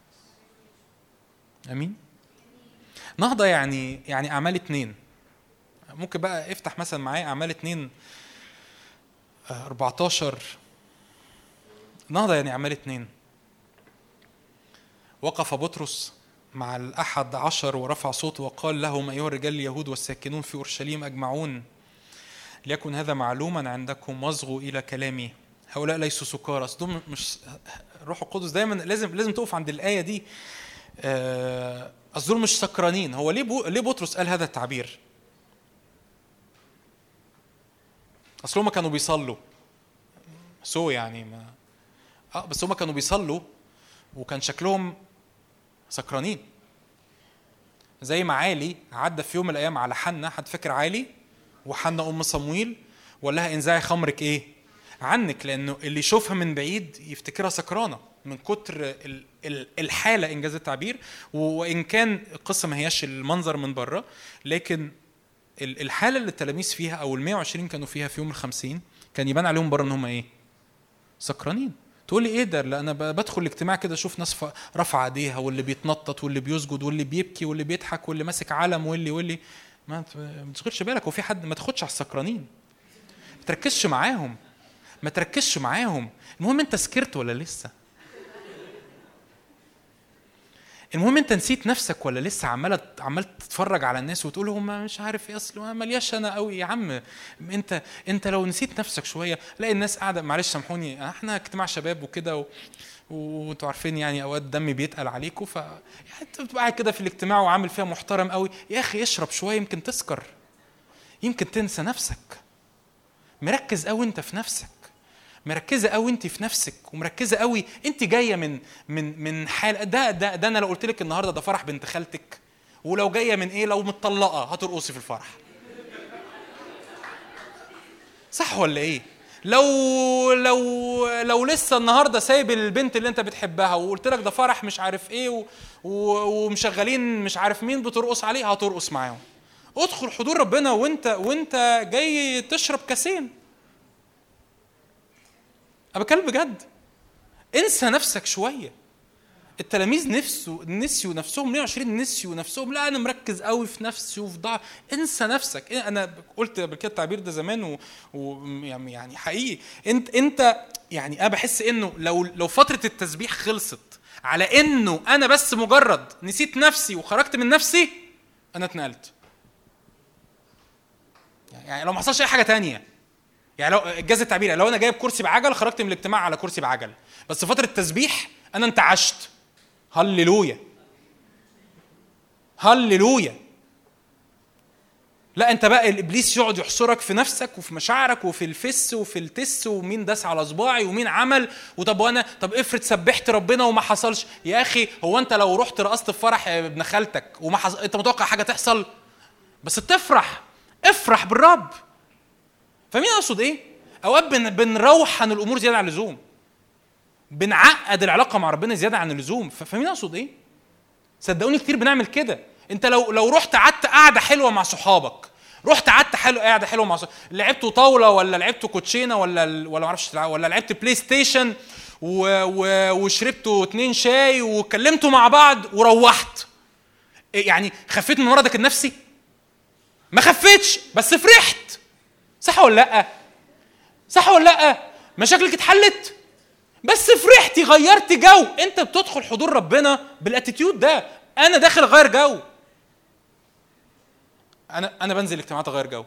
امين. نهضه يعني اعمال 2. ممكن بقى افتح مثلا معايا اعمال 2:14. نهضه يعني اعمال 2. وقف بطرس مع 11 ورفع صوته وقال لهم: أيها الرجال اليهود والساكنون في أورشليم أجمعون، ليكن هذا معلوما عندكم واصغوا إلى كلامي. هؤلاء ليسوا سكارى. أصدهم مش الروح القدس دايما لازم تقف عند الآية دي. أصدهم مش سكرانين. هو ليه بطرس قال هذا التعبير؟ أصلهم كانوا بيصلوا يعني ما بس هم كانوا بيصلوا وكان شكلهم سكرانين، زي ما عالي عدى في يوم من الايام على حنة. حد فاكر عالي وحنة ام صمويل؟ وقال لها: انزعي خمرك ايه عنك، لانه اللي يشوفها من بعيد يفتكرها سكرانه من كتر الحاله انجاز التعبير. وان كان القصه ما هياش المنظر من بره، لكن الحاله اللي التلاميذ فيها او ال120 كانوا فيها في يوم ال50 كان يبان عليهم بره ان هم ايه؟ سكرانين. تقول لي ايه ده؟ لا انا بدخل الاجتماع كده اشوف ناس رفع ايديها، واللي بيتنطط واللي بيسجد واللي بيبكي واللي بيضحك واللي ماسك علم واللي ما تشغلش بالك. وفي حد ما تاخدش على السكرانين، ما تركزش معاهم. المهم انت سكرت ولا لسه؟ المهم انت نسيت نفسك ولا لسه عمال تتفرج على الناس وتقول لهم مش عارف ايه، اصل ملياش انا قوي. يا عم انت لو نسيت نفسك شويه، لاقي الناس قاعده. معلش سامحوني، احنا اجتماع شباب وكده وانتوا عارفين يعني اوقات دمي بيتقل عليكم، انت بتبقى قاعد كده في الاجتماع وعامل فيها محترم قوي. يا اخي اشرب شويه، يمكن تسكر، يمكن تنسى نفسك. مركز قوي انت في نفسك، مركزه قوي انت في نفسك، ومركزه قوي انت جايه من حال ده انا لو قلت لك النهارده ده فرح بنت خالتك، ولو جايه من ايه، لو متطلقه هترقصي في الفرح، صح ولا ايه؟ لو لسه النهارده سايب البنت اللي انت بتحبها وقلت لك ده فرح مش عارف ايه ومشغلين مش عارف مين بترقص عليه، هترقص معاهم. ادخل حضور ربنا وانت جاي تشرب كاسين. أنا بكلم بجد. انسى نفسك شوية. التلاميذ نسيوا نفسهم. 120 نسيوا نفسهم. لا أنا مركز قوي في نفسي وفي ضعف. انسى نفسك. أنا قلت قبل كده التعبير ده زمان يعني حقيقي. أنت يعني أنا بحس إنه لو فترة التسبيح خلصت على إنه أنا بس مجرد نسيت نفسي وخرجت من نفسي، أنا اتنقلت. يعني لو ما حصلش أي حاجة تانية، يعني لو الجاز التعبير، لو انا جايب كرسي بعجل خرجت من الاجتماع على كرسي بعجل، بس فتره التسبيح انا انتعشت. هللويا هللويا. لا انت بقى الابليس يقعد يحصرك في نفسك وفي مشاعرك وفي الفس وفي التس، ومين داس على صباعي ومين عمل، طب افرض سبحت ربنا وما حصلش. يا اخي هو انت لو رحت رقصت في فرح ابن خالتك انت متوقع حاجه تحصل؟ بس افرح بالرب. فمين اقصد ايه؟ اوقات بنروح عن الامور زياده عن اللزوم، بنعقد العلاقه مع ربنا زياده عن اللزوم. فمين اقصد ايه؟ صدقوني كتير بنعمل كده. انت لو رحت قعدت قعده حلوه مع صحابك، قعده حلوه مع صحابك، لعبتوا طاوله ولا لعبتوا كوتشينه ولا ما اعرفش ولا لعبت بلاي ستيشن وشربتوا 2 شاي وكلمتوا مع بعض وروحت، يعني خفيت من مرضك النفسي؟ ما خفيتش بس فرحت. صح ولا لا؟ مشاكلك اتحلت بس فرحتي، غيرت جو. انت بتدخل حضور ربنا بالاتيتيود ده. انا داخل غير جو. انا بنزل اجتماعات اغير جو.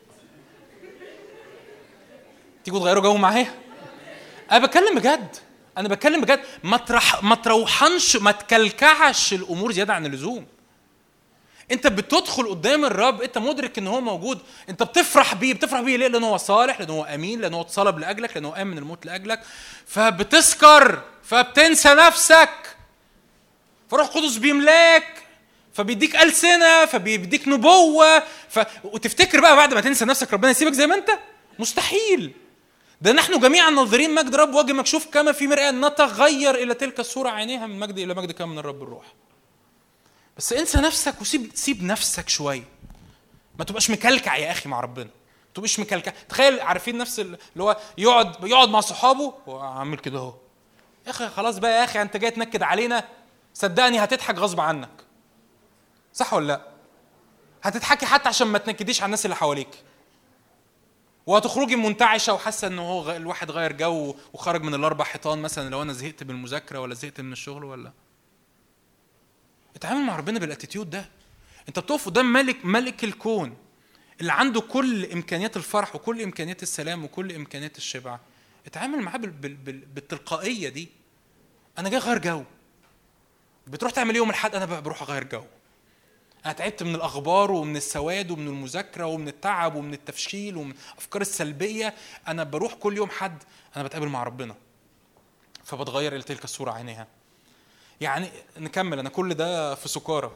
تيجوا تغيروا جو معايا؟ انا بتكلم بجد. انا بتكلم بجد. ما تروحنش، ما تكلكعش الامور زياده عن اللزوم. انت بتدخل قدام الرب، انت مدرك ان هو موجود، انت بتفرح بيه ليه؟ لانه هو صالح، لانه هو امين، لانه هو اتصلب لاجلك، لانه هو قام من الموت لاجلك. فبتسكر، فبتنسى نفسك، فروح قدس بيملاك، فبيديك ألسنة، فبيديك نبوة، وتفتكر بقى بعد ما تنسى نفسك ربنا يسيبك زي ما انت. مستحيل. ده نحن جميعا ناظرين مجد رب وجه مكشوف كما في مرآة، نتغير الى تلك الصورة عينيها من مجد الى مجد كما من الرب الروح. بس انسى نفسك وسيب نفسك شويه. ما تبقاش مكلكع يا اخي مع ربنا، ما تبقاش مكلكع. تخيل عارفين نفس اللي هو يقعد مع صحابه وعامل كده اهو. يا اخي خلاص بقى يا اخي، انت جاي تنكد علينا، صدقني هتضحك غصب عنك. صح ولا لا؟ هتضحكي حتى عشان ما تنكديش على الناس اللي حواليك، وهتخرجي منتعشه وحاسه ان هو الواحد غير جو وخرج من الاربع حيطان مثلا. لو انا زهقت من المذاكره ولا زهقت من الشغل ولا. اتعامل مع ربنا بالاتيتيود ده. انت بتقف قدام ملك الكون اللي عنده كل امكانيات الفرح وكل امكانيات السلام وكل امكانيات الشبع. اتعامل معاه بالتلقائيه دي. انا جاي اغير جو. بتروح تعمل يوم الحد، انا بروح اغير جو. انا تعبت من الاخبار ومن السواد ومن المذاكره ومن التعب ومن التفشيل ومن الافكار السلبيه. انا بروح كل يوم حد، انا بتقابل مع ربنا، فبتغير الى تلك الصوره عينيها. يعني نكمل. انا كل ده في سكارى.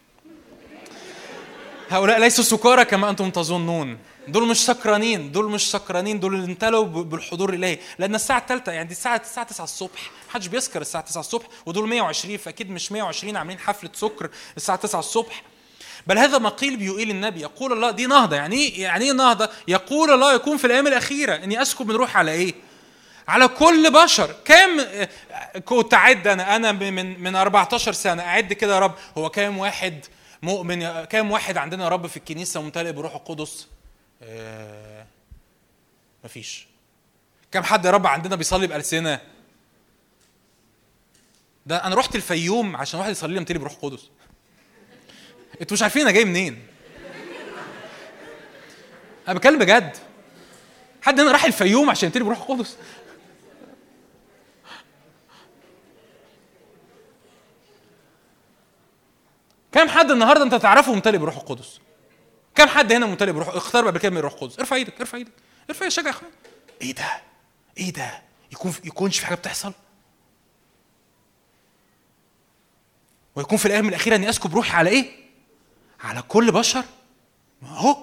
هؤلاء ليسوا سكارى كما انتم تظنون. دول مش سكرانين، دول اللي امتلوا بالحضور الالهي. لان الساعه 3 يعني دي الساعه 9 الصبح، محدش بيسكر الساعه 9 الصبح. ودول 120، فاكيد مش 120 عاملين حفله سكر الساعه 9 الصبح. بل هذا ما قيل بيقول النبي. يقول الله، دي نهضه. يعني ايه نهضه؟ يقول الله يكون في الايام الاخيره اني اسكب من روحي على ايه؟ على كل بشر. كام كنت اعد انا من 14 سنه اعد كده يا رب، هو كام واحد مؤمن، كام واحد عندنا يا رب في الكنيسه ممتلئ بروح القدس؟ مفيش. كام حد يا رب عندنا بيصلي بألسنة؟ ده انا رحت الفيوم عشان واحد يصلي لي ممتلئ بروح القدس. انتوا مش عارفين انا جاي منين. انا بتكلم بجد. حد هنا راح الفيوم عشان يمتلئ بروح القدس؟ كم حد النهارده انت تعرفه ممتلئ بروح القدس؟ كم حد هنا ممتلئ بروح؟ اختار قبل كده من روح القدس. ارفع ايدك، ارفع ايدك، ارفع يا شجع اخويا. ايه ده يكونش في حاجه بتحصل؟ ويكون في الايام الاخيره اني اسكب روحي على ايه؟ على كل بشر. ما هو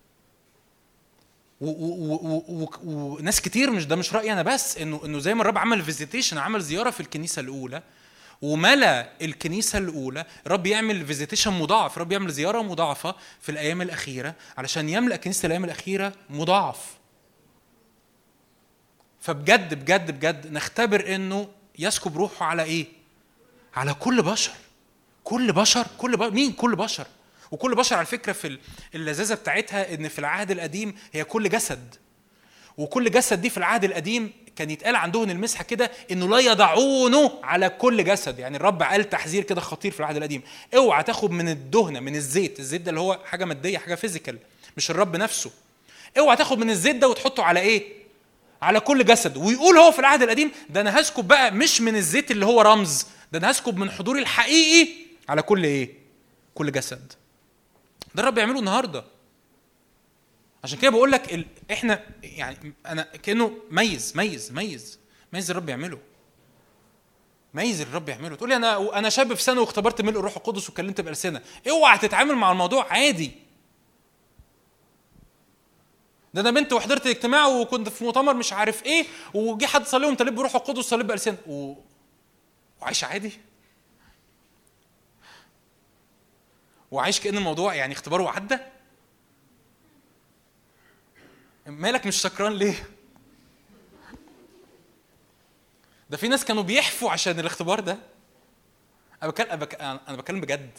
وناس كتير، مش رايي انا بس، انه زي ما الرب عمل فيزيتيشن، عمل زياره في الكنيسه الاولى وملا الكنيسه الاولى. رب يعمل فيزيتيشن مضاعف، رب يعمل زياره مضاعفه في الايام الاخيره علشان يملا كنيسه الايام الاخيره مضاعف. فبجد بجد بجد نختبر انه يسكب روحه على ايه؟ على كل بشر. مين كل بشر؟ وكل بشر على فكره في اللذاذه بتاعتها ان في العهد القديم هي كل جسد، وكل جسد دي في العهد القديم كان يتقال عندهم المسحه كده انه لا يضعونه على كل جسد. يعني الرب قال تحذير كده خطير في العهد القديم: اوعى تاخد من الدهنه، من الزيت ده اللي هو حاجه ماديه، حاجه فيزيكال، مش الرب نفسه. اوعى تاخد من الزيت ده وتحطه على ايه؟ على كل جسد. ويقول هو في العهد القديم ده انا هسكب بقى مش من الزيت اللي هو رمز، ده انا هسكب من حضوري الحقيقي على كل ايه؟ كل جسد. ده الرب يعمله النهارده. عشان كده بقول لك احنا يعني انا كانه ميز الرب يعمله. تقول لي انا شاب في سنه واختبرت ملء الروح القدس وكلمت بألسنة. اوعى تتعامل مع الموضوع عادي. ده انا بنت وحضرت اجتماع وكنت في مؤتمر مش عارف ايه، وجي حد صلي لهم تلب بروح القدس صلي بألسنة وعايش عادي، وعايش كأن الموضوع يعني اختباره وعدى. مالك مش سكران ليه؟ ده في ناس كانوا بيحفوا عشان الاختبار ده. انا بكلم بجد.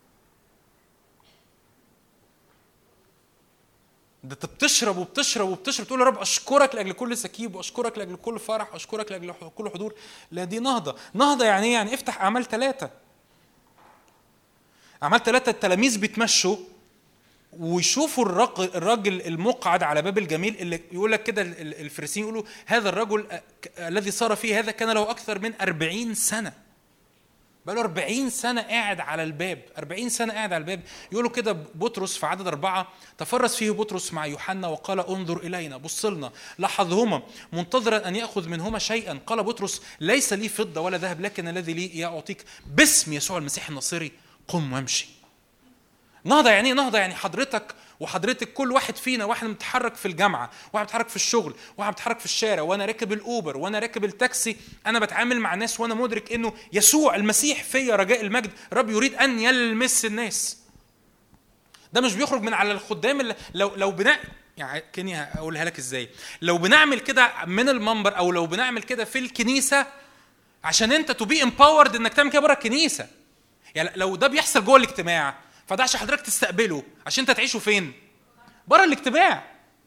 ده انت بتشرب تقول يا رب اشكرك لاجل كل سكيب، واشكرك لاجل كل فرح، واشكرك لاجل كل حضور. لا دي نهضه. يعني ايه؟ يعني افتح اعمال 3. التلاميذ بيتمشوا ويشوفوا الراجل المقعد على باب الجميل اللي يقول لك كده الفريسيين يقولوا هذا الرجل الذي صار فيه هذا كان له أكثر من 40 سنة. بقاله 40 سنة قاعد على الباب، 40 سنة قاعد على الباب. يقولوا كده بطرس في عدد 4 تفرس فيه بطرس مع يوحنا وقال انظر إلينا، بص لنا، لاحظهما منتظرا أن يأخذ منهما شيئا. قال بطرس ليس لي فضة ولا ذهب، لكن الذي لي أعطيك، باسم يسوع المسيح الناصري قم وامشي. نهضة يعني نهضة يعني حضرتك وحضرتك كل واحد فينا، واحد متحرك في الجامعة، واحد متحرك في الشغل، واحد متحرك في الشارع، وانا راكب الأوبر، وانا راكب التاكسي، انا بتعامل مع ناس وانا مدرك انه يسوع المسيح فيا رجاء المجد، رب يريد ان يلمس الناس. ده مش بيخرج من على الخدام اللي لو يعني كني اقولها لك ازاي، لو بنعمل كده من المنبر او لو بنعمل كده في الكنيسة عشان انت to be empowered انك تعمل كده بره الكنيسة. يعني لو ده بيحصل جوه الاجتماع فده عشان حضرتك تستقبله، عشان انت تعيشه فين؟ بره الاجتماع.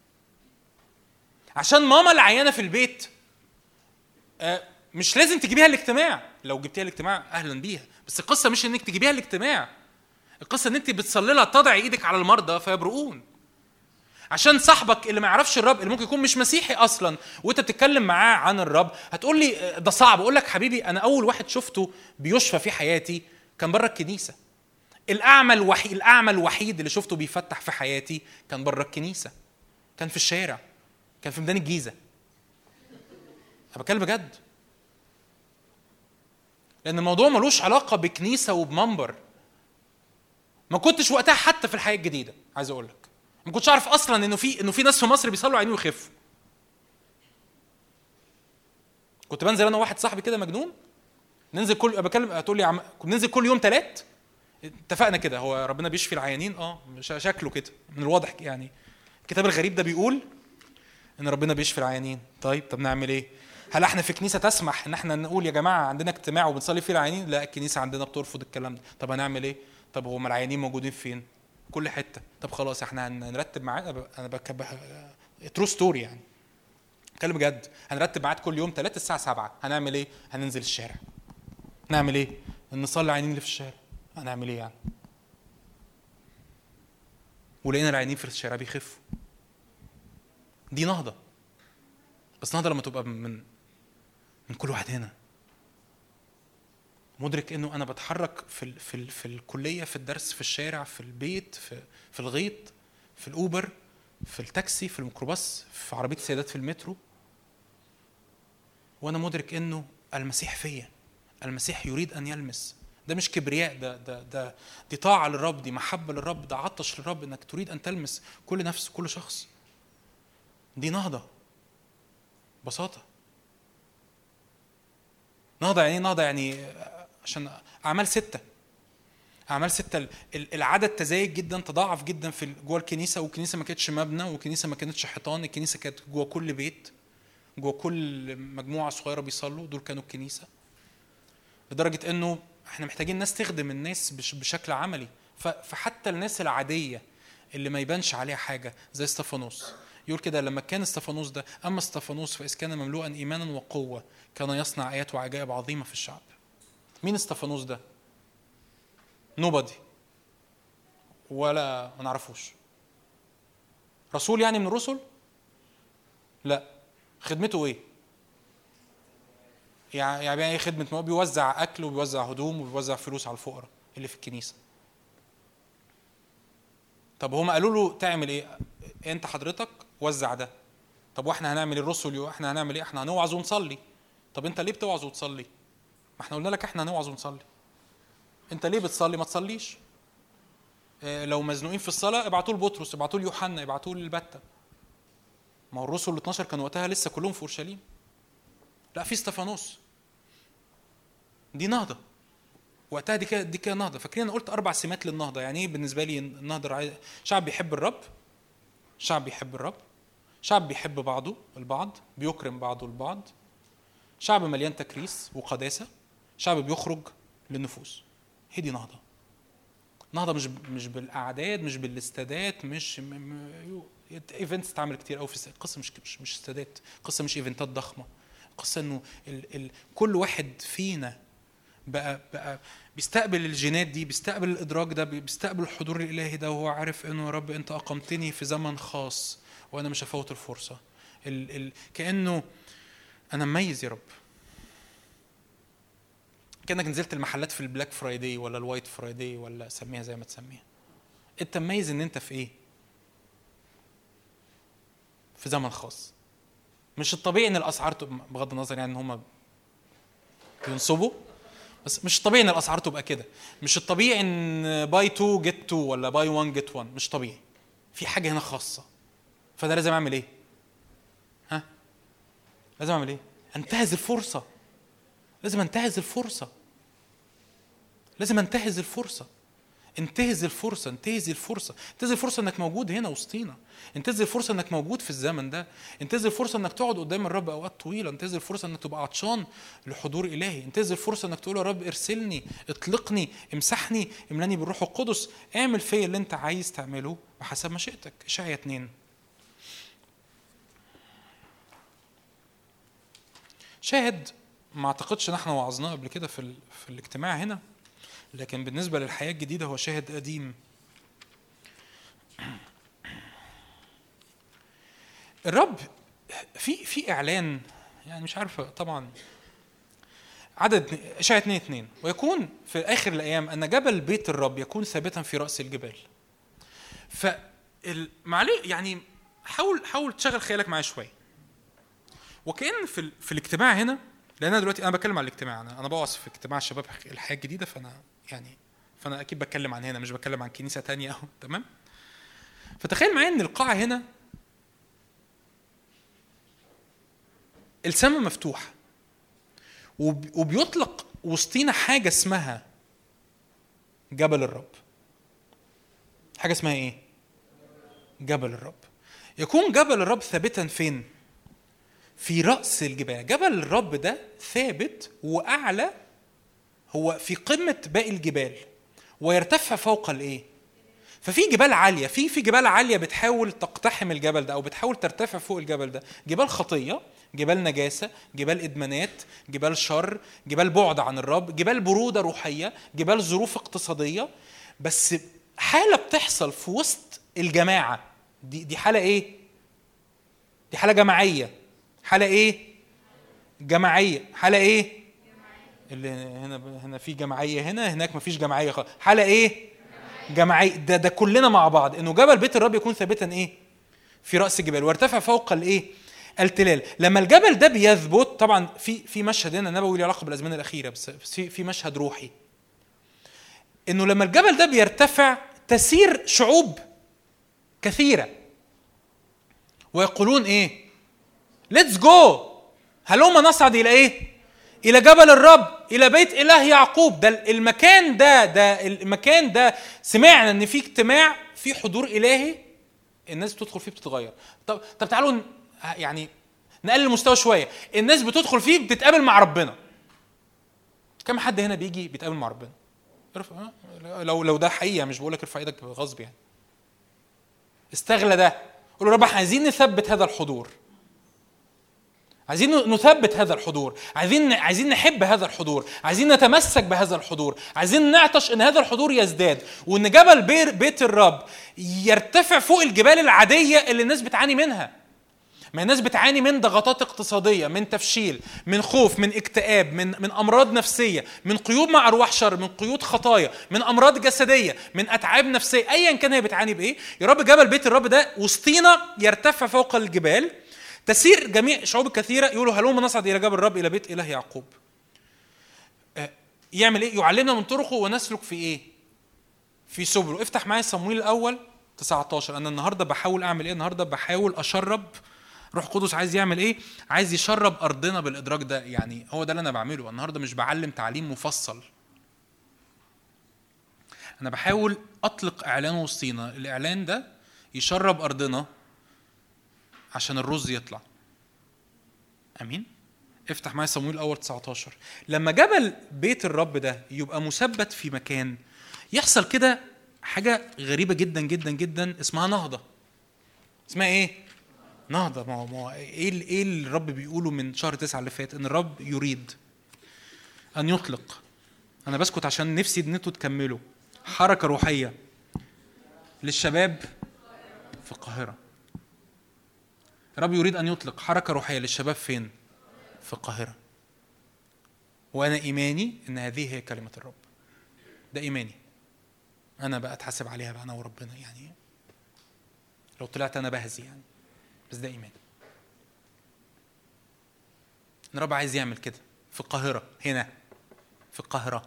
عشان ماما العيانه في البيت مش لازم تجيبيها الاجتماع، لو جبتيها الاجتماع اهلا بيها، بس القصه مش انك تجيبيها الاجتماع، القصه ان انت بتصلي لها تضعي ايدك على المرضى فيبرؤون. عشان صاحبك اللي ما يعرفش الرب، اللي ممكن يكون مش مسيحي اصلا، وانت بتتكلم معاه عن الرب هتقول لي ده صعب. اقول لك حبيبي انا اول واحد شفته بيشفى في حياتي كان بره الكنيسه. الأعمى الوحيد اللي شفته بيفتح في حياتي كان بره الكنيسة، كان في الشارع، كان في ميدان الجيزة. أنا بتكلم بجد، لأن الموضوع ملوش علاقة بكنيسة وبمنبر. ما كنتش وقتها حتى في الحياة الجديدة، عايز أقول لك ما كنتش عارف أصلا إنه في ناس في مصر بيصلوا عينيه ويخفوا. كنت بنزل أنا وواحد صاحبي كده مجنون، ننزل هتقول لي ننزل كل يوم 3. اتفقنا كده، هو ربنا بيشفي العيانين شكله كده من الواضح. يعني الكتاب الغريب ده بيقول ان ربنا بيشفي العيانين. طب نعمل ايه؟ هل احنا في كنيسه تسمح ان احنا نقول يا جماعه عندنا اجتماع وبنصلي فيه العيانين؟ لا، الكنيسه عندنا بترفض الكلام ده. طب هنعمل ايه؟ طب هم العيانين موجودين فين؟ كل حته. طب خلاص احنا هنرتب ميعاد. انا ترو ستوري يعني اتكلم بجد. هنرتب ميعاد كل يوم 3 الساعه 7. هنعمل ايه؟ هننزل الشارع. نعمل ايه؟ نصلي العيانين اللي في الشارع. هنعمل ايه يعني؟ ولقينا العيانين في الشارع بيخفوا. دي نهضة، بس نهضة لما تبقى من كل واحد هنا مدرك انه انا بتحرك في الكلية، في الدرس، في الشارع، في البيت، في الغيط، في الاوبر، في التاكسي، في الميكروباص، في عربية السيدات، في المترو، وانا مدرك انه المسيح فيا، المسيح يريد ان يلمس. ده مش كبرياء، دي طاعة للرب، دي محبة للرب، ده عطش للرب انك تريد ان تلمس كل نفس، كل شخص. دي نهضة، بساطة. نهضة يعني نهضة يعني عشان أعمال 6 العدد تزايد جدا، تضاعف جدا في جوه الكنيسة. والكنيسة ما كانتش مبنى، والكنيسة ما كانتش حيطان، الكنيسة كانت جوه كل بيت، جوه كل مجموعة صغيرة بيصلوا، دول كانوا الكنيسة. لدرجة انه احنا محتاجين ناس تخدم الناس بشكل عملي. فحتى الناس العادية اللي ما يبانش عليها حاجة زي استفانوس، يقول كده لما كان استفانوس ده، اما استفانوس فإذ كان مملوءا ايمانا وقوة كان يصنع ايات وعجائب عظيمة في الشعب. مين استفانوس ده؟ nobody، ولا ما نعرفوش. رسول يعني من الرسل؟ لا. خدمته ايه؟ يعني ايه خدمة؟ بيوزع اكل وبيوزع هدوم وبيوزع فلوس على الفقراء اللي في الكنيسة. طب هم قالوا له تعمل ايه؟ انت حضرتك وزع ده. طب واحنا هنعمل الرسل، احنا هنعمل ايه؟ احنا هنوعظ ونصلي. طب انت ليه بتوعظ وتصلي؟ ما احنا قلنا لك احنا هنوعظ ونصلي. انت ليه بتصلي؟ ما تصليش. لو مزنوقين في الصلاة ابعتوا لبطرس، ابعتوا ليوحنا، ابعتوا للبتة. ما هو الرسل ال12 كانوا وقتها لسه كلهم في اورشليم. لا، في استفانوس. دي نهضة وقتها، دي كده نهضة. فاكرين انا قلت 4 سمات للنهضة. يعني ايه بالنسبة لي النهضة؟ شعب بيحب الرب، شعب بيحب الرب، شعب بيحب بعضه البعض، بيكرم بعضه البعض، شعب مليان تكريس وقداسة، شعب بيخرج للنفوس. هي دي نهضة. نهضة مش بالأعداد، مش بالاستادات، مش ايفنتس تعمل كتير قوي في القصة. مش استادات، قصة مش ايفنتات ضخمة. قصة انه كل واحد فينا بقى بيستقبل الجينات دي، بيستقبل الإدراك ده، بيستقبل الحضور الإلهي ده، وهو عارف إنه يا رب أنت أقمتني في زمن خاص وأنا مش هفوت الفرصة. كأنه أنا مميز يا رب، كأنك نزلت المحلات في البلاك فرايداي ولا الوايت فرايداي ولا سميها زي ما تسميها، أنت مميز إن أنت في إيه؟ في زمن خاص. مش الطبيعي إن الأسعار بغض النظر يعني إن هم بينصبوا، بس مش طبيعي ان الاسعار تبقى كده. مش الطبيعي ان باي 2 جيت 2 ولا باي 1 جيت 1. مش طبيعي، في حاجه هنا خاصه. فده لازم اعمل ايه؟ لازم اعمل ايه؟ انتهز الفرصه. لازم انتهز الفرصه. لازم انتهز الفرصه. انتهز الفرصه. انتهز الفرصه. انتهز الفرصه انك موجود هنا وسطينا. انتهز الفرصه انك موجود في الزمن ده. انتهز الفرصه انك تقعد قدام الرب اوقات طويله. انتهز الفرصه انك تبقى عطشان لحضور الهي. انتهز الفرصه انك تقول يا رب ارسلني، اطلقني، امسحني، املاني بالروح القدس، اعمل فيا اللي انت عايز تعمله بحسب مشيئتك. اشعياء 2. شاهد ما اعتقدش ان احنا وعظناه قبل كده في الاجتماع هنا، لكن بالنسبه للحياه الجديده هو شاهد قديم. الرب في اعلان، يعني مش عارف طبعا، عدد اشعياء 2:2 ويكون في اخر الايام ان جبل بيت الرب يكون ثابتا في راس الجبال. فمعليه يعني حاول تشغل خيالك معايا شويه. وكأن في الاجتماع هنا، لان انا بتكلم عن الاجتماع، انا بوعظ في اجتماع الشباب الحياه الجديده، فانا اكيد بتكلم عن هنا، مش بتكلم عن كنيسه تانية اهو. تمام؟ فتخيل معايا ان القاعه هنا السماء مفتوح وبيطلق وسطينا حاجه اسمها جبل الرب. حاجه اسمها ايه؟ جبل الرب. يكون جبل الرب ثابتا فين؟ في رأس الجبال. جبل الرب ده ثابت وأعلى، هو في قمة باقي الجبال ويرتفع فوق الايه؟ ففي جبال عالية، في جبال عالية بتحاول تقتحم الجبل ده أو بتحاول ترتفع فوق الجبل ده. جبال خطية، جبال نجاسة، جبال إدمانات، جبال شر، جبال بعد عن الرب، جبال برودة روحية، جبال ظروف اقتصادية. بس حالة بتحصل في وسط الجماعة دي حالة ايه؟ دي حالة جماعية. حالة ايه؟ جماعية. حالة ايه؟ اللي هنا في جماعية، هناك مفيش جماعية خالص. حالة ايه؟ جماعية. ده كلنا مع بعض. انه جبل بيت الرب يكون ثابتا ايه؟ في رأس الجبال ويرتفع فوق الايه؟ التلال. لما الجبل ده بيثبت، طبعا في مشهد هنا نبوي له علاقة بالازمنة الأخيرة، بس في مشهد روحي، انه لما الجبل ده بيرتفع تسير شعوب كثيرة ويقولون ايه؟ Let's go. هلوما نصعد إلى إيه؟ إلى جبل الرب، إلى بيت إله يعقوب. ده المكان ده سمعنا إن في اجتماع في حضور إلهي الناس بتدخل فيه بتتغير. طب تعالوا يعني نقلل المستوى شوية. الناس بتدخل فيه بتتقابل مع ربنا. كم حد هنا بيجي بيتقابل مع ربنا؟ لو ده حقيقة، مش بقولك ارفع ايدك غصب يعني. استغلى ده، قول له رب احنا عايزين نثبت هذا الحضور، عايزين نثبت هذا الحضور، عايزين نحب هذا الحضور، عايزين نتمسك بهذا الحضور، عايزين نعطش ان هذا الحضور يزداد، وان جبل بيت الرب يرتفع فوق الجبال العادية اللي الناس بتعاني منها. ما الناس بتعاني من ضغطات اقتصادية، من تفشيل، من خوف، من اكتئاب، من أمراض نفسية، من قيود مع أرواح شر، من قيود خطايا، من أمراض جسدية، من أتعاب نفسية، أيا كان هي بتعاني بإيه. يا رب جبل بيت الرب ده وسطينا يرتفع فوق الجبال، تسير جميع شعوب الكثيرة يقولوا هلوما نصعد إلى جبل الرب، إلى بيت إله يعقوب. يعمل إيه؟ يعلمنا من طرقه ونسلك في إيه؟ في سبله. افتح معايا صمويل الأول 19. أنا النهاردة بحاول أعمل إيه؟ النهاردة بحاول أشرب روح قدس. عايز يعمل إيه؟ عايز يشرب أرضنا بالإدراك ده. يعني هو ده اللي أنا بعمله النهاردة. مش بعلم تعليم مفصل، أنا بحاول أطلق إعلان وسطينا. الإعلان ده يشرب أرضنا عشان الرز يطلع. أمين؟ افتح معايا صمويل الأول 19. لما جبل بيت الرب ده يبقى مثبت في مكان، يحصل كده حاجة غريبة جدا جدا جدا اسمها نهضة. اسمها إيه؟ نهضة. ما هو إيه الرب بيقوله من شهر 9 اللي فات؟ إن الرب يريد أن يطلق انا بسكت عشان نفسي ان انتوا تكملوا. حركه روحيه للشباب في القاهره. الرب يريد ان يطلق حركه روحيه للشباب فين؟ في القاهره. وانا ايماني ان هذه هي كلمه الرب. ده ايماني، انا بقى اتحاسب عليها بقى انا وربنا، يعني لو طلعت انا بهزي يعني، بس ده ايماني ان الرب عايز يعمل كده في القاهره. هنا في القاهره،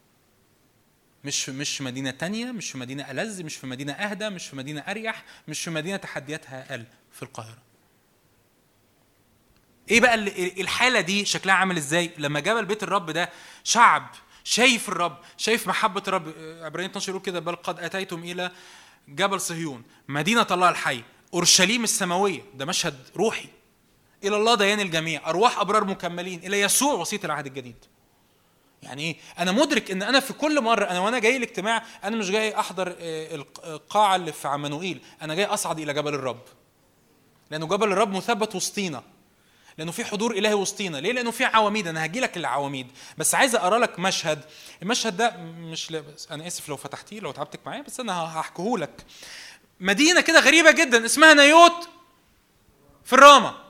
مش مدينه تانية، مش في مدينه ألذ، مش في مدينه اهدى، مش في مدينه اريح، مش في مدينه تحدياتها اقل، في القاهره. ايه بقى الحاله دي شكلها عامل ازاي؟ لما جبل بيت الرب ده شعب شايف الرب، شايف محبه الرب. عبرانيين 12 يقول كده: بل قد اتيتم الى جبل صهيون مدينه الله الحي، اورشليم السماويه. ده مشهد روحي. الى الله ديان الجميع، ارواح ابرار مكملين، الى يسوع وسيط العهد الجديد. يعني ايه؟ انا مدرك ان انا في كل مره انا وانا جاي الاجتماع، انا مش جاي احضر القاعه اللي في عمانوئيل، انا جاي اصعد الى جبل الرب، لانه جبل الرب مثبت وسطينا، لانه في حضور الهي وسطينا. ليه؟ لانه في عواميد. انا هاجي لك العواميد، بس عايز اقرا لك مشهد. المشهد ده مش انا اسف لو فتحتيه، لو تعبتك معايا، بس انا هحكيه لك. مدينه كده غريبه جدا اسمها نيوت في الرامه.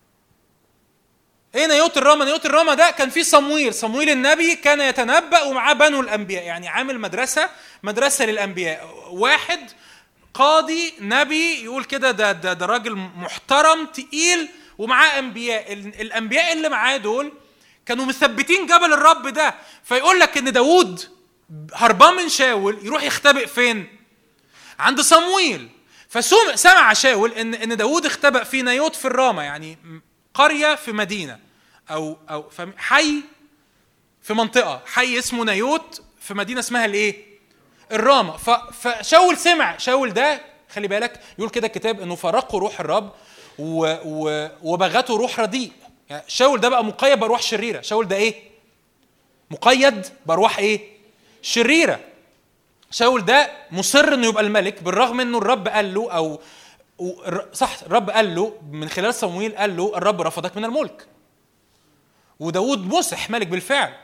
ايه نيوت الرامه؟ نيوت الرامه ده كان فيه صمويل النبي، كان يتنبأ ومعاه بنو الانبياء، يعني عامل مدرسه للانبياء. واحد قاضي نبي يقول كده، ده راجل محترم تقيل ومعاه انبياء. الانبياء اللي معاه دول كانوا مثبتين جبل الرب ده. فيقول لك ان داود هربان من شاول يروح يختبئ فين؟ عند صمويل. فسمع شاول ان داود اختبأ في نيوت في الرامه، يعني قريه في مدينه او حي في منطقه، حي اسمه نيوت في مدينه اسمها الايه؟ الرامه. فشاول سمع. شاول ده خلي بالك يقول كده الكتاب انه فرقه روح الرب وبغته روح رديء. يعني شاول ده بقى مقيد بارواح شريره. شاول ده ايه؟ مقيد بارواح ايه؟ شريره. شاول ده مصر انه يبقى الملك، بالرغم انه الرب قال له الرب قال له من خلال صمويل، قال له الرب رفضك من الملك. وداود مسح ملك بالفعل.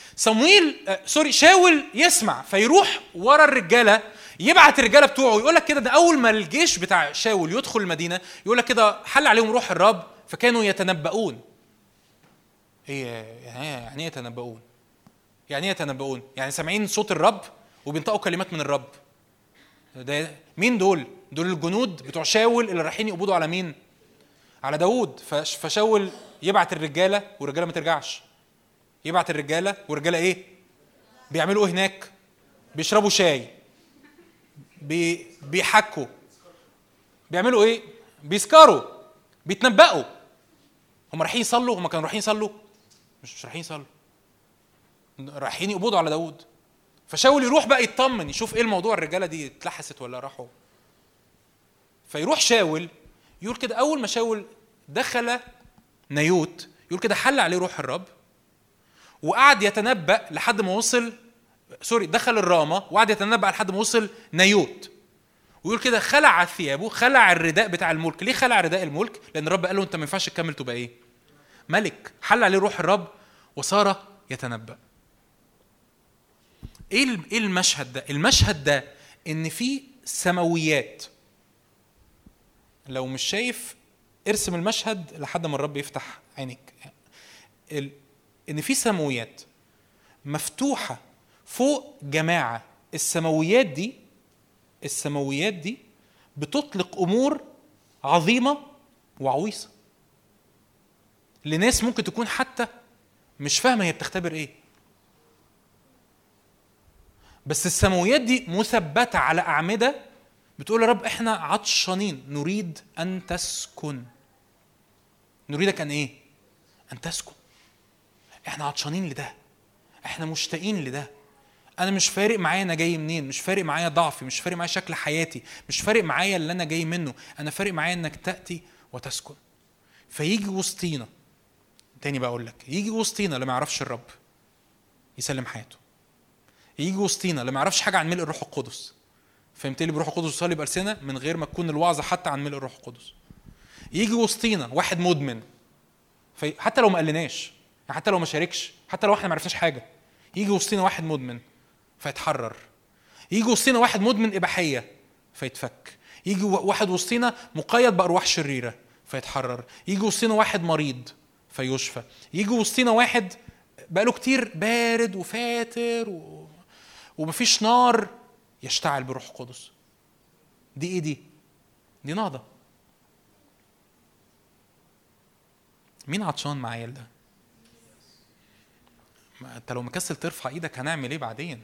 شاول يسمع فيروح ورا الرجاله، يبعت الرجاله بتوعه. يقول لك كده ده اول ما الجيش بتاع شاول يدخل المدينه، يقول لك كده حل عليهم روح الرب فكانوا يتنبؤون. ايه يعني ايه يتنبؤون؟ يعني ايه يتنبؤون؟ يعني سامعين صوت الرب وبينطقوا كلمات من الرب. ده مين دول؟ دول الجنود بتوع شاول اللي رايحين يقبضوا على مين؟ على داود. فشاول يبعت الرجاله والرجاله ما ترجعش. يبعت الرجاله والرجاله ايه؟ بيعملوا ايه هناك؟ بيشربوا شاي، بيحكوا، بيعملوا ايه؟ بيسكروا، بيتنبأوا. هم رايحين يصلوا؟ هم كانوا رايحين يصلوا؟ مش رايحين يصلوا، رايحين يقبضوا على داود. فشاول يروح بقى يطمن يشوف ايه الموضوع، الرجاله دي اتلحست ولا راحوا. فيروح شاول يقول كده اول ما شاول دخل نيوت، يقول كده حل عليه روح الرب وقعد يتنبأ لحد ما وصل دخل الرامه وقعد يتنبأ لحد ما وصل نيوت. ويقول كده خلع ثيابه، خلع الرداء بتاع الملك. ليه خلع رداء الملك؟ لان الرب قال له انت ما ينفعش تكمل تبقى ايه؟ ملك. حل عليه روح الرب وصار يتنبأ. ايه المشهد ده؟ المشهد ده ان في سماويات. لو مش شايف ارسم المشهد لحد ما الرب يفتح عينيك. ان في سماويات مفتوحه فوق جماعه. السماويات دي بتطلق امور عظيمه وعويصه لناس ممكن تكون حتى مش فاهمه هي بتختبر ايه. بس السماويات دي مثبته على اعمده بتقول يا رب احنا عطشانين، نريد ان تسكن. نريدك ان ايه؟ ان تسكن. احنا عطشانين لده، احنا مشتاقين لده. انا مش فارق معايا انا جاي منين، مش فارق معايا ضعفي، مش فارق معايا شكل حياتي، مش فارق معايا اللي انا جاي منه، انا فارق معايا انك تأتي وتسكن. فيجي وسطينا تاني بقول لك، يجي وسطينا لما يعرفش الرب يسلم حياته. يجي وسطينا لما يعرفش حاجه عن ملء الروح القدس، فيمتلي بروح القدس ويصلي بألسنة من غير ما تكون الوعظه حتى عن ملء الروح القدس. يجي وسطينا واحد مدمن، حتى لو ما قالناش، حتى لو ما شاركش، حتى لو احنا ما عرفناش حاجه، يجي وسطينا واحد مدمن فيتحرر، يجي وسطينا واحد مدمن إباحية فيتفك، يجي واحد وسطينا مقيد بأرواح شريرة فيتحرر، يجي وسطينا واحد مريض فيشفى، يجي وسطينا واحد بقاله كتير بارد وفاتر ومفيش نار يشتعل بروح القدس. دي ايه دي نهضة. مين عطشان معايا ده؟ انت لو مكسل ترفع ايدك هنعمل ايه بعدين؟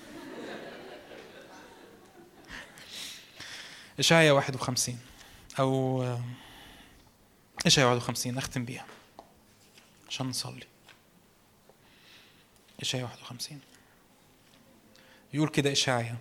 إشعياء 51 او إشعياء 51 اختم بيها عشان نصلي. إشعياء 51 يقول كده إشعياء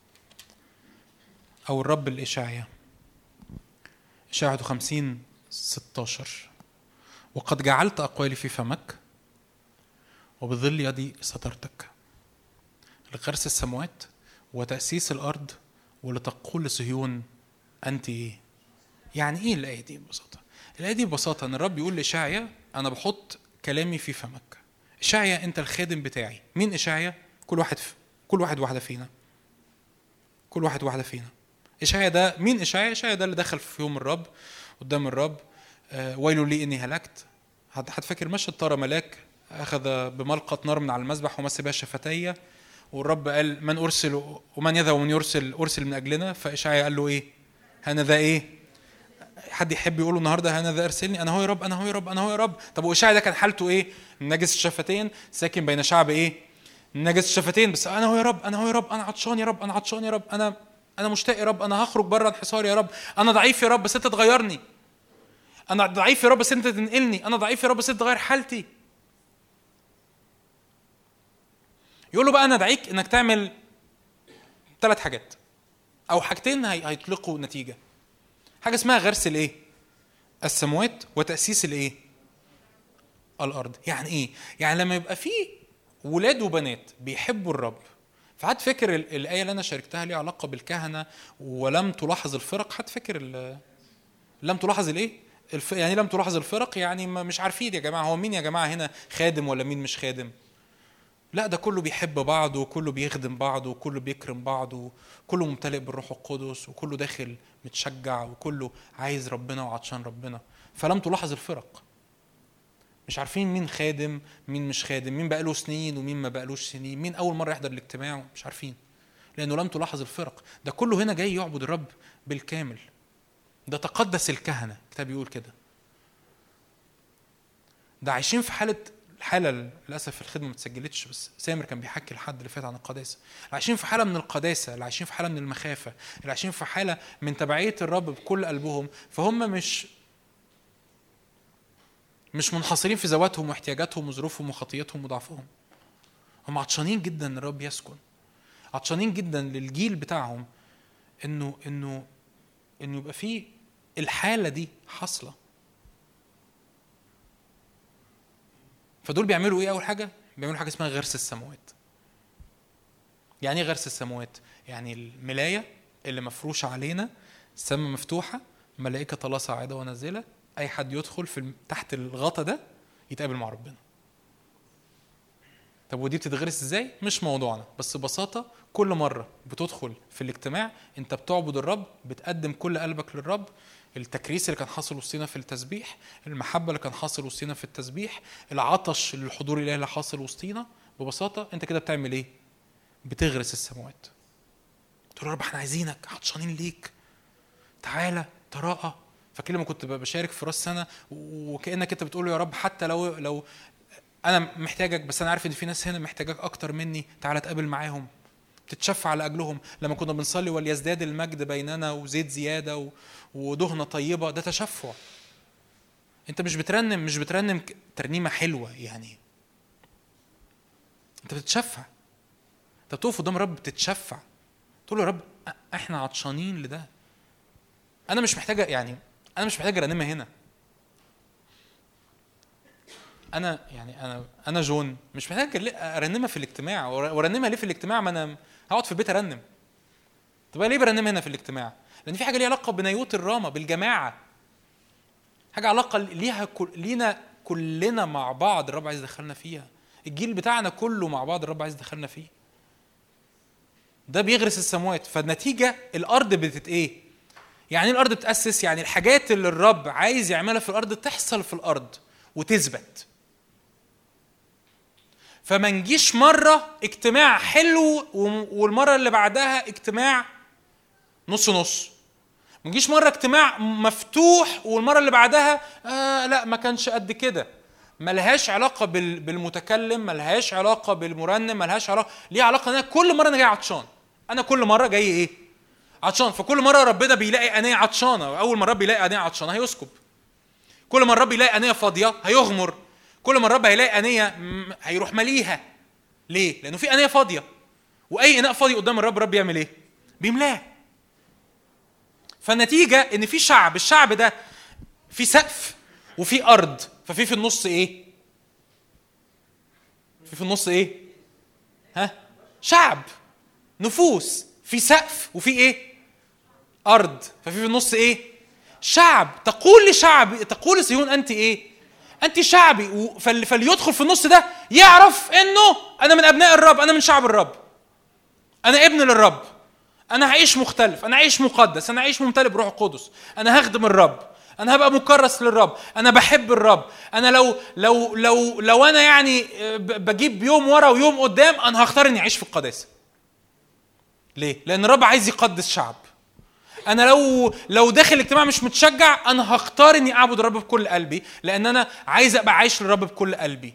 او الرب الإشعياء، إشعياء 51 16: وقد جعلت أقوالي في فمك وبظل يدي سترتك لغرس السماوات وتأسيس الأرض ولتقول لصهيون أنت إيه. يعني إيه الآية دي ببساطة؟ الآية دي ببساطة أن الرب يقول لإشعياء أنا بحط كلامي في فمك. إشعياء أنت الخادم بتاعي. مين إشعياء؟ كل واحد واحدة فينا. كل واحدة فينا. إشعياء ده مين؟ إشعياء ده اللي دخل في يوم الرب قدام الرب ويل لي إني هلكت. هتفكر مشهد ترى ملاك أخذ بملقط نار من على المذبح ومس بها شفتيه، والرب قال من أرسل ومن يذهب ومن أرسل من أجلنا. فإشعياء قال له إيه؟ أنا ذا إيه؟ حد يحب يقوله النهارده أنا ذا أرسلني؟ أنا هو يا رب، أنا هو يا رب، أنا هو يا رب. طب وإشعياء ده كان حالته إيه؟ نجس الشفتين، ساكن بين شعب إيه؟ نجس الشفتين، بس أنا هو يا رب، أنا هو يا رب، أنا عطشان يا رب، أنا عطشان يا رب، أنا مشتاق يا رب، أنا هخرج بره الحصار يا رب، أنا ضعيف يا رب بس أنت تغيرني، أنا ضعيف يا رب بس أنت تنقلني، أنا ضعيف يا رب بس أنت تغير حالتي. يقول له بقى أنا دعيك إنك تعمل 3 حاجات أو حاجتين هيطلقوا نتيجة. حاجة اسمها غرس الإيه؟ السماوات وتأسيس الإيه؟ الأرض. يعني إيه؟ يعني لما يبقى فيه ولاد وبنات بيحبوا الرب. فحد فكر الآية اللي أنا شاركتها لي علاقة بالكهنة ولم تلاحظ الفرق. حد فكر لم تلاحظ الإيه؟ يعني لم تلاحظ الفرق، يعني مش عارفين يا جماعة هو مين يا جماعة هنا خادم ولا مين مش خادم. لا، ده كله بيحب بعضه وكله بيخدم بعضه وكله بيكرم بعضه وكله ممتلئ بالروح القدس وكله داخل متشجع وكله عايز ربنا وعطشان ربنا. فلم تلاحظ الفرق، مش عارفين مين خادم مين مش خادم، مين بقاله سنين ومين ما بقالوش سنين، مين أول مرة يحضر الاجتماع، مش عارفين لأنه لم تلاحظ الفرق. ده كله هنا جاي يعبد الرب بالكامل. ده تقدس الكهنة، الكتاب يقول كده. ده عايشين في الحالة للأسف الخدمة ما تسجلتش، بس سامر كان بيحكي لحد اللي فات عن القداسة. اللي عايشين في حالة من القداسة، اللي عايشين في حالة من المخافة، اللي عايشين في حالة من تبعية الرب بكل قلبهم. فهم مش منحصرين في ذواتهم واحتياجاتهم وظروفهم وخطيتهم وضعفهم. هم عطشانين جدا ان الرب يسكن، عطشانين جدا للجيل بتاعهم انه يبقى فيه الحالة دي حاصلة. فدول بيعملوا ايه؟ اول حاجة بيعملوا حاجة اسمها غرس السماوات. يعني ايه غرس السماوات؟ يعني الملاية اللي مفروشة علينا، السماء مفتوحة، ملائكة الله صاعدة ونازلة، اي حد يدخل في تحت الغطا ده يتقابل مع ربنا. طب ودي بتتغرس ازاي؟ مش موضوعنا، بس ببساطة كل مرة بتدخل في الاجتماع انت بتعبد الرب، بتقدم كل قلبك للرب. التكريس اللي كان حاصل وسطينا في التسبيح، المحبة اللي كان حاصل وسطينا في التسبيح، العطش للحضور الإلهي اللي حاصل وسطينا، ببساطة انت كده بتعمل ايه؟ بتغرس السماوات. تقول يا رب احنا عايزينك، عطشانين ليك، تعالى تراءى. فكل ما كنت بشارك في راس سنة وكأنك انت بتقول يا رب حتى لو انا محتاجك، بس انا عارف ان في ناس هنا محتاجك اكتر مني، تعالى تقابل معاهم، تتشفع على اجلهم. لما كنا بنصلي وليزداد المجد بيننا وزيت زيادة ودهنة طيبة، ده تشفع. انت مش بترنم ترنيمة حلوة، يعني انت بتتشفع، انت بتقف قدام رب بتتشفع، تقول له يا رب احنا عطشانين لده. انا مش محتاجة ارنمها هنا. انا جون مش محتاج ارنمها في الاجتماع. وارنمها ليه في الاجتماع؟ ما انا هقعد في البيت ارنم. طب ليه برنمها هنا في الاجتماع؟ لان في حاجه ليها علاقه بنيوت الرامه، بالجماعه، حاجه علاقه لينا كلنا مع بعض. الرب عايز يدخلنا فيها. الجيل بتاعنا كله مع بعض الرب عايز يدخلنا فيه. ده بيغرس السماوات. فالنتيجة الأرض ايه؟ يعني الأرض بتأسس، يعني الحاجات اللي الرب عايز يعملها في الأرض تحصل في الأرض وتثبت. فما نجيش مرة اجتماع حلو والمرة اللي بعدها اجتماع نص نص. ما نجيش مرة اجتماع مفتوح والمرة اللي بعدها لا ما كانش قد كده. ملهاش علاقة بالمتكلم، ملهاش علاقة بالمرنم، ملهاش علاقة. ليه علاقة؟ أنا كل مرة أنا جاي عطشان، أنا كل مرة جاي إيه؟ عطشان. فكل مرة ربنا بيلاقي أنية عطشانة، أول ما الرب يلاقي أنية عطشانة هيسكب. كل ما الرب يلاقي أنية فاضية هيغمر. كل ما الرب هيلاقي أنية هيروح مليها. ليه؟ لأنه في أنية فاضية، وأي إناء فاضي قدام الرب يعمل إيه؟ بيملاه. فالنتيجة إن في شعب، الشعب ده في سقف وفي أرض، ففي النص إيه؟ في النص إيه؟ شعب، نفوس. في سقف وفي إيه؟ أرض. ففي النص إيه؟ شعب. تقول لشعب، تقول صهيون أنت إيه؟ أنت شعبي. فليدخل في النص ده يعرف إنه أنا من أبناء الرب، أنا من شعب الرب، أنا ابن للرب، أنا هعيش مختلف، أنا هعيش مقدس، أنا هعيش ممتلئ بروح القدس، أنا هخدم الرب، أنا هبقى مكرس للرب، أنا بحب الرب. أنا لو أنا يعني بجيب يوم ورا ويوم قدام، أنا هختار إني أعيش في القداسة. ليه؟ لأن الرب عايز يقدس شعب. أنا لو داخل الاجتماع مش متشجع، أنا هختار إني أعبد الرب بكل قلبي، لأن أنا عايز أبقى عايش للرب بكل قلبي.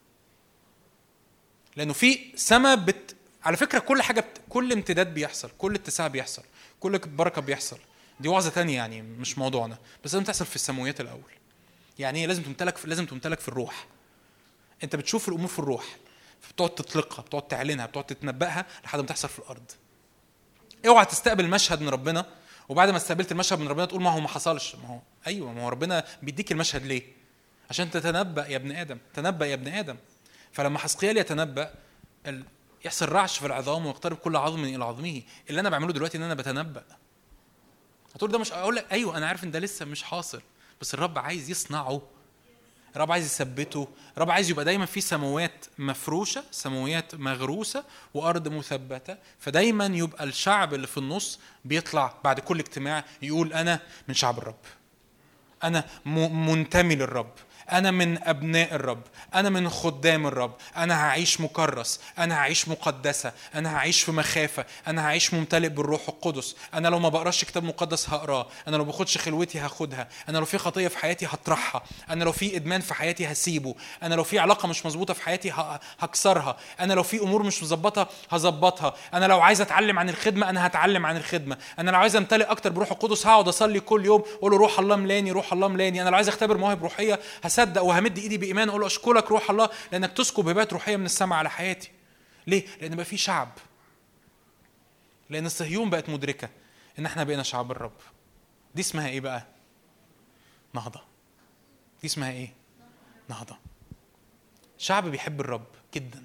لأنه في سما على فكرة كل حاجة كل امتداد بيحصل، كل اتساع بيحصل، كل بركة بيحصل. دي وعظة تانية يعني مش موضوعنا، بس لازم تحصل في السماويات الأول. يعني لازم تمتلك في الروح. أنت بتشوف الأمور في الروح، بتقعد تطلقها، بتقعد تعلنها، بتقعد تتنبأها لحد ما تحصل في الأرض. اوعى تستقبل مشهد من ربنا وبعد ما استقبلت المشهد من ربنا تقول ما حصلش. ما هو ربنا بيديك المشهد ليه؟ عشان تتنبأ يا ابن آدم، تنبأ يا ابن آدم. فلما حزقيال يتنبأ يحصل رعش في العظام ويقترب كل عظم إلى عظمه. اللي أنا بعمله دلوقتي إن أنا بتنبأ. هتقول ده مش، أقول لك أيوه أنا عارف إن ده لسه مش حاصل، بس الرب عايز يصنعه، الرب عايز يثبته، الرب عايز يبقى دايما في سماوات مفروشة، سماوات مغروسة، وأرض مثبتة. فدايما يبقى الشعب اللي في النص بيطلع بعد كل اجتماع يقول أنا من شعب الرب، أنا منتمي للرب، أنا من أبناء الرب، أنا من خدام الرب، أنا هعيش مكرس، أنا هعيش مقدسة، أنا هعيش في مخافة، أنا هعيش ممتلئ بالروح القدس. أنا لو ما بقراش كتاب مقدس هقراه، أنا لو باخدش خلوتي هاخدها، أنا لو في خطية في حياتي هطرحها، أنا لو في إدمان في حياتي هسيبه، أنا لو في علاقة مش مظبوطة في حياتي هكسرها، أنا لو في أمور مش مظبطة هظبطها، أنا لو عايز أتعلم عن الخدمة أنا هتعلم عن الخدمة، أنا لو عايز أمتلئ أكتر بروح القدس هقعد أصلي كل يوم أقول له روح الله ملاني، روح الله ملاني. أنا لو عايز أختبر مواهب روحية هصدق وهمد ايدي بايمان اقول له اشكرك روح الله لانك تسكب هبات روحيه من السماء على حياتي. ليه؟ لان بقى في شعب، لان صهيون بقت مدركه ان احنا بقينا شعب الرب. دي اسمها ايه بقى؟ نهضه. دي اسمها ايه؟ نهضه. شعب بيحب الرب جدا.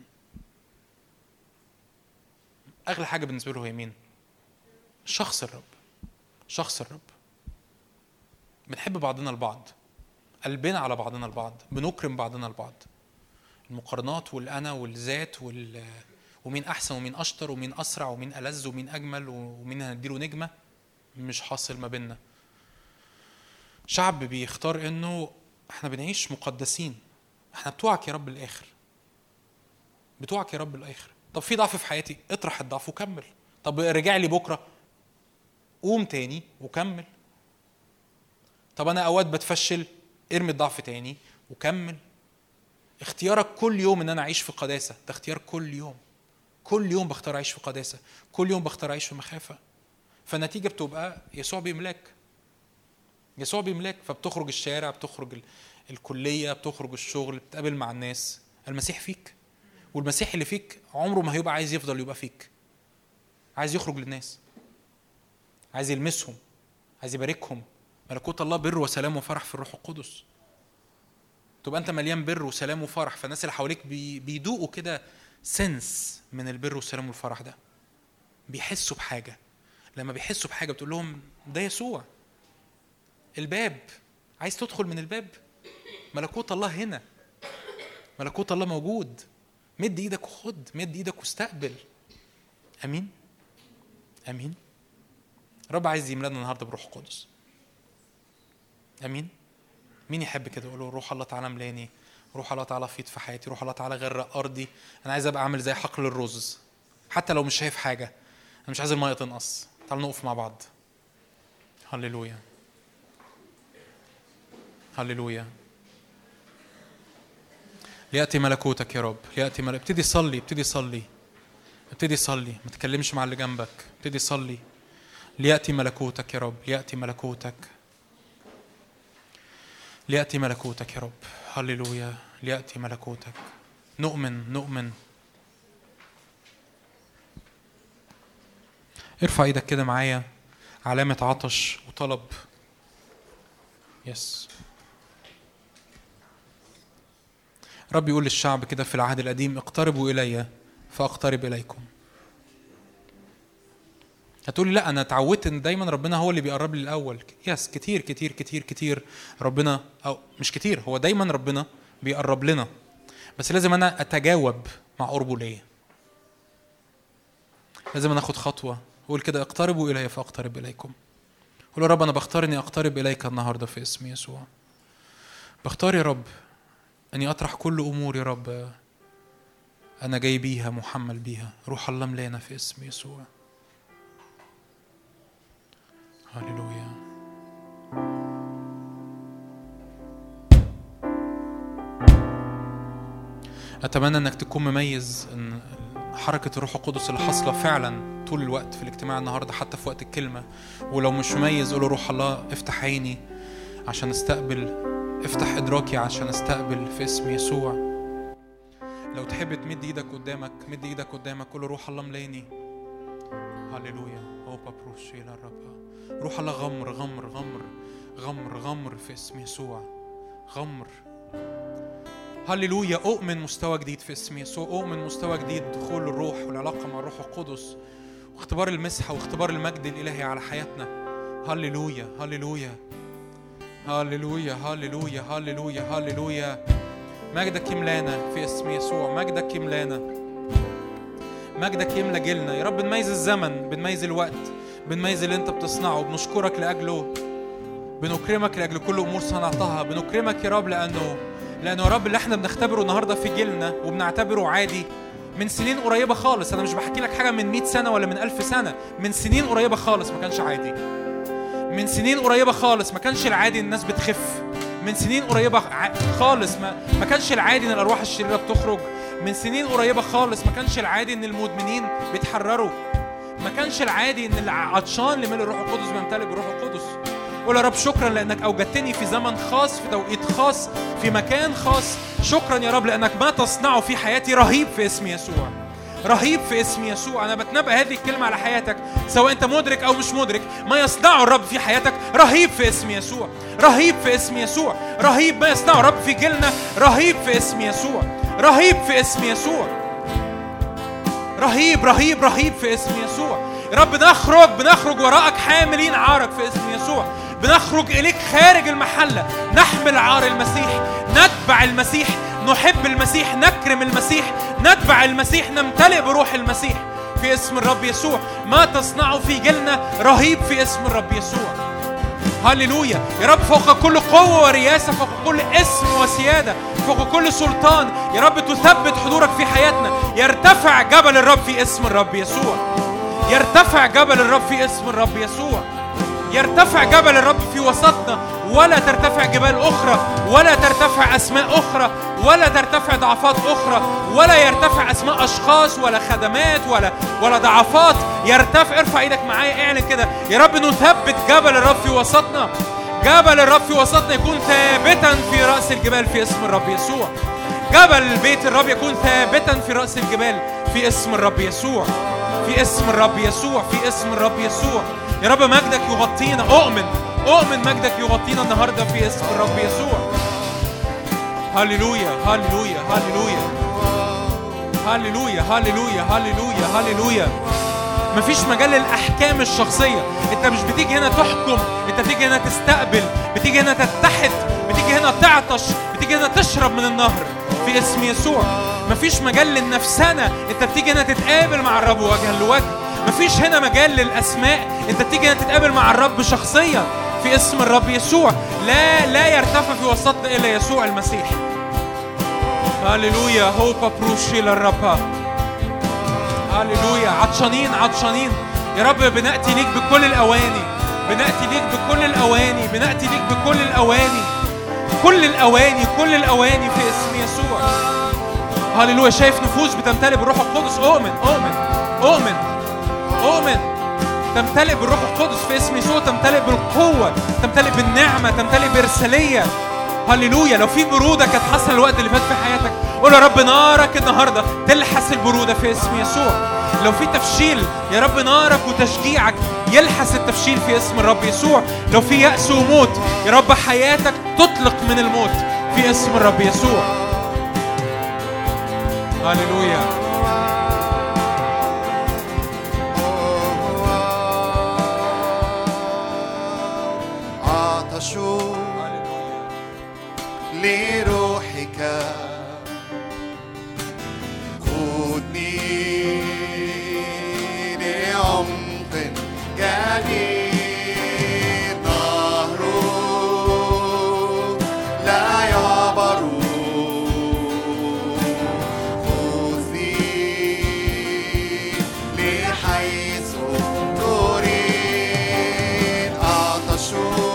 اغلى حاجه بالنسبه له هي مين؟ شخص الرب. شخص الرب. بنحب بعضنا البعض، قلبنا على بعضنا البعض، بنكرم بعضنا البعض. المقارنات والأنا والذات ومين أحسن ومين أشطر ومين أسرع ومين ألذ ومين أجمل ومين هنديله نجمة مش حاصل ما بيننا. شعب بيختار إنه إحنا بنعيش مقدسين، إحنا بتوعك يا رب الآخر، بتوعك يا رب الآخر. طب في ضعف في حياتي، اطرح الضعف وكمل. طب رجع لي بكرة، قوم تاني وكمل. طب أنا أوقات بتفشل، ارمي الضعف تاني وكمل. اختيارك كل يوم ان انا اعيش في قداسة، ده اختيار كل يوم. كل يوم بختار اعيش في قداسة، كل يوم بختار اعيش في مخافة. فالنتيجة بتبقى يسوع بيملاك، يسوع بيملاك. فبتخرج الشارع، بتخرج الكلية، بتخرج الشغل، بتقابل مع الناس، المسيح فيك. والمسيح اللي فيك عمره ما هيبقى عايز يفضل يبقى فيك، عايز يخرج للناس، عايز يلمسهم، عايز يباركهم. ملكوت الله بر وسلام وفرح في الروح القدس. تبقى انت مليان بر وسلام وفرح، فالناس اللي حواليك بيدوقوا كده سنس من البر والسلام والفرح ده، بيحسوا بحاجة. لما بيحسوا بحاجة بتقول لهم ده يسوع الباب، عايز تدخل من الباب. ملكوت الله هنا، ملكوت الله موجود. مد ايدك وخد، مد ايدك واستقبل. امين امين. رب عايز يملانا النهارده بروح القدس. امين. مين يحب كده يقول له روح الله تعالى ملاني، روح الله تعالى فيض في حياتي، روح الله تعالى غرق ارضي. انا عايز ابقى عامل زي حقل الرز، حتى لو مش شايف حاجه، انا مش عايز الميه تنقص. تعالوا نقف مع بعض. هللويا هللويا. ليأتي ملكوتك يا رب، ليأتي ملكوتك. ابتدي صلي، ابتدي صلي، ابتدي صلي، ما تكلمش مع اللي جنبك، ابتدي صلي. ليأتي ملكوتك يا رب، ليأتي ملكوتك، ليأتي ملكوتك يا رب. هللويا. ليأتي ملكوتك. نؤمن نؤمن. ارفع ايدك كده معايا، علامة عطش وطلب. يس. رب يقول للشعب كده في العهد القديم اقتربوا إلي فأقترب إليكم. هتقولي لا أنا اتعودت إن دايما ربنا هو اللي بيقرب لي الأول. يس، كتير كتير كتير كتير ربنا، أو مش كتير، هو دايما ربنا بيقرب لنا، بس لازم أنا أتجاوب مع قربه ليه. لازم أنا أخد خطوة. قول كده اقتربوا إلي فأقترب إليكم. قول يا رب أنا بختار إني أقترب إليك النهاردة في اسم يسوع. بختار يا رب أني أطرح كل أمور يا رب أنا جاي بيها محمل بيها. روح الله ملانا في اسم يسوع. هللويا. أتمنى أنك تكون مميز أن حركة الروح القدس اللي حصلة فعلا طول الوقت في الاجتماع النهاردة، حتى في وقت الكلمة. ولو مش مميز قوله روح الله افتح عيني عشان استقبل، افتح إدراكي عشان استقبل في اسم يسوع. لو تحب تمد ايدك قدامك، مد ايدك قدامك، قوله روح الله ملاني. هللويا. أوبا بروشي للرب. روح الله غمر غمر غمر غمر غمر في اسم يسوع. غمر. هللويا. أؤمن مستوى جديد في اسم يسوع. أؤمن مستوى جديد، دخول الروح والعلاقة مع الروح القدس واختبار المسحة واختبار المجد الإلهي على حياتنا. هللويا هللويا هللويا هللويا هللويا هللويا. مجدك يملانا في اسم يسوع. مجدك يملانا، مجدك يملى جيلنا يا رب. بنميز الزمن، بنميز الوقت، بنميز اللي انت بتصنعه. بنشكرك لأجله، بنكرمك لأجل كل أمور صنعتها. بنكرمك يا رب لأنه يا رب اللي احنا بنختبره النهاردة في جيلنا وبنعتبره عادي من سنين قريبة خالص. أنا مش بحكي لك حاجة من 100 سنة ولا من 1000 سنة، من سنين قريبة خالص ما كانش عادي. من سنين قريبة خالص ما كانش العادي الناس بتخف. من سنين قريبة خالص ما كانش العادي ان الأرواح الشريرة بتخرج. من سنين قريبة خالص ما كانش العادي ان المدمنين بيتحرروا. ما كانش العادي ان العطشان لملء الروح القدس بيمتلئ بالروح القدس. قول يا رب شكرا لأنك أوجدتني في زمن خاص، في توقيت خاص، في مكان خاص. شكرا يا رب لأنك ما تصنعه في حياتي رهيب في اسم يسوع. رهيب في اسم يسوع. أنا بتنبأ هذه الكلمة على حياتك سواء أنت مدرك أو مش مدرك. ما يصنعه الرب في حياتك رهيب في اسم يسوع. رهيب في اسم يسوع. رهيب ما يصنعه الرب في جيلنا رهيب في اسم يسوع. رهيب في اسم يسوع. رهيب رهيب رهيب في اسم يسوع. يا رب بنخرج وراءك حاملين عارك في اسم يسوع. بنخرج إليك خارج المحلة نحمل عار المسيح، نتبع المسيح، نحب المسيح، نكرم المسيح، نتبع المسيح، نمتلئ بروح المسيح في اسم الرب يسوع. ما تصنعه في جيلنا رهيب في اسم الرب يسوع. هللويا يا رب. فوق كل قوة ورياسة، فوق كل اسم وسيادة، فوق كل سلطان يا رب تثبت حضورك في حياتنا. يرتفع جبل الرب في اسم الرب يسوع. يرتفع جبل الرب في اسم الرب يسوع. يرتفع جبل الرب في وسطنا، ولا ترتفع جبال أخرى، ولا ترتفع أسماء أخرى، ولا ترتفع ضعفات أخرى، ولا يرتفع أسماء أشخاص ولا خدمات ولا ضعفات. يرتفع. ارفع ايدك معايا، اعلن كده يا رب نثبت جبل الرب في وسطنا. جبل الرب في وسطنا يكون ثابتا في رأس الجبال في اسم الرب يسوع. جبل بيت الرب يكون ثابتا في رأس الجبال في اسم الرب يسوع. في اسم الرب يسوع. في اسم الرب يسوع. يا رب مجدك يغطينا. أؤمن مجدك يغطينا النهاردة في اسم الرب يسوع. هللويا هللويا هللويا هللويا هللويا هللويا هللويا. مفيش مجال للأحكام الشخصية. انت مش بتيجي هنا تحكم، انت بتيجي هنا تستقبل، بتيجي هنا تتحد، بتيجي هنا تعطش، بتيجي هنا تشرب من النهر في اسم يسوع. مفيش مجال للنفسنة، انت بتيجي هنا تتقابل مع الرب وجها لوجه. مفيش هنا مجال للأسماء، انت بتيجي هنا تتقابل مع الرب شخصيا في اسم الرب يسوع. لا يرتفع في وسطنا إلا يسوع المسيح. هاليلويا. هوبا بروشي للرب. هاليلويا. عطشانين يا رب، بنأتي ليك بكل الأواني، بنأتي ليك بكل الأواني، بنأتي ليك بكل الأواني، كل الأواني في اسم يسوع. هاليلويا. شايف نفوس بتمتلئ بالروح القدس. أؤمن تمتلئ بالروح القدس في اسم يسوع، تمتلئ بالقوة، تمتلئ بالنعمة، تمتلئ بإرسالية. هاليلويا. لو في برودة كانت حصل الوقت اللي فات في حياتك، قول يا رب نارك النهاردة تلحس البرودة في اسم يسوع. لو في تفشيل يا رب نارك وتشجيعك يلحس التفشيل في اسم الرب يسوع. لو في يأس وموت يا رب حياتك تطلق من الموت في اسم الرب يسوع. هاليلويا. عطشوا لروحك، قودني لعمق جديد، نهر لا يعبر، خذني لحيث تريد. عطشوا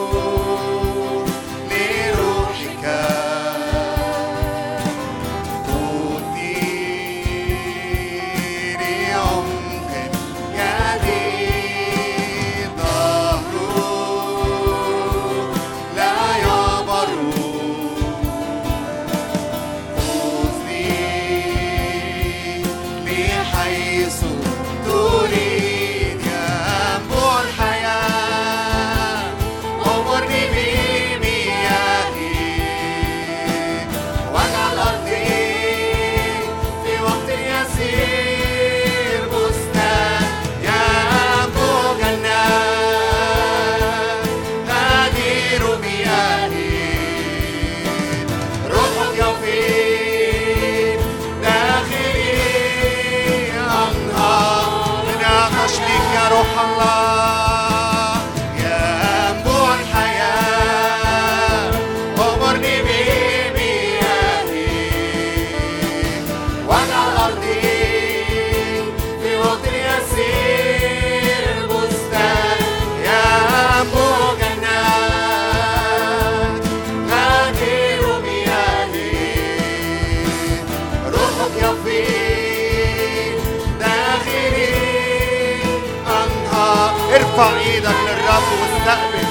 ارفع ايدك للرب واستقبل.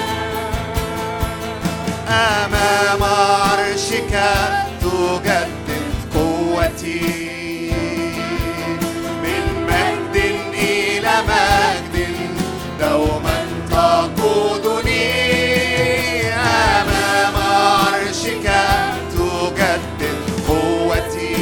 امام عرشك تجدد قوتي، من مجد الى مجد دوما تقودني. امام عرشك تجدد قوتي،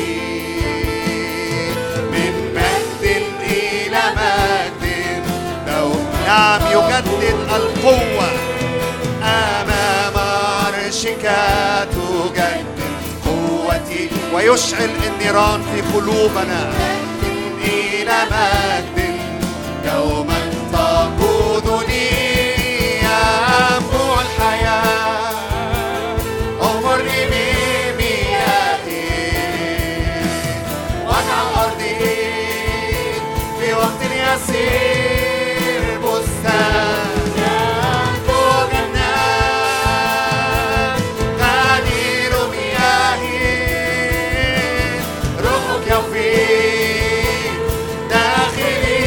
من مجد الى مجد دوما. نعم يجدد القوة. أمام عرشك تجدد قوتي ويشعل النيران في قلوبنا. إلى مجد يوما تقودني ينبوع الحياة. أمرني بمياهي واجعل أرضي في وقت يسير بستان. داخلي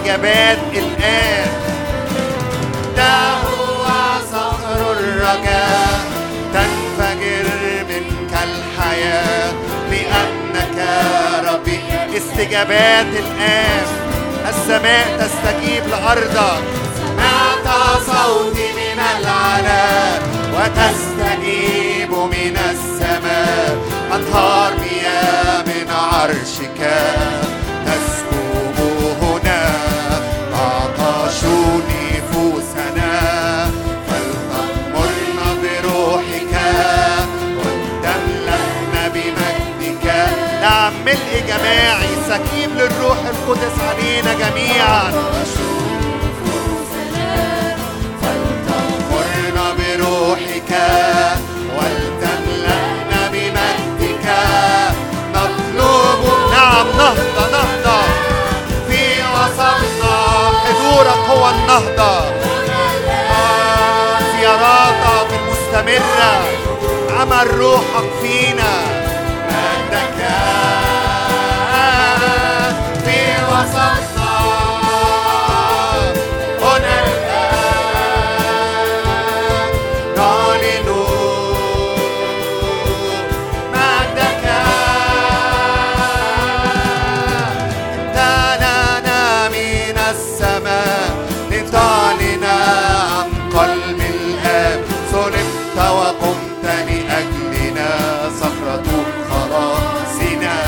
الاستجابات الآن. ده هو صخر الرجاء تنفجر منك الحياة لأنك ربي. استجابات الآن، السماء تستجيب لأرضك. سمعت صوتي من العلا وتستجيب من السماء. أنهار مياه من عرشك تسكب هنا. عطش نفوسنا فلتغمرنا بروحك وتملأنا بمجدك. نعم، ملء جماعي سكيب للروح القدس علينا جميعا. فلتغمرنا بروحك ولتملأنا بمجدك. نطلب نعم نهضة نهضة في وسطنا. حضورك هو النهضة. زياراتك المستمرة، عمل روحك فينا. مجدك في وسطنا هنا الآن. نعلن مجدك. امتلأنا من السماء لتعلن عن قلب الآب. صلبت وقمت لأجلنا، صخرة خلاصنا.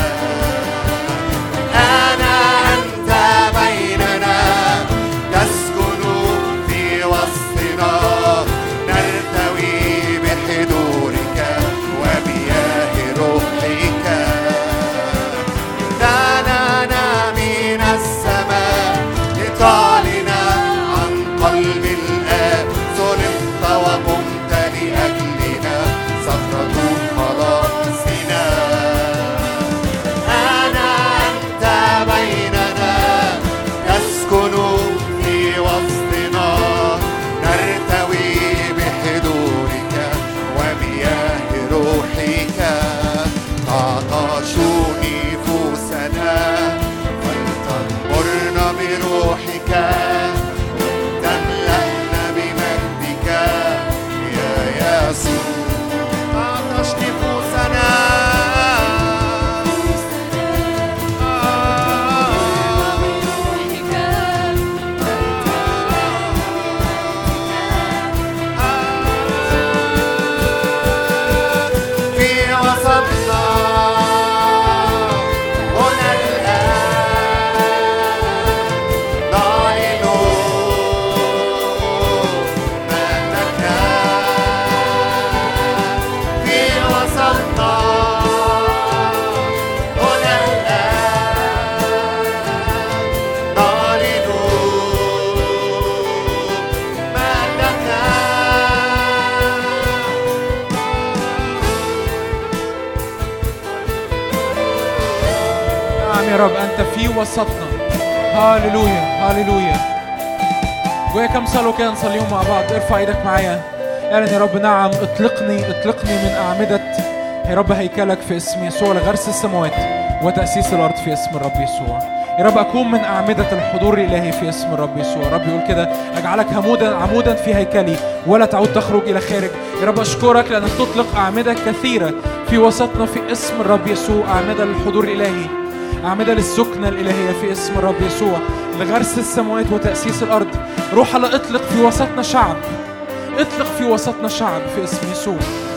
أنا أنت بيننا تسكن في وسطنا. نرتوي بحضورك ومياه روحك. امتلأنا من السماء لتعلن عن قلب الآب. صلبت وقمت لأجلنا، صخرة خلاصنا. أنا أنت بيننا تسكن في وسطنا. نرتوي بحضورك ومياه روحك. عطش نفوسنا فلتغمرنا بروحك وتملأنا بمجدك يا يسوع. عطش نفوسنا في وسطنا هنا الآن. نعلن مجدك في وسطنا هنا الآن. نعلن مجدك. نعم يا رب، أنت في وسطنا. هاليلويا هاليلويا. جوايا كم صلوا كده نصليهم مع بعض. ارفع ايدك معايا، اعلن يا رب نعم اطلقني اطلقني من أعمدة يا رب هيكلك في اسم يسوع لغرس السماوات وتأسيس الأرض في اسم الرب يسوع. يا رب أكون من أعمدة الحضور الإلهي في اسم الرب يسوع. رب يقول كده أجعلك عمودا في هيكلي ولا تعود تخرج إلى خارج. يا رب أشكرك لأنك تطلق أعمدة كثيرة في وسطنا في اسم الرب يسوع. أعمدة للحضور الإلهي، أعمدة للسكنة الإلهية في اسم الرب يسوع، لغرس السماوات وتأسيس الأرض. روح الله اطلق في وسطنا شعب، اطلق في وسطنا شعب في اسم يسوع.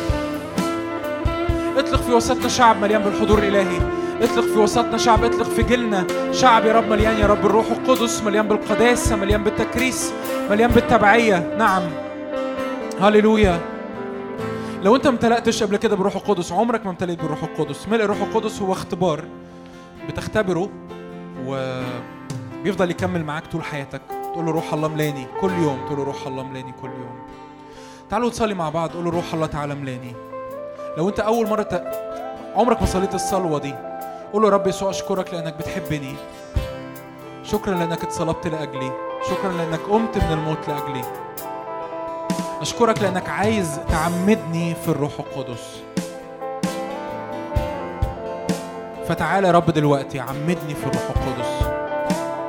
اطلق في وسطنا شعب مليان بالحضور الإلهي. اطلق في وسطنا شعب، اطلق في جيلنا شعب يا رب مليان يا رب الروح القدس، مليان بالقداسة، مليان بالتكريس، مليان بالتبعية. نعم هاليلويا. لو انت امتلأتش قبل كده بروح القدس، عمرك ما امتلأت بالروح القدس. ملء الروح القدس هو اختبار بتختبره وبيفضل يكمل معاك طول حياتك. تقول له روح الله ملاني كل يوم، تقول له روح الله ملاني كل يوم. تعالوا نصلي مع بعض، قول له روح الله تعالى ملاني. لو انت اول مرة عمرك ما صليت الصلوة دي، قول له رب يسوع أشكرك لأنك بتحبني. شكرا لأنك اتصلبت لأجلي. شكرا لأنك قمت من الموت لأجلي. أشكرك لأنك عايز تعمدني في الروح القدس. فتعالى يا رب دلوقتي عمدني في الروح القدس.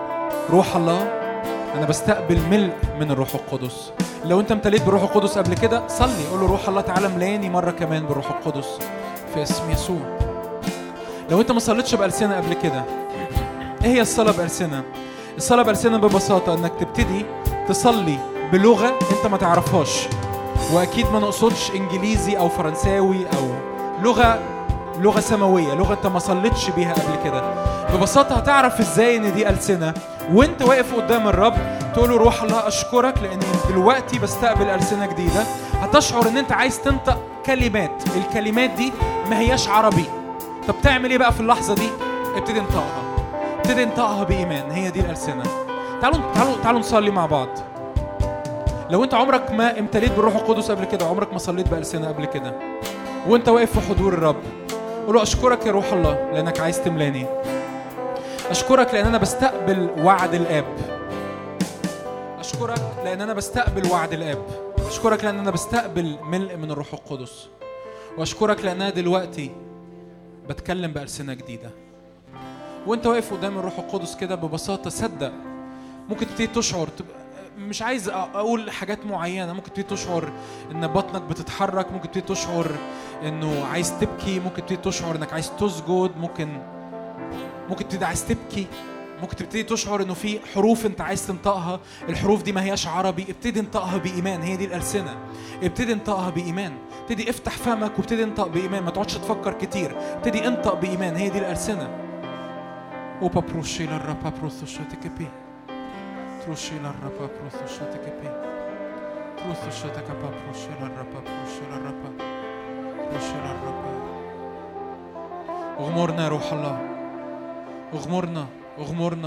روح الله أنا بستقبل ملء من الروح القدس. لو أنت امتليت بالروح القدس قبل كده صلي، قول له روح الله تعالى ملاني مرة كمان بالروح القدس في اسم يسوع. لو أنت ما صليتش بألسنة قبل كده، إيه هي الصلاة بألسنة؟ الصلاة بألسنة ببساطة إنك تبتدي تصلي بلغة أنت ما تعرفهاش، وأكيد ما نقصدش إنجليزي أو فرنساوي أو لغة سماوية، لغة أنت ما صليتش بيها قبل كده. ببساطة هتعرف إزاي إن دي ألسنة وأنت واقف قدام الرب تقول له روح الله أشكرك لأني دلوقتي بستقبل ألسنة جديدة. هتشعر إن أنت عايز تنطق كلمات، الكلمات دي ما هياش عربي. طب تعمل إيه بقى في اللحظة دي؟ ابتدي انطقها بإيمان. هي دي الألسنة. تعالوا نصلي مع بعض. لو أنت عمرك ما امتليت بالروح القدس قبل كده، عمرك ما صليت بألسنة قبل كده، وأنت واقف في حضور الرب، قول له أشكرك يا روح الله لأنك عايز تملاني. أشكرك لأن أنا بستقبل وعد الآب. أشكرك لأن أنا بستقبل وعد الآب. أشكرك لأن أنا بستقبل ملء من الروح القدس. وأشكرك لأن أنا دلوقتي بتكلم بألسنة جديدة. وأنت واقف قدام الروح القدس كده ببساطة صدق ممكن تبتدي تشعر، مش عايز أقول حاجات معينة، ممكن تبتدي تشعر إن بطنك بتتحرك، ممكن تبتدي تشعر إنه عايز تبكي، ممكن تبتدي تشعر إنك عايز تسجد، ممكن تبتدي عايز تبكي، ممكن تبتدي تشعر إنه في حروف أنت عايز تنطقها، الحروف دي ما هياش عربي. ابتدي انطقها بإيمان. هي دي الألسنة. ابتدي انطقها بإيمان. ابتدي افتح فمك وابتدي انطق بإيمان. ما تقعدش تفكر كتير، ابتدي انطق بإيمان. هي دي الألسنة. أوبا بروشيلا الرابا بروثوشاتك بي تروشيلا الرابا بروثوشاتك بي بروثوشاتك با بروشيلا الرابا بروشيلا الرابا بروشيلا الرابا. اغمرنا يا روح الله، اغمرنا اغمرنا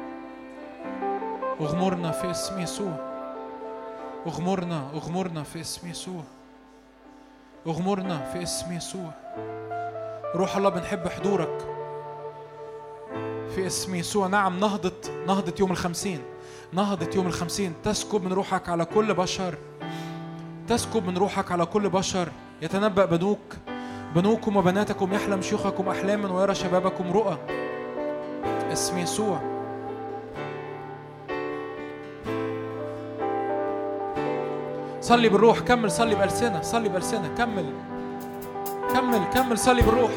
اغمرنا في اسم يسوع. اغمرنا في اسم يسوع. اغمرنا في اسم يسوع. روح الله بنحب حضورك في اسم يسوع. نعم، نهضة يوم الخمسين، نهضة يوم الخمسين تسكب من روحك على كل بشر، تسكب من روحك على كل بشر. يتنبأ بنوكم وبناتكم، يحلم شيوخكم أحلاما ويرى شبابكم رؤى. اسم يسوع. صلي بالروح، كمل صلي بألسنة، صلي بألسنة، كمل صلي بالروح.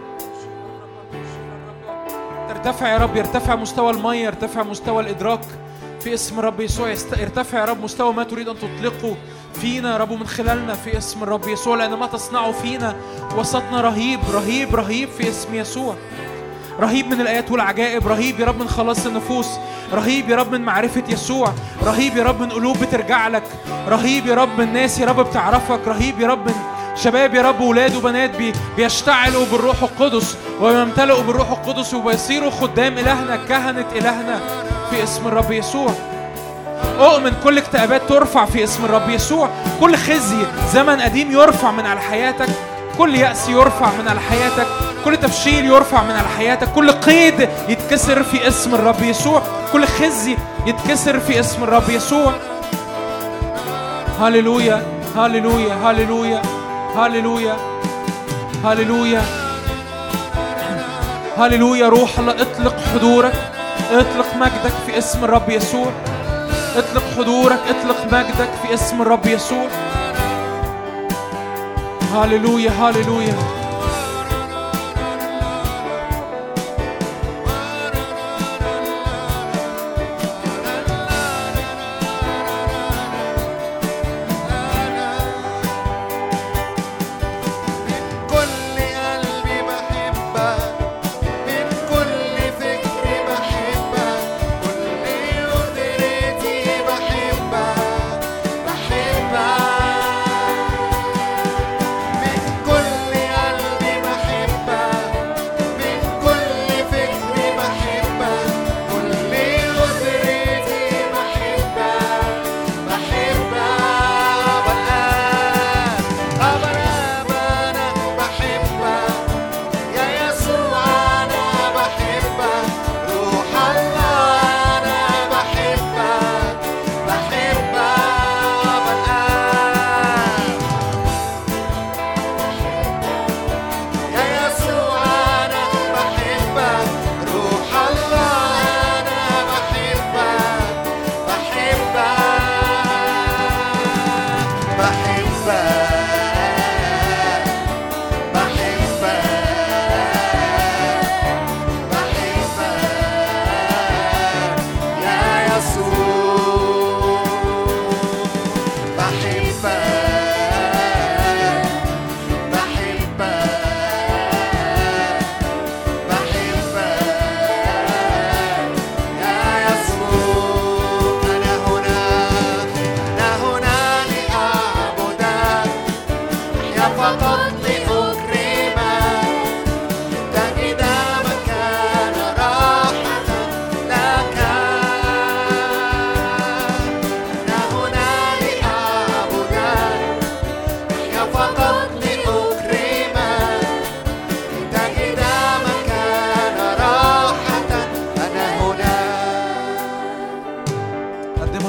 ارتفع يا رب، يرتفع مستوى المية، يرتفع مستوى الإدراك في اسم الرب يسوع. ارتفع يا رب مستوى ما تريد أن تطلقه فينا يا رب من خلالنا في اسم الرب يسوع، لأن ما تصنعه فينا وسطنا رهيب رهيب رهيب في اسم يسوع. رهيب من الآيات والعجائب، رهيب يا رب من خلاص النفوس، رهيب يا رب من معرفة يسوع، رهيب يا رب من قلوب بترجع لك، رهيب يا رب من ناس يا رب بتعرفك، رهيب يا رب من شباب يا رب ولاد وبنات بيشتعلوا بالروح القدس ويمتلئوا بالروح القدس وبيصيروا خدام إلهنا، كهنة إلهنا في اسم الرب يسوع. أؤمن كل اكتئابات ترفع في اسم الرب يسوع، كل خزي زمن قديم يرفع من على حياتك، كل يأس يرفع من على حياتك، كل تفشيل يرفع من على حياتك، كل قيد يتكسر في اسم الرب يسوع، كل خزي يتكسر في اسم الرب يسوع. هاليلويا هاليلويا هاليلويا هاليلويا هاليلويا هاليلويا. روح الله اطلق حضورك، اطلق مجدك في اسم الرب يسوع، اطلق حضورك، اطلق مجدك في اسم الرب يسوع. هاليلويا هاليلويا. كل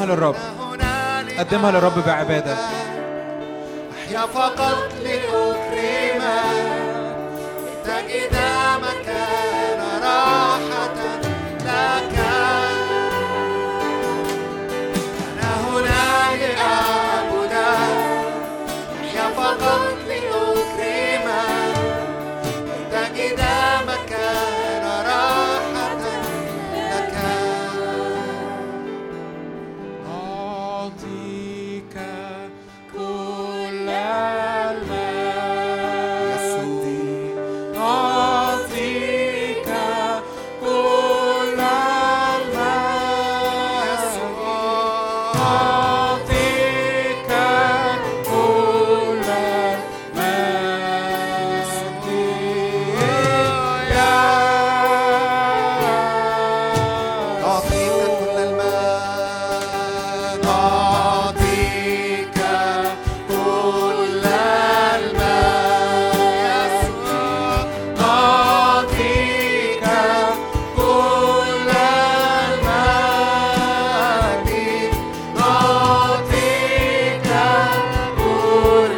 للرب، قدمها للرب بعبادة. أحيا فقط لأكرمك، تجد مكان راحة لك. أنا هنا لأعبدك، أحيا فقط لأكرمك، تجد مكان راحة لك. أعطيك كل المجد، أعطيك كل المجد، أعطيك كل المجد يا أعطيك كل المجد، أعطيك كل المجد، أعطيك كل المجد، أعطيك كل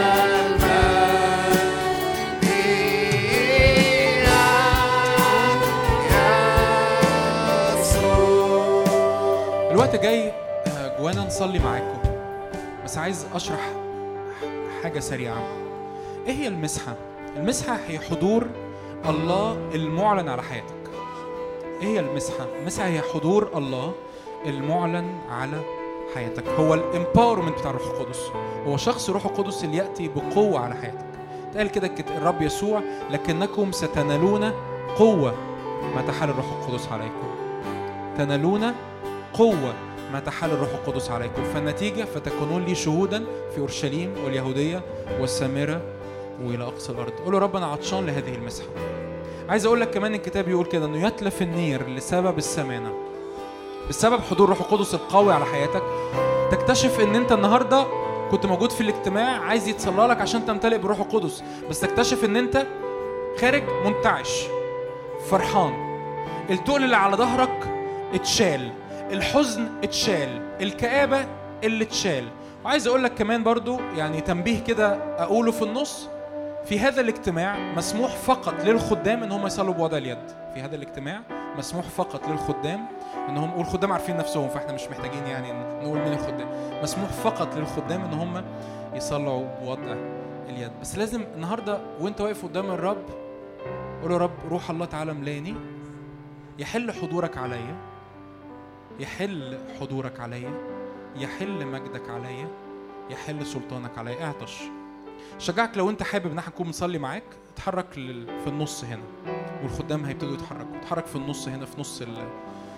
المجد يا يسوع. الوقت جاي جوانا نصلي معاكم، بس عايز أشرح حاجة سريعة. إيه هي المسحة؟ المسحة هي حضور الله المعلن على حياتك. إيه هي المسحة؟ المسحة هي حضور الله المعلن على حياتك. هو الامباورمنت بتاع الروح القدس، هو شخص روح القدس اللي يأتي بقوة على حياتك. قال كده الرب يسوع: لكنكم ستنالون قوة ما تحل الروح القدس عليكم. تنالون قوة ما تحل الروح القدس عليكم، فالنتيجة فتكونون لي شهودا في أورشليم واليهودية والسامرة وإلى أقصى الأرض. قولوا رب أنا عطشان لهذه المسحة. عايز أقول لك كمان الكتاب يقول كده إنه يتلف النير لسبب السمانة. بسبب حضور روح القدس القوي على حياتك تكتشف إن أنت النهاردة كنت موجود في الاجتماع عايز يتصلى لك عشان تمتلئ بروح القدس، بس تكتشف إن أنت خارج منتعش فرحان. التقل اللي على ظهرك اتشال، الحزن اتشال، الكآبة اللي اتشال. وعايز اقول لك كمان برضو يعني تنبيه كده اقوله في النص: في هذا الاجتماع مسموح فقط للخدام ان هم يصلوا بوضع اليد. في هذا الاجتماع مسموح فقط للخدام انهم، والخدام عارفين نفسهم فاحنا مش محتاجين يعني نقول مين الخدام. مسموح فقط للخدام ان هم يصلوا بوضع اليد. بس لازم النهارده وانت واقف قدام الرب قول يا رب روح الله تعالى ملاني، يحل حضورك عليا، يحل حضورك عليا، يحل مجدك عليا، يحل سلطانك عليا. اعطش. شجعك لو انت حابب ان احنا نكون بنصلي معاك اتحرك في النص هنا، والخدام هيبتدوا يتحركوا. اتحرك في النص هنا، في نص لو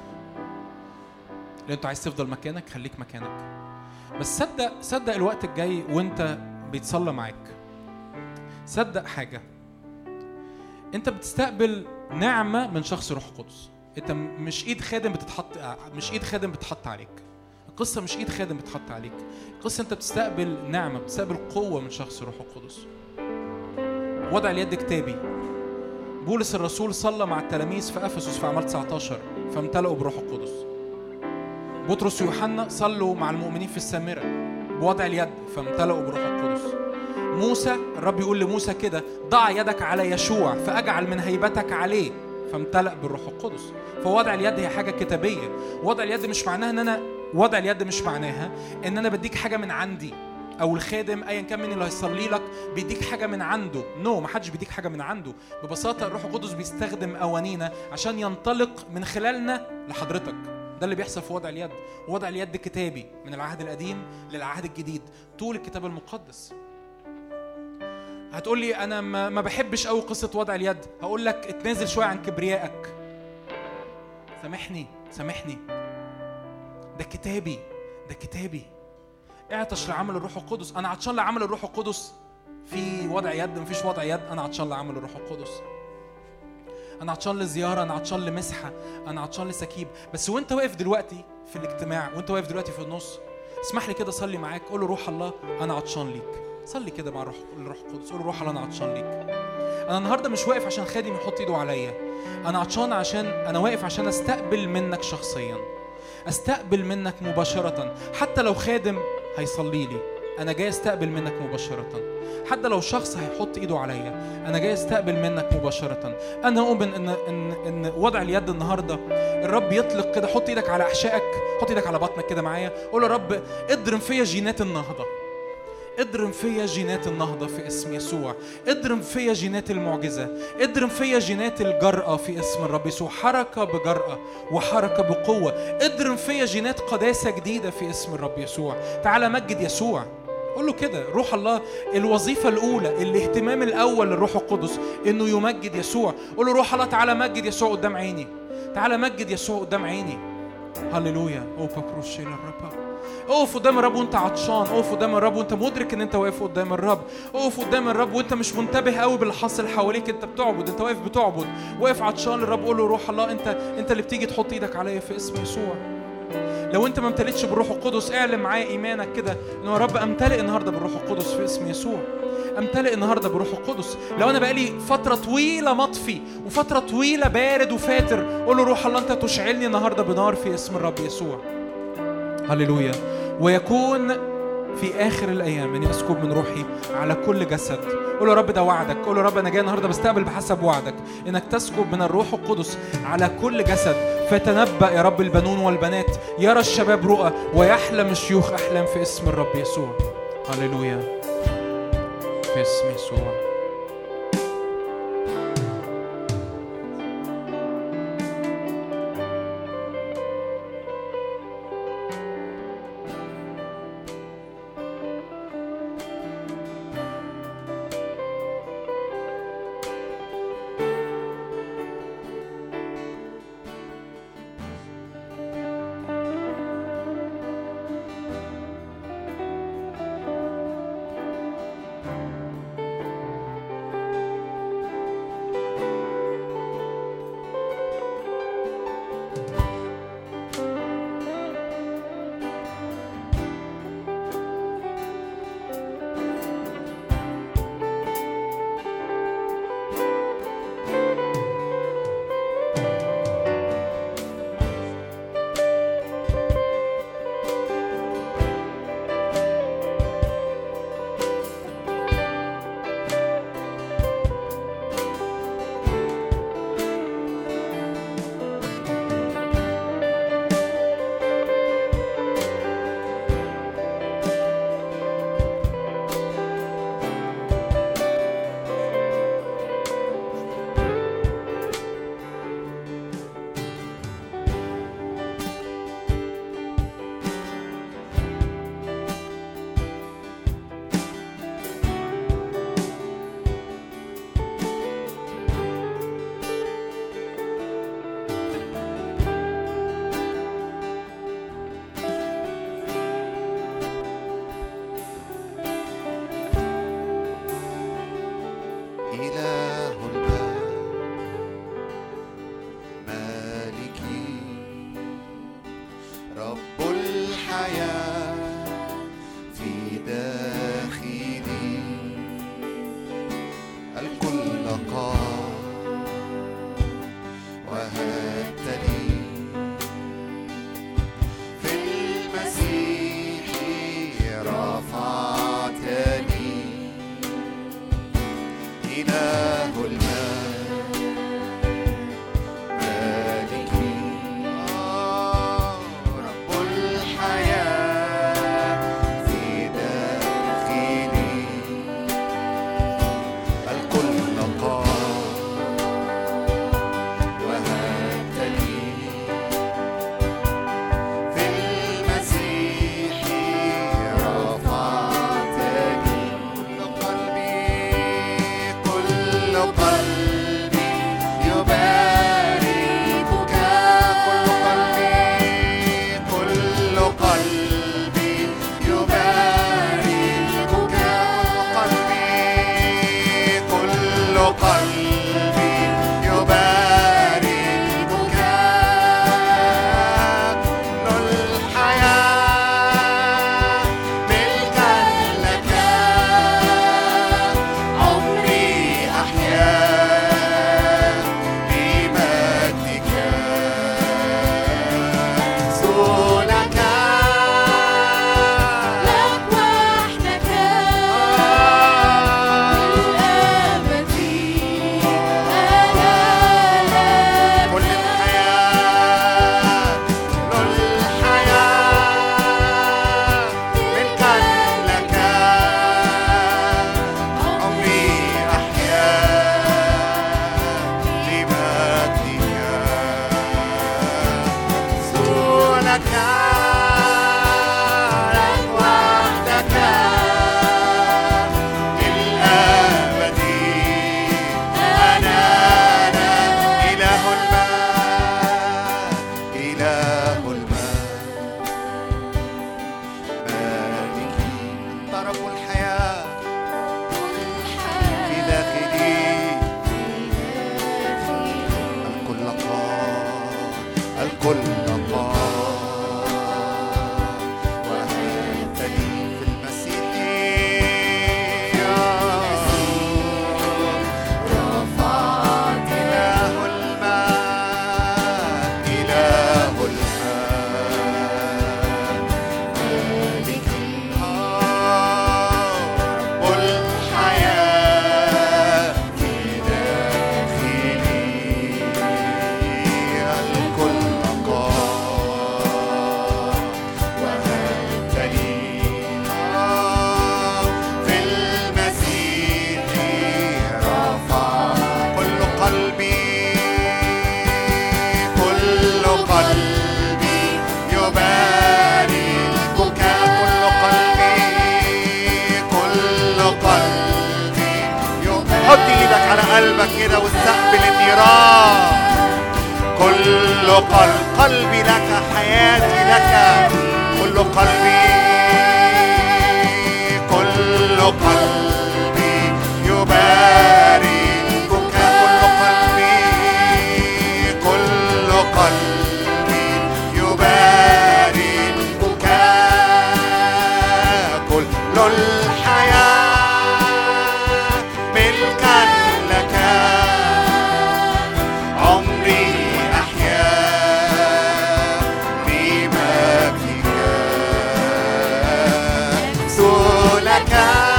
انت عايز تفضل مكانك خليك مكانك. بس صدق الوقت الجاي وانت بيتصلى معاك، صدق حاجة، انت بتستقبل نعمة من شخص روح القدس. انت مش ايد خادم بتتحط عليك. القصة مش ايد خادم بتتحط عليك، القصة انت بتستقبل نعمة، بتستقبل قوة من شخص روح القدس. وضع اليد كتابي. بولس الرسول صلى مع التلاميذ في أفسس في أعمال 19 فامتلأوا بروح القدس. بطرس ويوحنا صلوا مع المؤمنين في السامرة بوضع اليد فامتلأوا بروح القدس. موسى الرب يقول لموسى كده: ضع يدك على يشوع فأجعل من هيبتك عليه، فامتلأ بالروح القدس. فوضع اليد هي حاجة كتابية. وضع اليد مش معناها وضع اليد مش معناها ان انا بديك حاجة من عندي، او الخادم ايا كان من اللي هيصلي لك بيديك حاجة من عنده. ما حدش بيديك حاجة من عنده. ببساطة الروح القدس بيستخدم قوانينا عشان ينطلق من خلالنا لحضرتك. ده اللي بيحصل في وضع اليد. وضع اليد كتابي من العهد القديم للعهد الجديد، طول الكتاب المقدس. هتقول لي انا ما بحبش قوي قصة وضع اليد. هقول لك اتنازل شوية عن كبريائك. سامحني، ده كتابي. اعطش لعمل الروح القدس. انا عطشان لعمل الروح القدس. في وضع يد مفيش وضع يد، انا عطشان لعمل الروح القدس. انا عطشان لزيارة، انا عطشان لمسحة، انا عطشان لسكيب. بس وانت واقف دلوقتي في الاجتماع، وانت واقف دلوقتي في النص، اسمح لي كده صلي معاك. قول له روح الله انا عطشان ليك. صلي كده مع الروح القدس. قول له روح الله انا عطشان ليك. انا النهارده مش واقف عشان خادم يحط ايده عليا، انا عطشان عشان انا واقف عشان استقبل منك شخصيا. استقبل منك مباشرة. حتى لو خادم هيصلي لي أنا جاي استقبل منك مباشرة. حتى لو شخص هيحط إيده عليا أنا جاي استقبل منك مباشرة. أنا أؤمن إن وضع اليد النهاردة الرب يطلق كده. حط إيدك على أحشائك، حط إيدك على بطنك كده معايا، قول يا رب اضرم فيا جينات النهضة، اضرم فيا جينات النهضة في اسم يسوع، اضرم فيا جينات المعجزة، اضرم فيا جينات الجرأة في اسم الرب يسوع. حركة بجرأة وحركة بقوة. اضرم فيا جينات قداسة جديدة في اسم الرب يسوع. تعالى مجد يسوع، قول له كده. روح الله الوظيفة الأولى، الاهتمام الأول للروح القدس إنه يمجد يسوع. قول له روح الله تعالى مجد يسوع قدام عيني، تعالى مجد يسوع قدام عيني. هللويا. اقف قدام الرب وانت عطشان، اقف قدام الرب وانت مدرك ان انت واقف قدام الرب، اقف قدام الرب وانت مش منتبه قوي باللي حاصل حواليك. انت بتعبد، انت واقف بتعبد، واقف عطشان للرب. قول له روح الله انت اللي بتيجي تحط ايدك عليا في اسم يسوع. لو انت ما امتلئتش بالروح القدس اعلن معايا ايمانك كده انه يا رب امتلئ النهارده بالروح القدس في اسم يسوع. امتلئ النهارده بالروح القدس. لو انا بقالي فتره طويله مطفي وفتره طويله بارد وفاتر، قول له روح الله انت تشعلني النهارده بنار في اسم الرب يسوع. هللويا. ويكون في آخر الأيام أني أسكب من روحي على كل جسد. قول يا رب ده وعدك. قول يا رب أنا جاي النهاردة بستقبل بحسب وعدك إنك تسكب من الروح القدس على كل جسد. فتنبأ يا رب البنون والبنات، يرى الشباب رؤى ويحلم الشيوخ أحلام في اسم الرب يسوع. هللويا في اسم يسوع. رب الحياة قلبك كده واستقبل النيران. كل قلبي لك، حياتي لك، كل قلبي، كل قلبي يباركك، كل قلبي، كل قلبي يباركك، كل الحياة ملكا لك، عمري أحيا بمجدك، سؤلك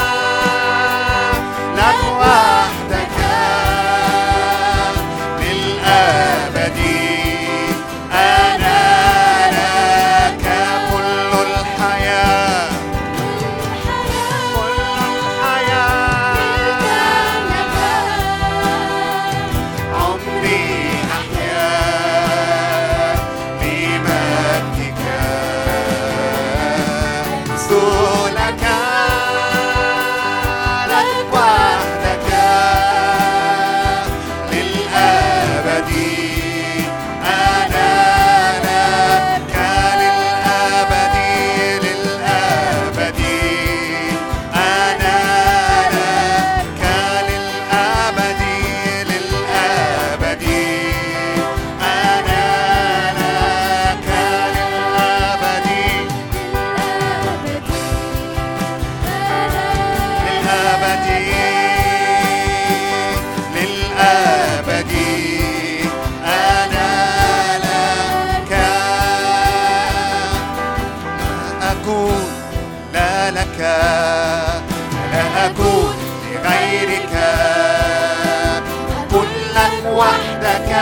لك وحدك للأبد، أنا لك كل الحياة، كل الحياة، عمري أحيا بمجدك، سؤلك لك وحدك للأبد، أنا لك للأبد، للأبد، أنا لك للأبد، للأبد، أنا لك للأبد، للأبد، للأبد، أنا لك، لا أكون لا لك، لا أكون لغيرك، أكون لك وحدك،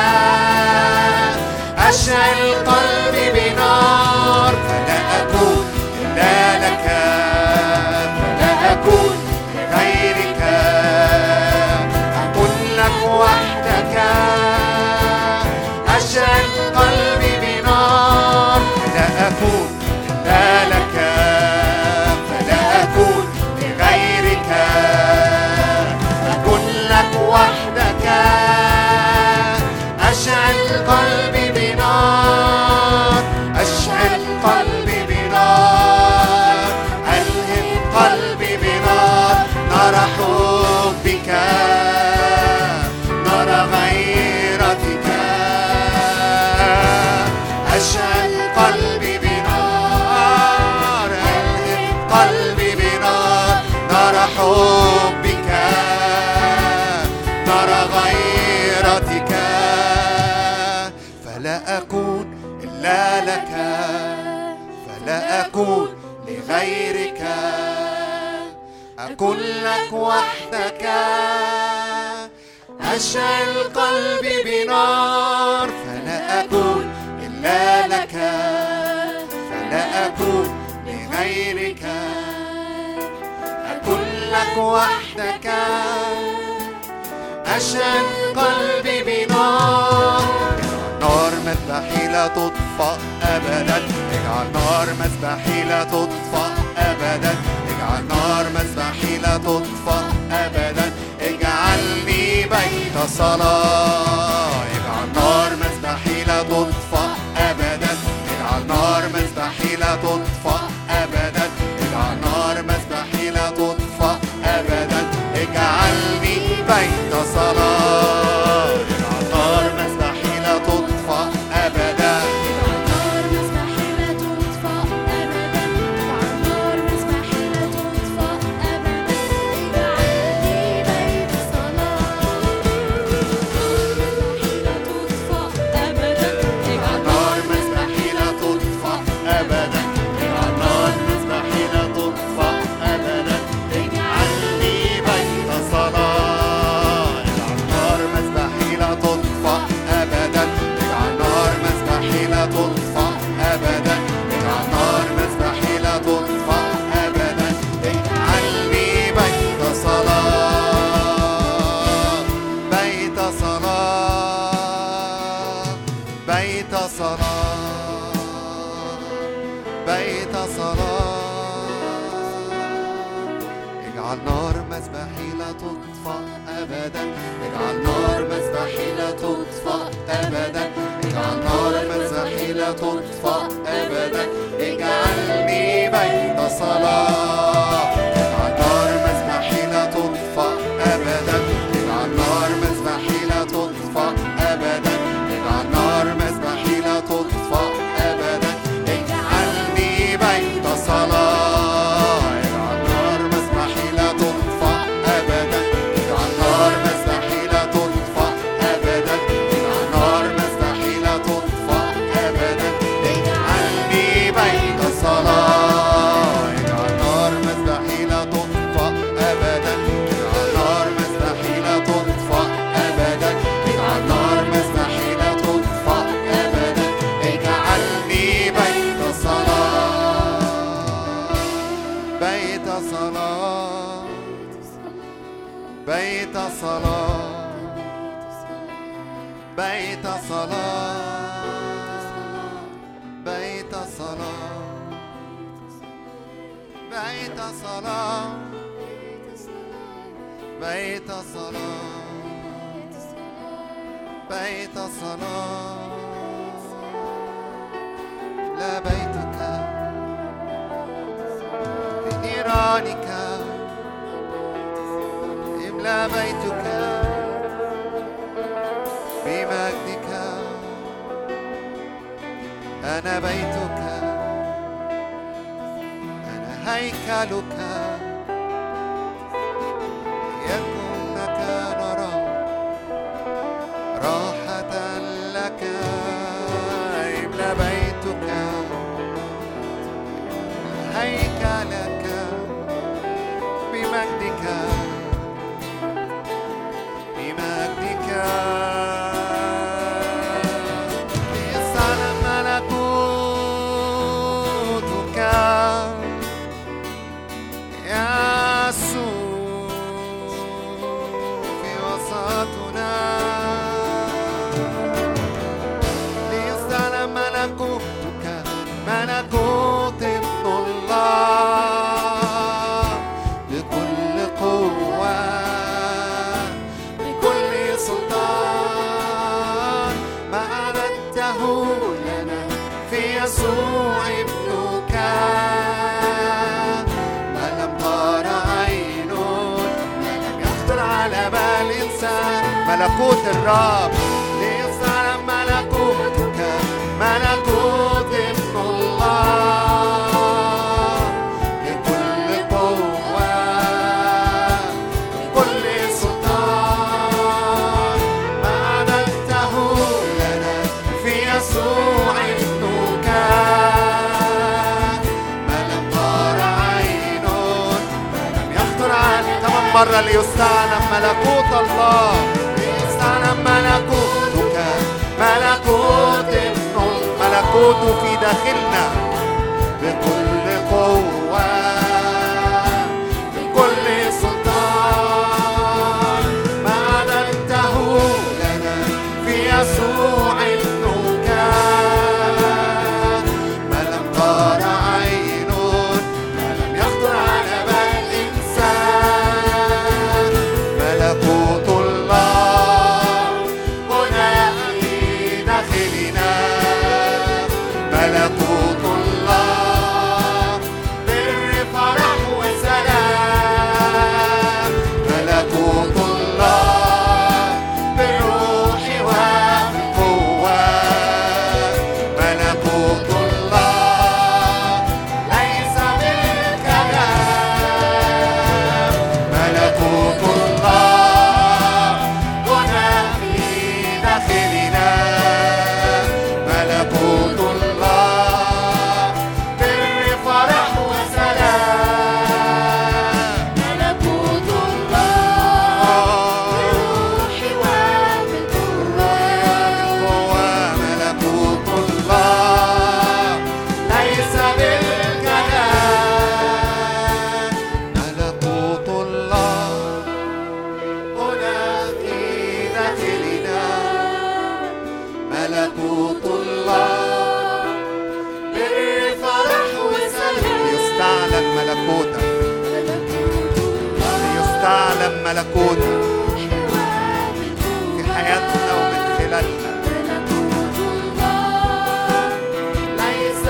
أشعل قلبي بنار، فلا أكون إلا لك، فلا أكون لغيرك، أكون لك وحدك، أشعل قلبي بنار، فلا أكون إلا لك، فلا أكون لغيرك، أكون لك وحدك، أشعل قلبي بنار، أشعل قلبي بنار، ألهم قلبي بنار، نار حبك، نار غيرتك، أشعل قلبي بنار، ألهم قلبي بنار، نار حبك، نار غيرتك، فلا أكون إلا لك، فلا أكون لغيرك، أكون لك وحدك، أشعل قلبي بنار، فلا أكون إلا لك، فلا أكون لغيرك، أكون لك وحدك، أشعل قلبي بنار، نار مذبحي لا تطفأ أبدا، اجعل نار مذبحي لا تطفأ أبدا، اجعل نار مذبحي لا تطفأ أبدا، اجعلني بيت صلاة، اجعل نار مذبحي لا تطفأ أبدا، اجعل نار مذبحي لا تطفأ أبدا، اجعل نار مذبحي لا تطفأ أبدا، اجعلني بيت صلاة، اجعل نار مذبحي لا تطفأ أبدا، اجعل نار مذبحي لا تطفأ أبدا، اجعل نار مذبحي لا تطفأ أبدا، اجعلني بيت صلاة، مذبحي لا تطفأ أبدا، اجعل نار مذبحي لا تطفأ أبدا، اجعل نار مذبحي لا تطفأ أبدا، اجعلني بيت صلاة، اجعل نار مذبحي لا تطفأ أبدا، اجعل نار مذبحي لا تطفأ أبدا، اجعل نار مذبحي لا تطفأ أبدا، اجعلني بيت صلاة، بيت صلاة، بيت صلاة، بيت صلاة، اجعل نار مذبحي لا تطفأ أبدا، اجعل نار مذبحي لا تطفأ أبدا، اجعل نار مذبحي لا تطفأ أبدا، اجعلني بيت صلاة. اجعل نار مذبحي لا تطفأ أبدا، اجعل نار مذبحي لا تطفأ أبدا، اجعل نار مذبحي لا تطفأ أبدا، اجعلني بيت صلاة. اجعل نار مذبحي لا تطفأ أبدا، اجعل نار مذبحي لا تطفأ أبدا، اجعل نار مذبحي لا تطفأ أبدا، اجعلني بيت صلاة. اجعل نار مذبحي لا تطفأ أبدا، اجعل نار مذبحي لا تطفأ أبدا، اجعل نار مذبحي لا تطفأ أبدا، اجعلني بيت صلاة. بيت صلاة، بيت صلاة، بيت صلاة، بيت صلاة، بيت صلاة، بيت صلاة، بيت صلاة. لا بيتك بنيرانك، املأ بيتك بمجدك. أنا بيتك، أنا هيكلك، يكن مكان راحة لك. املأ بيتك هيكلك بمجدك، بمجدك. ليصعد ملكوتك يسوع في وسطنا. ليصعد ملكوتك، ملكوت ابن الله، بكل قوة، بكل سلطان. ما أعددته لنا في يسوع ابنك، ما لم تر عين، ما لم يخطر على بال إنسان. ملكوت الرب. ليصعد ملكوتك، ملكوت ابن الله، بكل قوة، بكل سلطان. ما أعددته لنا في يسوع ابنك، ما لم تر عين، ما لم يخطر على. كمان مرة. ليستعلم ملكوت الله، ليستعلم ملكوتك، ملكوت ابن الملكوت في داخلنا، بكل قوة، بكل سلطان. ما أعددته لنا في يسوع ابنك، ما لم تر عين، ما لم يخطر على بال إنسان. ملكوت الله هنا في داخلنا، ملكوت الله ملكوتك في حياتنا ومن خلالنا. ليس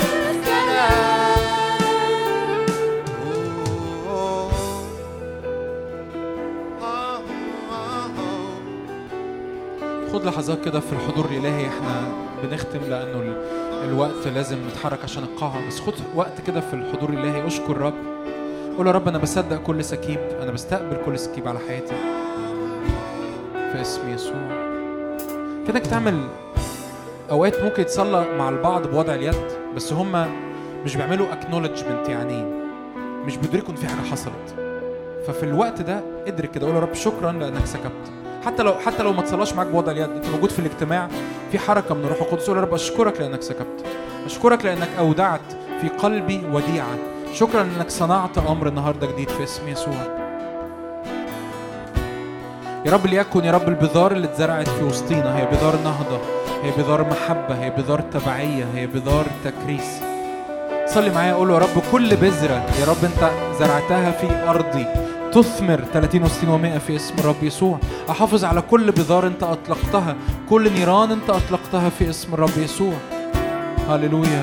خد لحظات كده في الحضور الإلهي. احنا بنختم لأنه الوقت لازم نتحرك عشان القاعة، بس خد وقت كده في الحضور الإلهي. اشكر رب، قول يا رب أنا بصدق كل سكيب، أنا بستقبل كل سكيب على حياتي في اسم يسوع. كده تعمل أوقات ممكن يتصلى مع البعض بوضع اليد، بس هم مش بيعملوا acknowledgement، يعني مش بيدركوا إن في حاجة حصلت. ففي الوقت ده ادرك كده، قول يا رب شكرا لأنك سكبت. حتى لو ما تصلاش معاك بوضع اليد، انت موجود في الاجتماع في حركه من الروح القدس. قول يا رب اشكرك لانك سكبت، اشكرك لانك اودعت في قلبي وديعه، شكرا لانك صنعت امر النهارده جديد في اسم يسوع. يا رب ليكن يا رب البذار اللي اتزرعت في وسطينا هي بذار نهضه، هي بذار محبه، هي بذار تبعيه، هي بذار تكريس. صلي معايا، قول يا رب كل بذره يا رب انت زرعتها في ارضي تثمر 30 و60 و100 في اسم الرب يسوع. أحافظ على كل بذار أنت أطلقتها، كل نيران أنت أطلقتها في اسم الرب يسوع. هاليلويا.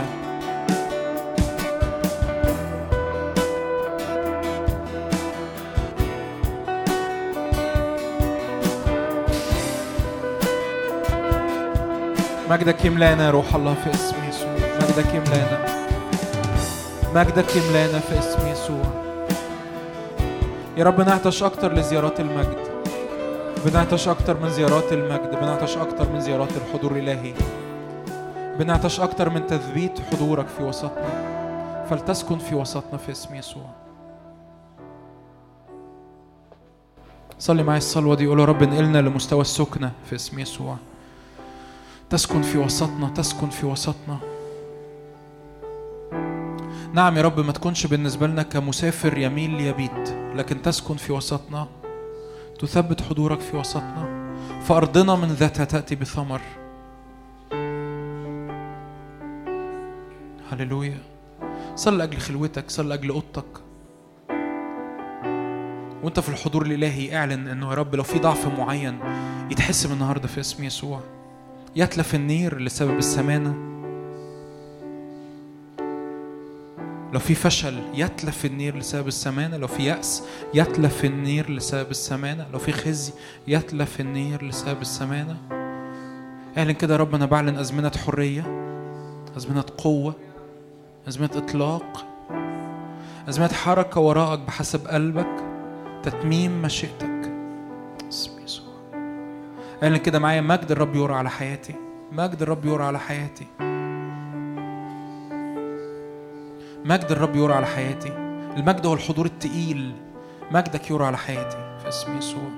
مجدك يملانا روح الله في اسم يسوع، مجدك يملانا، مجدك يملانا في اسم يسوع. يا رب نعطش أكتر لزيارات المجد، بنعطش أكتر من زيارات المجد، بنعطش أكتر من زيارات الحضور الإلهي، بنعطش أكتر من تثبيت حضورك في وسطنا، فلتسكن في وسطنا في اسم يسوع. صلي معي الصلوة دي، قول يا رب انقلنا لمستوى السكنة في اسم يسوع. تسكن في وسطنا، تسكن في وسطنا. نعم يا رب، ما تكونش بالنسبة لنا كمسافر يميل يبيت، لكن تسكن في وسطنا، تثبت حضورك في وسطنا، فأرضنا من ذاتها تأتي بثمر. هللويا. صل لأجل خلوتك، صل لأجل أوضتك، وانت في الحضور الإلهي اعلن انه يا رب لو في ضعف معين يتحسم النهاردة في اسم يسوع. يتلف النير لسبب السمانة، لو في فشل يتلف النير لسبب السمانة، لو في يأس يتلف النير لسبب السمانة، لو في خزي يتلف النير لسبب السمانة. اعلن كده يا رب أنا بعلن أزمنة حرية، أزمنة قوة، أزمنة إطلاق، أزمنة حركة وراءك بحسب قلبك، تتميم مشيئتك اسم يسوع. اعلن كده معايا مجد الرب يرى على حياتي، مجد الرب يرى على حياتي، مجد الرب يرى على حياتي. المجد هو الحضور التقيل، مجدك يرى على حياتي في اسم يسوع.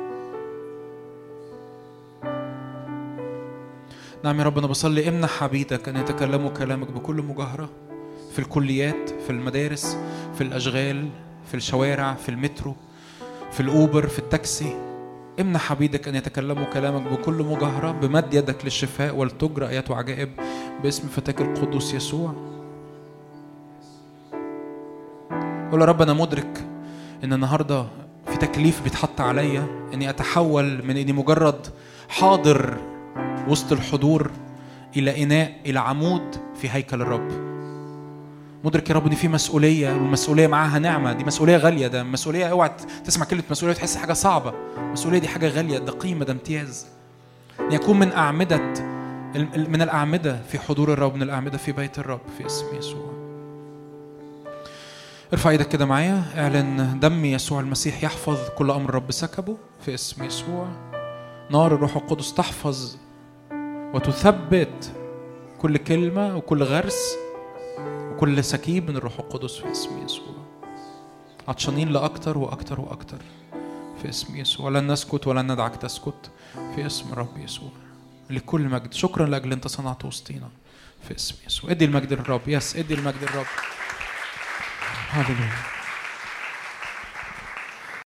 نعم يا رب، أنا بصلي امنح عبيدك أن يتكلموا كلامك بكل مجاهرة، في الكليات، في المدارس، في الأشغال، في الشوارع، في المترو، في الأوبر، في التاكسي. امنح عبيدك أن يتكلموا كلامك بكل مجاهرة، بمد يدك للشفاء ولتجرى آيات وعجائب باسم فتاك القدوس يسوع. قول يا رب أنا مدرك إن النهاردة في تكليف بيتحط عليا إني أتحول من إني مجرد حاضر وسط الحضور إلى إناء، إلى عمود في هيكل الرب. مدرك يا رب إن في مسؤولية، والمسؤولية معاها نعمة. دي مسؤولية غالية، ده مسؤولية. اوعى تسمع كلمة مسؤولية وتحس حاجة صعبة. مسؤولية دي حاجة غالية، ده قيمة، ده امتياز. إن يكون من الأعمدة في حضور الرب، من الأعمدة في بيت الرب في اسم يسوع. ارفع ايدك كده معايا، اعلن دم يسوع المسيح يحفظ كل امر الرب سكبه في اسم يسوع. نار الروح القدس تحفظ وتثبت كل كلمة وكل غرس وكل سكيب من الروح القدس في اسم يسوع. عطشانين لأكتر وأكتر وأكتر في اسم يسوع. لن نسكت ولن ندعك تسكت في اسم الرب يسوع. لكل مجد. شكرا لأجل أنت صنعت وسطينا في اسم يسوع. ادي المجد للرب. ادي المجد للرب. هاليلويا.